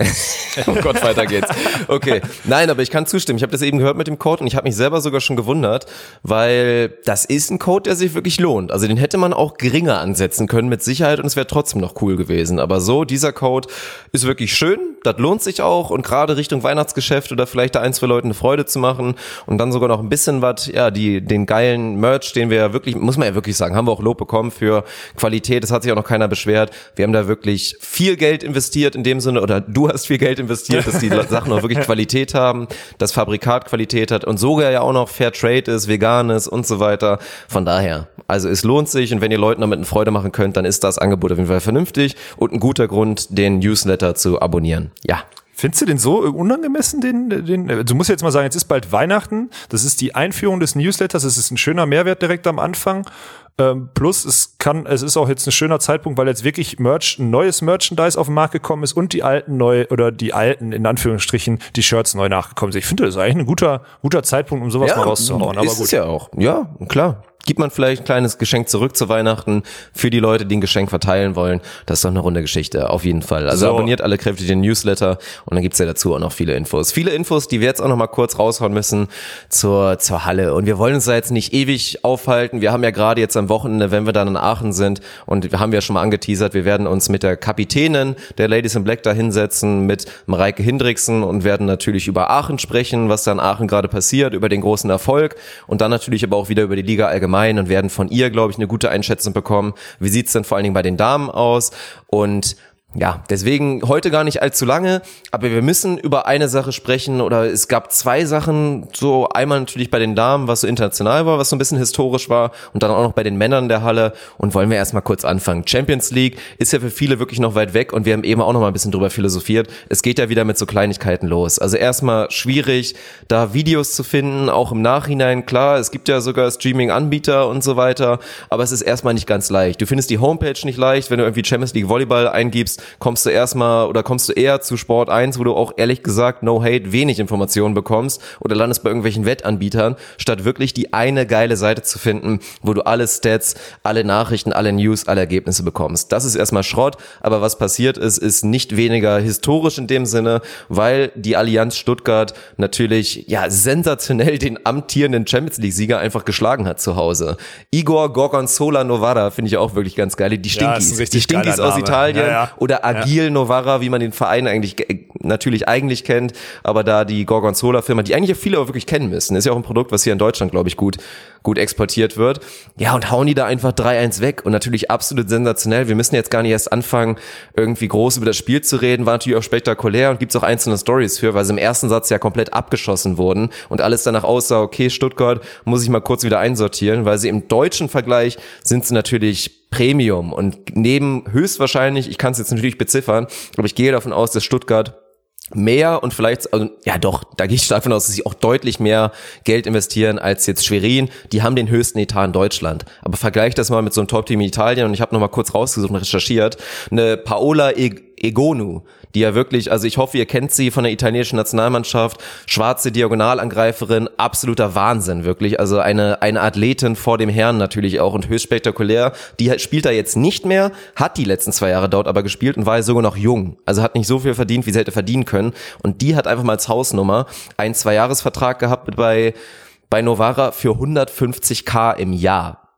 Oh Gott, weiter geht's. Okay, nein, aber ich kann zustimmen. Ich habe das eben gehört mit dem Code und ich habe mich selber sogar schon gewundert, weil das ist ein Code, der sich wirklich lohnt. Also den hätte man auch geringer ansetzen können mit Sicherheit und es wäre trotzdem noch cool gewesen. Aber so, dieser Code ist wirklich schön, das lohnt sich auch und gerade Richtung Weihnachtsgeschäft oder vielleicht da ein, zwei Leuten eine Freude zu machen und dann sogar noch ein bisschen was, ja, die den geilen Merch, den wir ja wirklich, muss man ja wirklich sagen, haben wir auch Lob bekommen für Qualität, das hat sich auch noch keiner beschwert. Wir haben da wirklich viel Geld investiert in dem Sinne, oder du hast viel Geld investiert, dass die Sachen auch wirklich Qualität haben, das Fabrikat Qualität hat und sogar ja auch noch Fair Trade ist, vegan ist und so weiter. Von daher, also es lohnt sich und wenn ihr Leuten damit eine Freude machen könnt, dann ist das Angebot auf jeden Fall vernünftig und ein guter Grund, den Newsletter zu abonnieren. Ja. Findest du den so unangemessen, den, den, du musst jetzt mal sagen, jetzt ist bald Weihnachten, das ist die Einführung des Newsletters, es ist ein schöner Mehrwert direkt am Anfang, ähm, plus es kann, es ist auch jetzt ein schöner Zeitpunkt, weil jetzt wirklich Merch, ein neues Merchandise auf den Markt gekommen ist und die alten neu, oder die alten, in Anführungsstrichen, die Shirts neu nachgekommen sind. Ich finde, das ist eigentlich ein guter, guter Zeitpunkt, um sowas ja, mal rauszuhauen, aber ist gut. Es ja auch, ja, klar. Gibt man vielleicht ein kleines Geschenk zurück zu Weihnachten für die Leute, die ein Geschenk verteilen wollen. Das ist doch eine runde Geschichte, auf jeden Fall. Also so. Abonniert alle kräftig den Newsletter und dann gibt's ja dazu auch noch viele Infos. Viele Infos, die wir jetzt auch noch mal kurz raushauen müssen zur zur Halle. Und wir wollen uns da jetzt nicht ewig aufhalten. Wir haben ja gerade jetzt am Wochenende, wenn wir dann in Aachen sind, und wir haben ja schon mal angeteasert, wir werden uns mit der Kapitänin der Ladies in Black da hinsetzen, mit Mareike Hindriksen und werden natürlich über Aachen sprechen, was da in Aachen gerade passiert, über den großen Erfolg und dann natürlich aber auch wieder über die Liga allgemein. Und werden von ihr, glaube ich, eine gute Einschätzung bekommen. Wie sieht's denn vor allen Dingen bei den Damen aus? Und ja, deswegen heute gar nicht allzu lange, aber wir müssen über eine Sache sprechen oder es gab zwei Sachen, so einmal natürlich bei den Damen, was so international war, was so ein bisschen historisch war und dann auch noch bei den Männern der Halle und wollen wir erstmal kurz anfangen. Champions League ist ja für viele wirklich noch weit weg und wir haben eben auch noch mal ein bisschen drüber philosophiert. Es geht ja wieder mit so Kleinigkeiten los. Also erstmal schwierig, da Videos zu finden, auch im Nachhinein, klar, es gibt ja sogar Streaming-Anbieter und so weiter, aber es ist erstmal nicht ganz leicht. Du findest die Homepage nicht leicht, wenn du irgendwie Champions League Volleyball eingibst, kommst du erstmal oder kommst du eher zu Sport eins, wo du auch ehrlich gesagt, no hate, wenig Informationen bekommst oder landest bei irgendwelchen Wettanbietern, statt wirklich die eine geile Seite zu finden, wo du alle Stats, alle Nachrichten, alle News, alle Ergebnisse bekommst. Das ist erstmal Schrott, aber was passiert ist, ist nicht weniger historisch in dem Sinne, weil die Allianz Stuttgart natürlich ja sensationell den amtierenden Champions League Sieger einfach geschlagen hat zu Hause. Igor Gorgonzola Novara finde ich auch wirklich ganz geil. Die Stinkies, ja, die Stinkies aus Italien ja, ja. oder Agil ja. Novara, wie man den Verein eigentlich natürlich eigentlich kennt, aber da die Gorgonzola-Firma, die eigentlich viele auch wirklich kennen müssen, ist ja auch ein Produkt, was hier in Deutschland, glaube ich, gut gut exportiert wird. Ja, und hauen die da einfach drei eins weg und natürlich absolut sensationell. Wir müssen jetzt gar nicht erst anfangen, irgendwie groß über das Spiel zu reden, war natürlich auch spektakulär und gibt's auch einzelne Stories für, weil sie im ersten Satz ja komplett abgeschossen wurden und alles danach aussah, okay, Stuttgart muss ich mal kurz wieder einsortieren, weil sie im deutschen Vergleich sind sie natürlich Premium und neben höchstwahrscheinlich, ich kann es jetzt natürlich beziffern, aber ich gehe davon aus, dass Stuttgart mehr und vielleicht, also, ja doch, da gehe ich davon aus, dass sie auch deutlich mehr Geld investieren als jetzt Schwerin. Die haben den höchsten Etat in Deutschland. Aber vergleich das mal mit so einem Top-Team in Italien und ich habe nochmal kurz rausgesucht und recherchiert. Eine Paola Egonu, die ja wirklich, also ich hoffe, ihr kennt sie von der italienischen Nationalmannschaft, schwarze Diagonalangreiferin, absoluter Wahnsinn, wirklich, also eine eine Athletin vor dem Herrn natürlich auch und höchst spektakulär, die spielt da jetzt nicht mehr, hat die letzten zwei Jahre dort aber gespielt und war sogar noch jung, also hat nicht so viel verdient, wie sie hätte verdienen können und die hat einfach mal als Hausnummer einen Zwei-Jahres-Vertrag gehabt bei bei Novara für hundertfünfzig K im Jahr.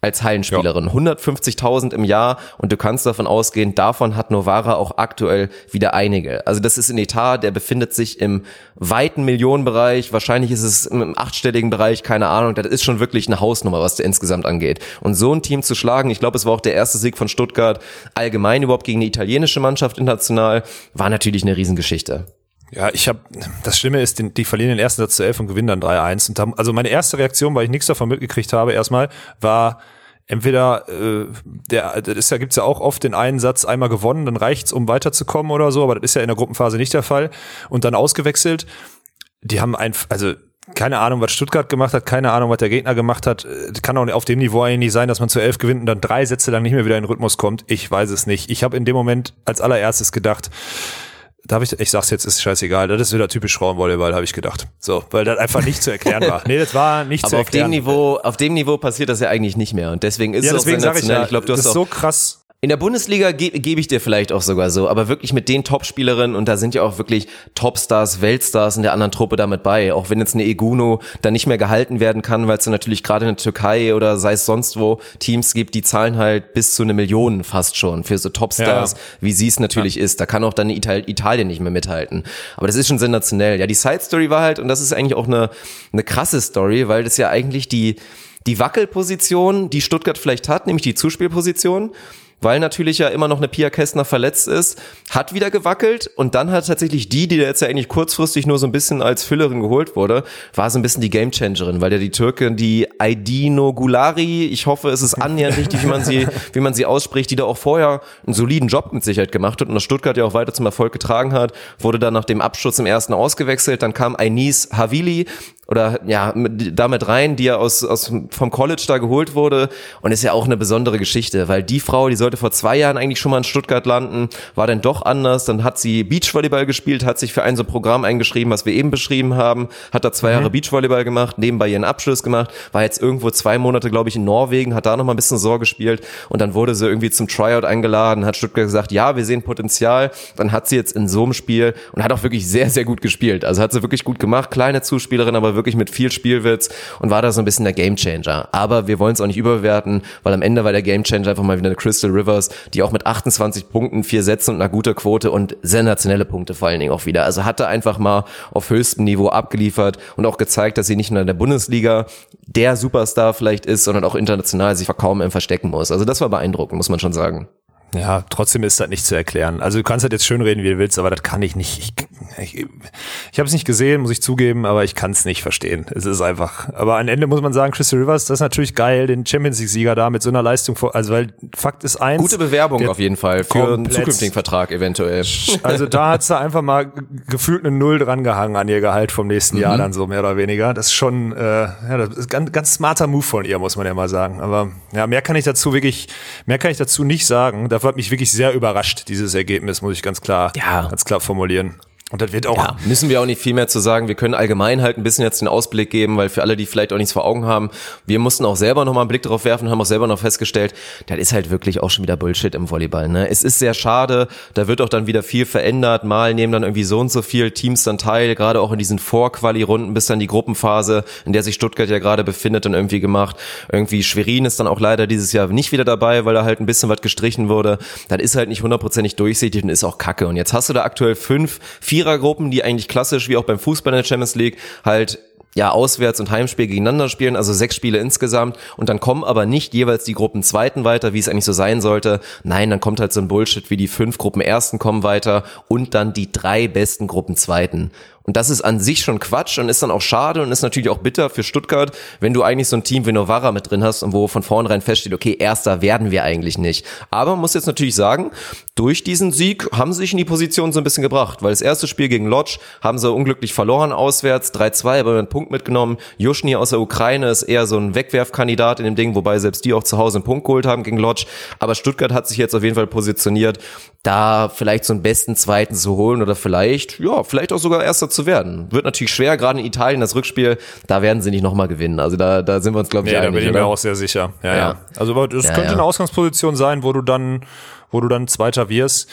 als Hallenspielerin. Ja. hundertfünfzigtausend im Jahr und du kannst davon ausgehen, davon hat Novara auch aktuell wieder einige. Also das ist ein Etat, der befindet sich im weiten Millionenbereich, wahrscheinlich ist es im achtstelligen Bereich, keine Ahnung, das ist schon wirklich eine Hausnummer, was der insgesamt angeht. Und so ein Team zu schlagen, ich glaube, es war auch der erste Sieg von Stuttgart, allgemein überhaupt gegen eine italienische Mannschaft international, war natürlich eine Riesengeschichte. Ja, ich habe, das Schlimme ist, die, die verlieren den ersten Satz zu elf und gewinnen dann drei eins. Und da, also meine erste Reaktion, weil ich nichts davon mitgekriegt habe, erstmal, war entweder, äh, der, das ist ja, gibt's ja auch oft den einen Satz einmal gewonnen, dann reicht's, um weiterzukommen oder so, aber das ist ja in der Gruppenphase nicht der Fall. Und dann ausgewechselt. Die haben einfach, also keine Ahnung, was Stuttgart gemacht hat, keine Ahnung, was der Gegner gemacht hat. Kann auch auf dem Niveau eigentlich nicht sein, dass man zu elf gewinnt und dann drei Sätze lang nicht mehr wieder in den Rhythmus kommt. Ich weiß es nicht. Ich habe in dem Moment als allererstes gedacht, darf ich, ich sag's jetzt, ist scheißegal, das ist wieder typisch Frauenvolleyball, habe ich gedacht. So, weil das einfach nicht zu erklären war. Nee, das war nicht aber zu erklären. Aber auf dem Niveau, auf dem Niveau passiert das ja eigentlich nicht mehr und deswegen ist ja, es deswegen auch sensationell. Sag ich, ja, ich glaube, du das hast ist auch so krass. In der Bundesliga ge- gebe ich dir vielleicht auch sogar so, aber wirklich mit den Topspielerinnen und da sind ja auch wirklich Topstars, Weltstars in der anderen Truppe damit bei, auch wenn jetzt eine Eguno da nicht mehr gehalten werden kann, weil es dann natürlich gerade in der Türkei oder sei es sonst wo Teams gibt, die zahlen halt bis zu eine Million fast schon für so Topstars, ja. wie sie es natürlich ja. ist. Da kann auch dann Ital- Italien nicht mehr mithalten. Aber das ist schon sensationell. Ja, die Side-Story war halt, und das ist eigentlich auch eine, eine krasse Story, weil das ja eigentlich die, die Wackelposition, die Stuttgart vielleicht hat, nämlich die Zuspielposition, weil natürlich ja immer noch eine Pia Kästner verletzt ist, hat wieder gewackelt und dann hat tatsächlich die, die jetzt ja eigentlich kurzfristig nur so ein bisschen als Füllerin geholt wurde, war so ein bisschen die Gamechangerin, weil ja die Türkin, die Aydino Gulari, ich hoffe, es ist annähernd richtig, wie man sie, wie man sie ausspricht, die da auch vorher einen soliden Job mit Sicherheit gemacht hat und das Stuttgart ja auch weiter zum Erfolg getragen hat, wurde dann nach dem Absturz im ersten ausgewechselt, dann kam Ainis Havili, oder ja, mit, damit rein, die ja aus, aus vom College da geholt wurde und ist ja auch eine besondere Geschichte, weil die Frau, die sollte vor zwei Jahren eigentlich schon mal in Stuttgart landen, war dann doch anders, dann hat sie Beachvolleyball gespielt, hat sich für ein so Programm eingeschrieben, was wir eben beschrieben haben, hat da zwei mhm. Jahre Beachvolleyball gemacht, nebenbei ihren Abschluss gemacht, war jetzt irgendwo zwei Monate, glaube ich, in Norwegen, hat da noch mal ein bisschen Sorge gespielt und dann wurde sie irgendwie zum Tryout eingeladen, hat Stuttgart gesagt, ja, wir sehen Potenzial, dann hat sie jetzt in so einem Spiel und hat auch wirklich sehr, sehr gut gespielt, also hat sie wirklich gut gemacht, kleine Zuspielerin, aber wirklich mit viel Spielwitz und war da so ein bisschen der Gamechanger. Aber wir wollen es auch nicht überbewerten, weil am Ende war der Gamechanger einfach mal wieder eine Crystal Rivers, die auch mit achtundzwanzig Punkten, vier Sätzen und einer guten Quote und sensationelle Punkte vor allen Dingen auch wieder. Also hatte einfach mal auf höchstem Niveau abgeliefert und auch gezeigt, dass sie nicht nur in der Bundesliga der Superstar vielleicht ist, sondern auch international sich kaum im verstecken muss. Also das war beeindruckend, muss man schon sagen. Ja, trotzdem ist das nicht zu erklären. Also du kannst halt jetzt schön reden, wie du willst, aber das kann ich nicht. Ich, ich, ich habe es nicht gesehen, muss ich zugeben, aber ich kann es nicht verstehen. Es ist einfach. Aber am Ende muss man sagen, Crystal Rivers, das ist natürlich geil, den Champions League-Sieger da mit so einer Leistung vor. Also weil Fakt ist eins. Gute Bewerbung auf jeden Fall für einen zukünftigen Vertrag eventuell. Also da hat sie einfach mal gefühlt eine Null dran gehangen an ihr Gehalt vom nächsten mhm. Jahr dann so mehr oder weniger. Das ist schon, äh, ja, das ist ganz, ganz smarter Move von ihr, muss man ja mal sagen. Aber ja, mehr kann ich dazu wirklich, mehr kann ich dazu nicht sagen. Dafür hat mich wirklich sehr überrascht, dieses Ergebnis, muss ich ganz klar, ja. ganz klar formulieren. Und das wird auch. Ja, müssen wir auch nicht viel mehr zu sagen. Wir können allgemein halt ein bisschen jetzt den Ausblick geben, weil für alle, die vielleicht auch nichts vor Augen haben, wir mussten auch selber nochmal einen Blick drauf werfen, haben auch selber noch festgestellt, das ist halt wirklich auch schon wieder Bullshit im Volleyball, ne? Es ist sehr schade, da wird auch dann wieder viel verändert, mal nehmen dann irgendwie so und so viel Teams dann teil, gerade auch in diesen Vorquali-Runden bis dann die Gruppenphase, in der sich Stuttgart ja gerade befindet, dann irgendwie gemacht. Irgendwie Schwerin ist dann auch leider dieses Jahr nicht wieder dabei, weil da halt ein bisschen was gestrichen wurde. Das ist halt nicht hundertprozentig durchsichtig und ist auch kacke. Und jetzt hast du da aktuell fünf, vier Vierergruppen, die eigentlich klassisch wie auch beim Fußball in der Champions League halt ja Auswärts- und Heimspiel gegeneinander spielen, also sechs Spiele insgesamt und dann kommen aber nicht jeweils die Gruppenzweiten weiter, wie es eigentlich so sein sollte. Nein, dann kommt halt so ein Bullshit wie die fünf Gruppenersten kommen weiter und dann die drei besten Gruppenzweiten. Und das ist an sich schon Quatsch und ist dann auch schade und ist natürlich auch bitter für Stuttgart, wenn du eigentlich so ein Team wie Novara mit drin hast und wo von vornherein feststeht, okay, Erster werden wir eigentlich nicht. Aber man muss jetzt natürlich sagen, durch diesen Sieg haben sie sich in die Position so ein bisschen gebracht, weil das erste Spiel gegen Lodz haben sie unglücklich verloren auswärts, drei zwei, aber einen Punkt mitgenommen. Juschny aus der Ukraine ist eher so ein Wegwerfkandidat in dem Ding, wobei selbst die auch zu Hause einen Punkt geholt haben gegen Lodz. Aber Stuttgart hat sich jetzt auf jeden Fall positioniert, da vielleicht so einen besten Zweiten zu holen oder vielleicht, ja, vielleicht auch sogar Erster zu werden. Wird natürlich schwer, gerade in Italien das Rückspiel, da werden sie nicht nochmal gewinnen. Also da, da sind wir uns, glaube ich, nee, einig. Da bin ich mir auch sehr sicher. Ja, ja. ja. Also das ja, könnte ja. eine Ausgangsposition sein, wo du dann, wo du dann Zweiter wirst.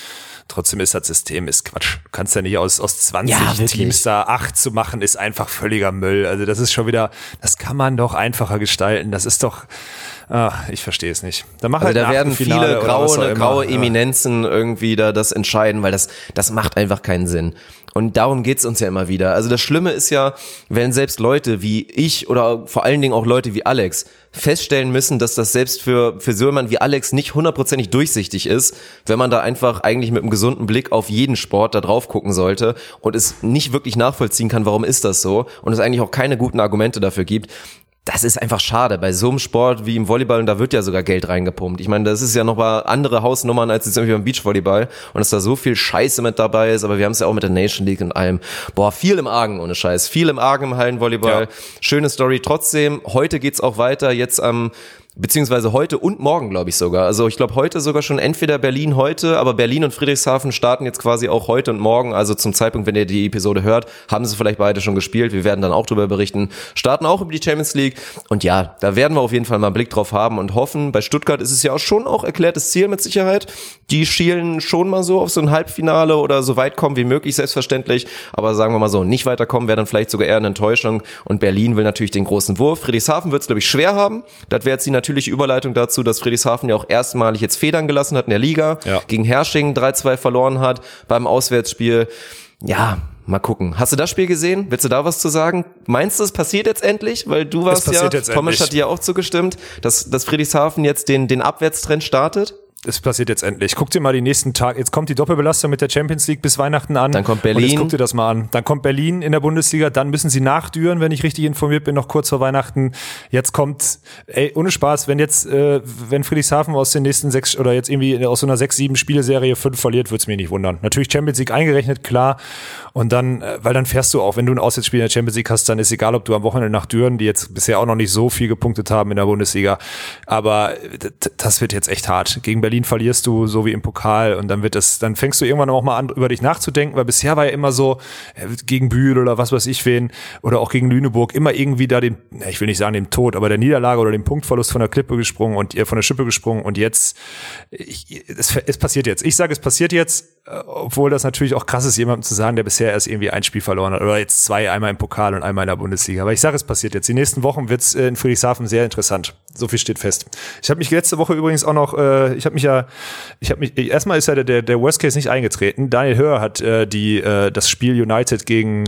Trotzdem ist das System ist Quatsch. Du kannst ja nicht aus, aus zwanzig Ja, Teams da acht zu machen, ist einfach völliger Müll. Also das ist schon wieder, das kann man doch einfacher gestalten. Das ist doch, ah, ich verstehe es nicht. Da mach Also halt da werden viele graue, graue ja. Eminenzen irgendwie da das entscheiden, weil das, das macht einfach keinen Sinn. Und darum geht's uns ja immer wieder. Also das Schlimme ist ja, wenn selbst Leute wie ich oder vor allen Dingen auch Leute wie Alex feststellen müssen, dass das selbst für für so jemanden wie Alex nicht hundertprozentig durchsichtig ist, wenn man da einfach eigentlich mit einem gesunden Blick auf jeden Sport da drauf gucken sollte und es nicht wirklich nachvollziehen kann, warum ist das so und es eigentlich auch keine guten Argumente dafür gibt. Das ist einfach schade bei so einem Sport wie im Volleyball und da wird ja sogar Geld reingepumpt. Ich meine, das ist ja noch mal andere Hausnummern als jetzt irgendwie beim Beachvolleyball und dass da so viel Scheiße mit dabei ist, aber wir haben es ja auch mit der Nation League und allem. Boah, viel im Argen ohne Scheiß, viel im Argen im Hallenvolleyball. Ja. Schöne Story. Trotzdem, heute geht's auch weiter, jetzt am beziehungsweise heute und morgen, glaube ich sogar. Also ich glaube heute sogar schon entweder Berlin heute, aber Berlin und Friedrichshafen starten jetzt quasi auch heute und morgen. Also zum Zeitpunkt, wenn ihr die Episode hört, haben sie vielleicht beide schon gespielt. Wir werden dann auch drüber berichten. Starten auch über die Champions League. Und ja, da werden wir auf jeden Fall mal einen Blick drauf haben und hoffen. Bei Stuttgart ist es ja auch schon auch erklärtes Ziel mit Sicherheit. Die schielen schon mal so auf so ein Halbfinale oder so weit kommen wie möglich, selbstverständlich. Aber sagen wir mal so, nicht weiterkommen wäre dann vielleicht sogar eher eine Enttäuschung. Und Berlin will natürlich den großen Wurf. Friedrichshafen wird es, glaube ich, schwer haben. Das wäre jetzt die natürliche Überleitung dazu, dass Friedrichshafen ja auch erstmalig jetzt Federn gelassen hat in der Liga, ja. Gegen Hersching drei zwei verloren hat beim Auswärtsspiel. Ja, mal gucken. Hast du das Spiel gesehen? Willst du da was zu sagen? Meinst du, es passiert jetzt endlich? Weil du warst ja, Thomas hat dir ja auch zugestimmt, dass, dass Friedrichshafen jetzt den, den Abwärtstrend startet? Es passiert jetzt endlich. Guck dir mal die nächsten Tage, jetzt kommt die Doppelbelastung mit der Champions League bis Weihnachten an. Dann kommt Berlin. Und jetzt guck dir das mal an. Dann kommt Berlin in der Bundesliga, dann müssen sie nachdüren, wenn ich richtig informiert bin, noch kurz vor Weihnachten. Jetzt kommt, ey, ohne Spaß, wenn jetzt, äh, wenn Friedrichshafen aus den nächsten sechs, oder jetzt irgendwie aus so einer sechs, sieben Spiele-Serie fünf verliert, wird's mich nicht wundern. Natürlich Champions League eingerechnet, klar. Und dann, äh, weil dann fährst du auch, wenn du ein Auswärtsspiel in der Champions League hast, dann ist egal, ob du am Wochenende nach Düren, die jetzt bisher auch noch nicht so viel gepunktet haben in der Bundesliga. Aber d- das wird jetzt echt hart. Gegen Berlin verlierst du so wie im Pokal und dann wird es, dann fängst du irgendwann auch mal an, über dich nachzudenken, weil bisher war ja immer so, gegen Bühl oder was weiß ich wen, oder auch gegen Lüneburg, immer irgendwie da den, ich will nicht sagen dem Tod, aber der Niederlage oder dem Punktverlust von der Klippe gesprungen und ihr von der Schippe gesprungen und jetzt, ich, es, es passiert jetzt. Ich sage, es passiert jetzt, obwohl das natürlich auch krass ist, jemandem zu sagen, der bisher erst irgendwie ein Spiel verloren hat oder jetzt zwei, einmal im Pokal und einmal in der Bundesliga. Aber ich sage, es passiert jetzt. Die nächsten Wochen wird's in Friedrichshafen sehr interessant. So viel steht fest. Ich habe mich letzte Woche übrigens auch noch, äh, ich habe mich ja, ich habe mich, erstmal ist ja der, der Worst Case nicht eingetreten. Daniel Höher hat äh, die äh, das Spiel United gegen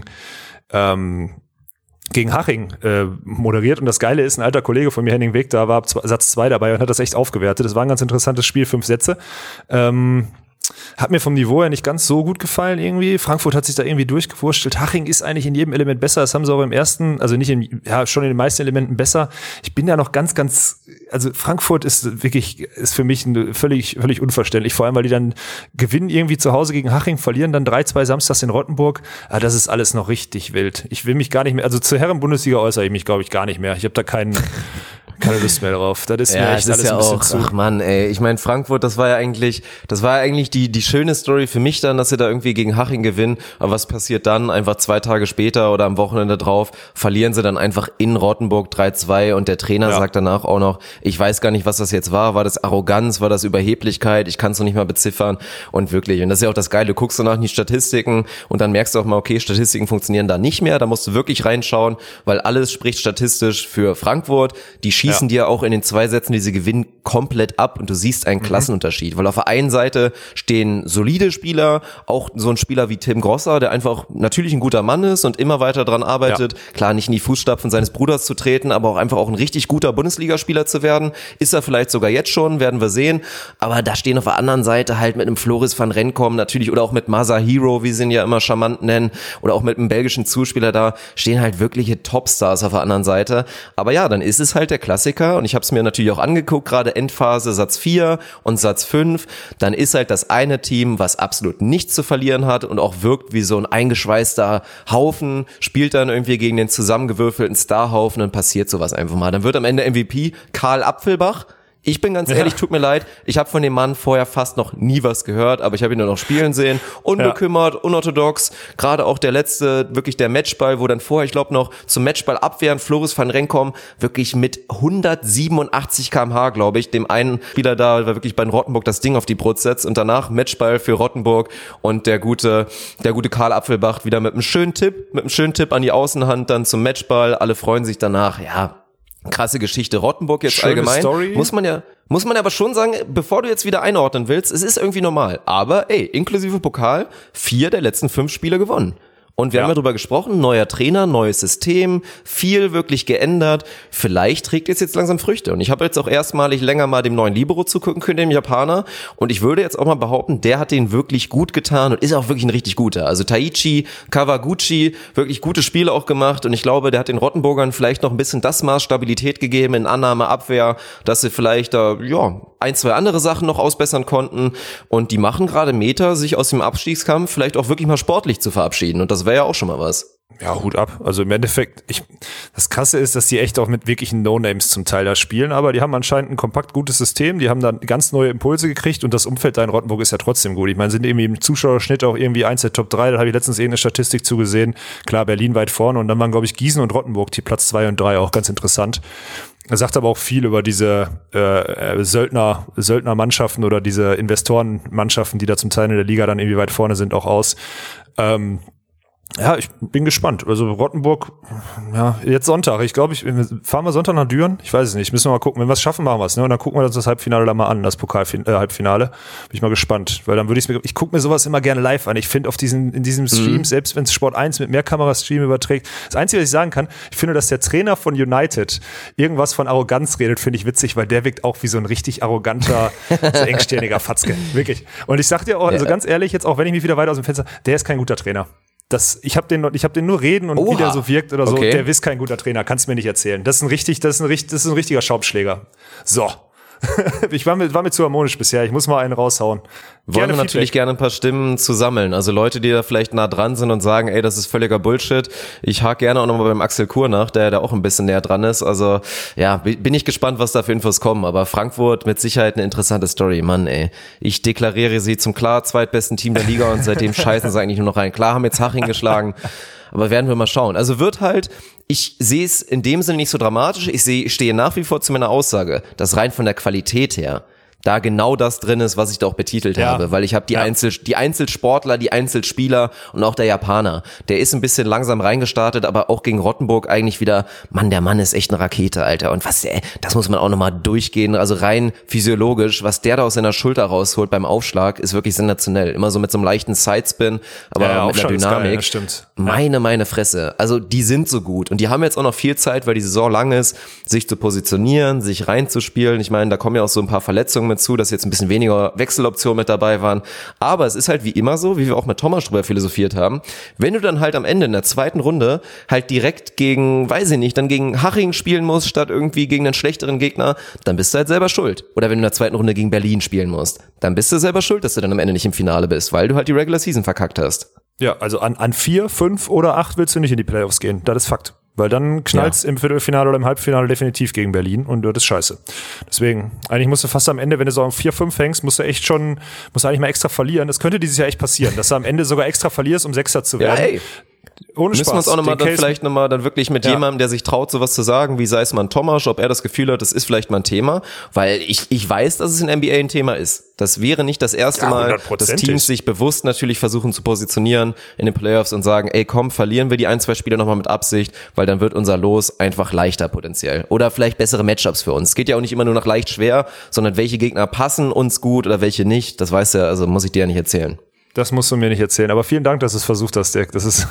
ähm, gegen Haching äh, moderiert und das Geile ist, ein alter Kollege von mir, Henning Weg, da war Satz zwei dabei und hat das echt aufgewertet. Das war ein ganz interessantes Spiel, fünf Sätze. Ähm, Hat mir vom Niveau her nicht ganz so gut gefallen irgendwie. Frankfurt hat sich da irgendwie durchgewurstelt. Haching ist eigentlich in jedem Element besser. Das haben sie auch im ersten, also nicht in, ja, schon in den meisten Elementen besser. Ich bin da noch ganz, ganz, also Frankfurt ist wirklich, ist für mich ein, völlig, völlig unverständlich. Vor allem, weil die dann gewinnen irgendwie zu Hause gegen Haching, verlieren dann drei zwei samstags in Rottenburg. Aber das ist alles noch richtig wild. Ich will mich gar nicht mehr, also zur Herren-Bundesliga äußere ich mich, glaube ich, gar nicht mehr. Ich habe da keinen, keine Lust mehr drauf. Das ist ja, mir echt das ist alles ja ein bisschen auch, zu. ach Mann, ey, ich meine Frankfurt, das war ja eigentlich, das war ja eigentlich die die schöne Story für mich dann, dass sie da irgendwie gegen Haching gewinnen, aber was passiert dann? Einfach zwei Tage später oder am Wochenende drauf, verlieren sie dann einfach in Rottenburg drei zwei und der Trainer Ja. sagt danach auch noch, ich weiß gar nicht, was das jetzt war, war das Arroganz, war das Überheblichkeit, ich kann es noch nicht mal beziffern und wirklich, und das ist ja auch das Geile, du guckst danach in die Statistiken und dann merkst du auch mal, okay, Statistiken funktionieren da nicht mehr, da musst du wirklich reinschauen, weil alles spricht statistisch für Frankfurt, die schießen Ja. dir auch in den zwei Sätzen, die sie gewinnen, komplett ab und du siehst einen Klassenunterschied, weil auf der einen Seite stehen solide Spieler, auch so ein Spieler wie Tim Grosser, der einfach natürlich ein guter Mann ist und immer weiter dran arbeitet, ja. Klar nicht in die Fußstapfen seines Bruders zu treten, aber auch einfach auch ein richtig guter Bundesligaspieler zu werden, ist er vielleicht sogar jetzt schon, werden wir sehen, aber da stehen auf der anderen Seite halt mit einem Floris van Renkom natürlich oder auch mit Masahiro, wie sie ihn ja immer charmant nennen, oder auch mit einem belgischen Zuspieler, da stehen halt wirkliche Topstars auf der anderen Seite, aber ja, dann ist es halt der Klassiker und ich habe es mir natürlich auch angeguckt, gerade Endphase Satz vier und Satz fünf, dann ist halt das eine Team, was absolut nichts zu verlieren hat und auch wirkt wie so ein eingeschweißter Haufen, spielt dann irgendwie gegen den zusammengewürfelten Starhaufen und passiert sowas einfach mal. Dann wird am Ende M V P Karl Apfelbach. Ich bin ganz ehrlich, tut mir leid, ich habe von dem Mann vorher fast noch nie was gehört, aber ich habe ihn nur noch spielen sehen, unbekümmert, ja. unorthodox, gerade auch der letzte, wirklich der Matchball, wo dann vorher, ich glaube noch zum Matchball abwehren, Floris van Renkom, wirklich mit hundertsiebenundachtzig Kilometer pro Stunde, glaube ich, dem einen Spieler da, der wirklich bei Rottenburg das Ding auf die Brust setzt und danach Matchball für Rottenburg und der gute, der gute Karl Apfelbach wieder mit einem schönen Tipp, mit einem schönen Tipp an die Außenhand dann zum Matchball, alle freuen sich danach, ja. Krasse Geschichte. Rottenburg jetzt Schöne allgemein. Story. Muss man ja, muss man aber schon sagen, bevor du jetzt wieder einordnen willst, es ist irgendwie normal. Aber ey, inklusive Pokal, vier der letzten fünf Spiele gewonnen. Und wir ja. haben ja drüber gesprochen, neuer Trainer, neues System, viel wirklich geändert. Vielleicht trägt es jetzt langsam Früchte. Und ich habe jetzt auch erstmalig länger mal dem neuen Libero zugucken können, dem Japaner. Und ich würde jetzt auch mal behaupten, der hat den wirklich gut getan und ist auch wirklich ein richtig guter. Also Taichi Kawaguchi, wirklich gute Spiele auch gemacht. Und ich glaube, der hat den Rottenburgern vielleicht noch ein bisschen das Maß Stabilität gegeben in Annahme, Abwehr, dass sie vielleicht da, ja, ein, zwei andere Sachen noch ausbessern konnten. Und die machen gerade Meter, sich aus dem Abstiegskampf vielleicht auch wirklich mal sportlich zu verabschieden. Und das wäre ja auch schon mal was. Ja, Hut ab. Also im Endeffekt, ich, das Krasse ist, dass die echt auch mit wirklichen No-Names zum Teil da spielen, aber die haben anscheinend ein kompakt gutes System, die haben dann ganz neue Impulse gekriegt und das Umfeld da in Rottenburg ist ja trotzdem gut. Ich meine, sind irgendwie im Zuschauerschnitt auch irgendwie eins der Top drei, da habe ich letztens eh eine Statistik zugesehen. Klar, Berlin weit vorne und dann waren, glaube ich, Gießen und Rottenburg die Platz zwei und drei, auch ganz interessant. Er sagt aber auch viel über diese äh, Söldner, Söldnermannschaften oder diese Investorenmannschaften, die da zum Teil in der Liga dann irgendwie weit vorne sind, auch aus. Ähm, Ja, ich bin gespannt. Also Rottenburg, ja, jetzt Sonntag. Ich glaube, ich fahren wir Sonntag nach Düren? Ich weiß es nicht. Müssen wir mal gucken. Wenn wir es schaffen, machen wir es. Ne? Und dann gucken wir uns das Halbfinale da mal an, das Pokal-Halbfinale. Äh, bin ich mal gespannt. Weil dann würde ich mir, ich gucke mir sowas immer gerne live an. Ich finde auf diesen, in diesem Stream, mhm. selbst wenn es Sport eins mit mehr Kamerastream überträgt, das Einzige, was ich sagen kann, ich finde, dass der Trainer von United irgendwas von Arroganz redet, finde ich witzig, weil der wirkt auch wie so ein richtig arroganter, so engstirniger Fatzke. Wirklich. Und ich sag dir auch, also ja. ganz ehrlich, jetzt auch wenn ich mich wieder weiter aus dem Fenster, der ist kein guter Trainer. Das, ich habe den, ich habe den nur reden und Oha. wie der so wirkt oder so. Okay. Der ist kein guter Trainer, kannst du mir nicht erzählen. Das ist ein richtig, das ist ein richtig, das ist ein richtiger Schaumschläger. So, ich war mir, war mir zu harmonisch bisher. Ich muss mal einen raushauen. Wollen wir natürlich gerne ein paar Stimmen zu sammeln. Also Leute, die da vielleicht nah dran sind und sagen, ey, das ist völliger Bullshit. Ich hake gerne auch nochmal beim Axel Kur nach, der da auch ein bisschen näher dran ist. Also ja, bin ich gespannt, was da für Infos kommen. Aber Frankfurt mit Sicherheit eine interessante Story. Mann, ey. Ich deklariere sie zum klar zweitbesten Team der Liga und seitdem scheißen sie eigentlich nur noch rein. Klar haben jetzt Haching geschlagen, aber werden wir mal schauen. Also wird halt, ich sehe es in dem Sinne nicht so dramatisch. Ich sehe, ich stehe nach wie vor zu meiner Aussage, dass rein von der Qualität her da genau das drin ist, was ich da auch betitelt ja. habe, weil ich habe die, ja. Einzel, die Einzelsportler, die Einzelspieler und auch der Japaner, der ist ein bisschen langsam reingestartet, aber auch gegen Rottenburg eigentlich wieder, Mann, der Mann ist echt eine Rakete, Alter, und was, ey, das muss man auch nochmal durchgehen, also rein physiologisch, was der da aus seiner Schulter rausholt beim Aufschlag, ist wirklich sensationell, immer so mit so einem leichten Sidespin, aber ja, mit einer Dynamik, geil, stimmt. meine, meine Fresse, also die sind so gut und die haben jetzt auch noch viel Zeit, weil die Saison lang ist, sich zu positionieren, sich reinzuspielen, ich meine, da kommen ja auch so ein paar Verletzungen mit zu, dass jetzt ein bisschen weniger Wechseloptionen mit dabei waren. Aber es ist halt wie immer so, wie wir auch mit Thomas drüber philosophiert haben, wenn du dann halt am Ende in der zweiten Runde halt direkt gegen, weiß ich nicht, dann gegen Haching spielen musst, statt irgendwie gegen einen schlechteren Gegner, dann bist du halt selber schuld. Oder wenn du in der zweiten Runde gegen Berlin spielen musst, dann bist du selber schuld, dass du dann am Ende nicht im Finale bist, weil du halt die Regular Season verkackt hast. Ja, also an, an vier, fünf oder acht willst du nicht in die Playoffs gehen. Das ist Fakt. Weil dann knallt's ja. im Viertelfinale oder im Halbfinale definitiv gegen Berlin und das ist scheiße. Deswegen, eigentlich musst du fast am Ende, wenn du so auf vier fünf hängst, musst du echt schon, musst du eigentlich mal extra verlieren. Das könnte dieses Jahr echt passieren, dass du am Ende sogar extra verlierst, um Sechster zu werden. Ja, ey. Ohne Spaß. Müssen wir uns auch nochmal dann vielleicht nochmal dann wirklich mit ja. jemandem, der sich traut, sowas zu sagen, wie sei es mal ein Tomasch, ob er das Gefühl hat, das ist vielleicht mal ein Thema, weil ich ich weiß, dass es in N B A ein Thema ist. Das wäre nicht das erste ja, Mal, dass Teams sich bewusst natürlich versuchen zu positionieren in den Playoffs und sagen, ey komm, verlieren wir die ein, zwei Spiele nochmal mit Absicht, weil dann wird unser Los einfach leichter potenziell. Oder vielleicht bessere Matchups für uns. Es geht ja auch nicht immer nur nach leicht schwer, sondern welche Gegner passen uns gut oder welche nicht. Das weißt du ja, also muss ich dir ja nicht erzählen. Das musst du mir nicht erzählen, aber vielen Dank, dass du es versucht hast, Dirk. Das ist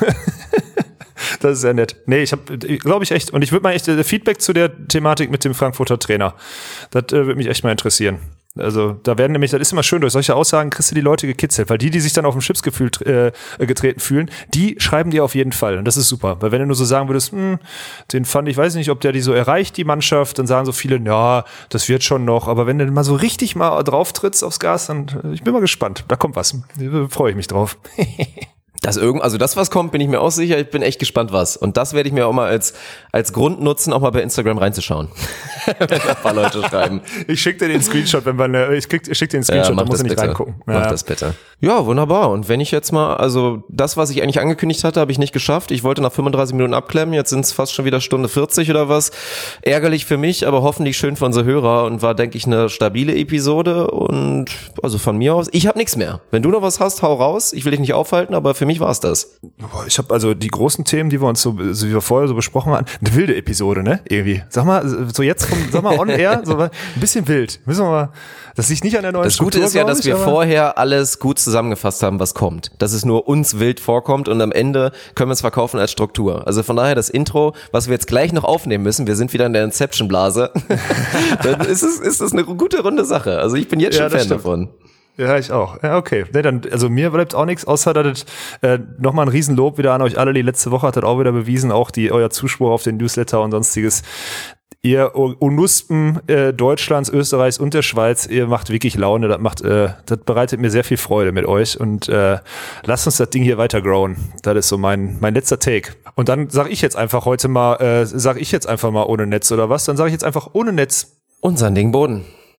das ist sehr nett. Nee, ich habe, glaube ich echt, und ich würde mal echt Feedback zu der Thematik mit dem Frankfurter Trainer. Das äh, würde mich echt mal interessieren. Also da werden nämlich, das ist immer schön, durch solche Aussagen kriegst du die Leute gekitzelt, weil die, die sich dann auf dem Chipsgefühl äh, getreten fühlen, die schreiben dir auf jeden Fall und das ist super, weil wenn du nur so sagen würdest, hm, den fand ich, weiß nicht, ob der die so erreicht, die Mannschaft, dann sagen so viele, ja, das wird schon noch, aber wenn du mal so richtig mal drauf trittst aufs Gas, dann, ich bin mal gespannt, da kommt was, da freue ich mich drauf. Das irgend, also das, was kommt, bin ich mir auch sicher. Ich bin echt gespannt, was. Und das werde ich mir auch mal als, als Grund nutzen, auch mal bei Instagram reinzuschauen. wenn da ein paar Leute schreiben. Ich schicke dir den Screenshot, wenn man, ich, krieg, ich schick dir den Screenshot, ja, da muss er nicht bitte. reingucken. Mach ja. das bitte. Ja, wunderbar. Und wenn ich jetzt mal, also das, was ich eigentlich angekündigt hatte, habe ich nicht geschafft. Ich wollte nach fünfunddreißig Minuten abklemmen, jetzt sind es fast schon wieder Stunde vierzig oder was. Ärgerlich für mich, aber hoffentlich schön für unsere Hörer und war, denke ich, eine stabile Episode und also von mir aus, ich habe nichts mehr. Wenn du noch was hast, hau raus. Ich will dich nicht aufhalten, aber für mich war's das. Ich habe also die großen Themen, die wir uns so, so wie wir vorher so besprochen haben, eine wilde Episode, ne? Irgendwie. Sag mal, so jetzt vom, sag mal on air, so ein bisschen wild. Müssen wir mal, das liegt nicht an der neuen Das Struktur, Gute ist ja, dass ich, wir vorher alles gut zusammengefasst haben, was kommt. Dass es nur uns wild vorkommt und am Ende können wir es verkaufen als Struktur. Also von daher das Intro, was wir jetzt gleich noch aufnehmen müssen, wir sind wieder in der Inception-Blase, dann ist es, ist es eine gute runde Sache. Also ich bin jetzt schon ja, Fan stimmt. davon. Ja, ich auch. Ja, okay. Nee, dann, also mir bleibt auch nichts, außer dass das, äh, nochmal ein Riesenlob wieder an euch alle. Die letzte Woche hat das auch wieder bewiesen, auch die euer Zuspruch auf den Newsletter und sonstiges. Ihr Unuspen äh, Deutschlands, Österreichs und der Schweiz, ihr macht wirklich Laune. Das macht, äh, das bereitet mir sehr viel Freude mit euch und äh, lasst uns das Ding hier weiter growen. Das ist so mein mein letzter Take. Und dann sage ich jetzt einfach heute mal, äh, sage ich jetzt einfach mal ohne Netz oder was? Dann sage ich jetzt einfach ohne Netz. Und Sanding Boden.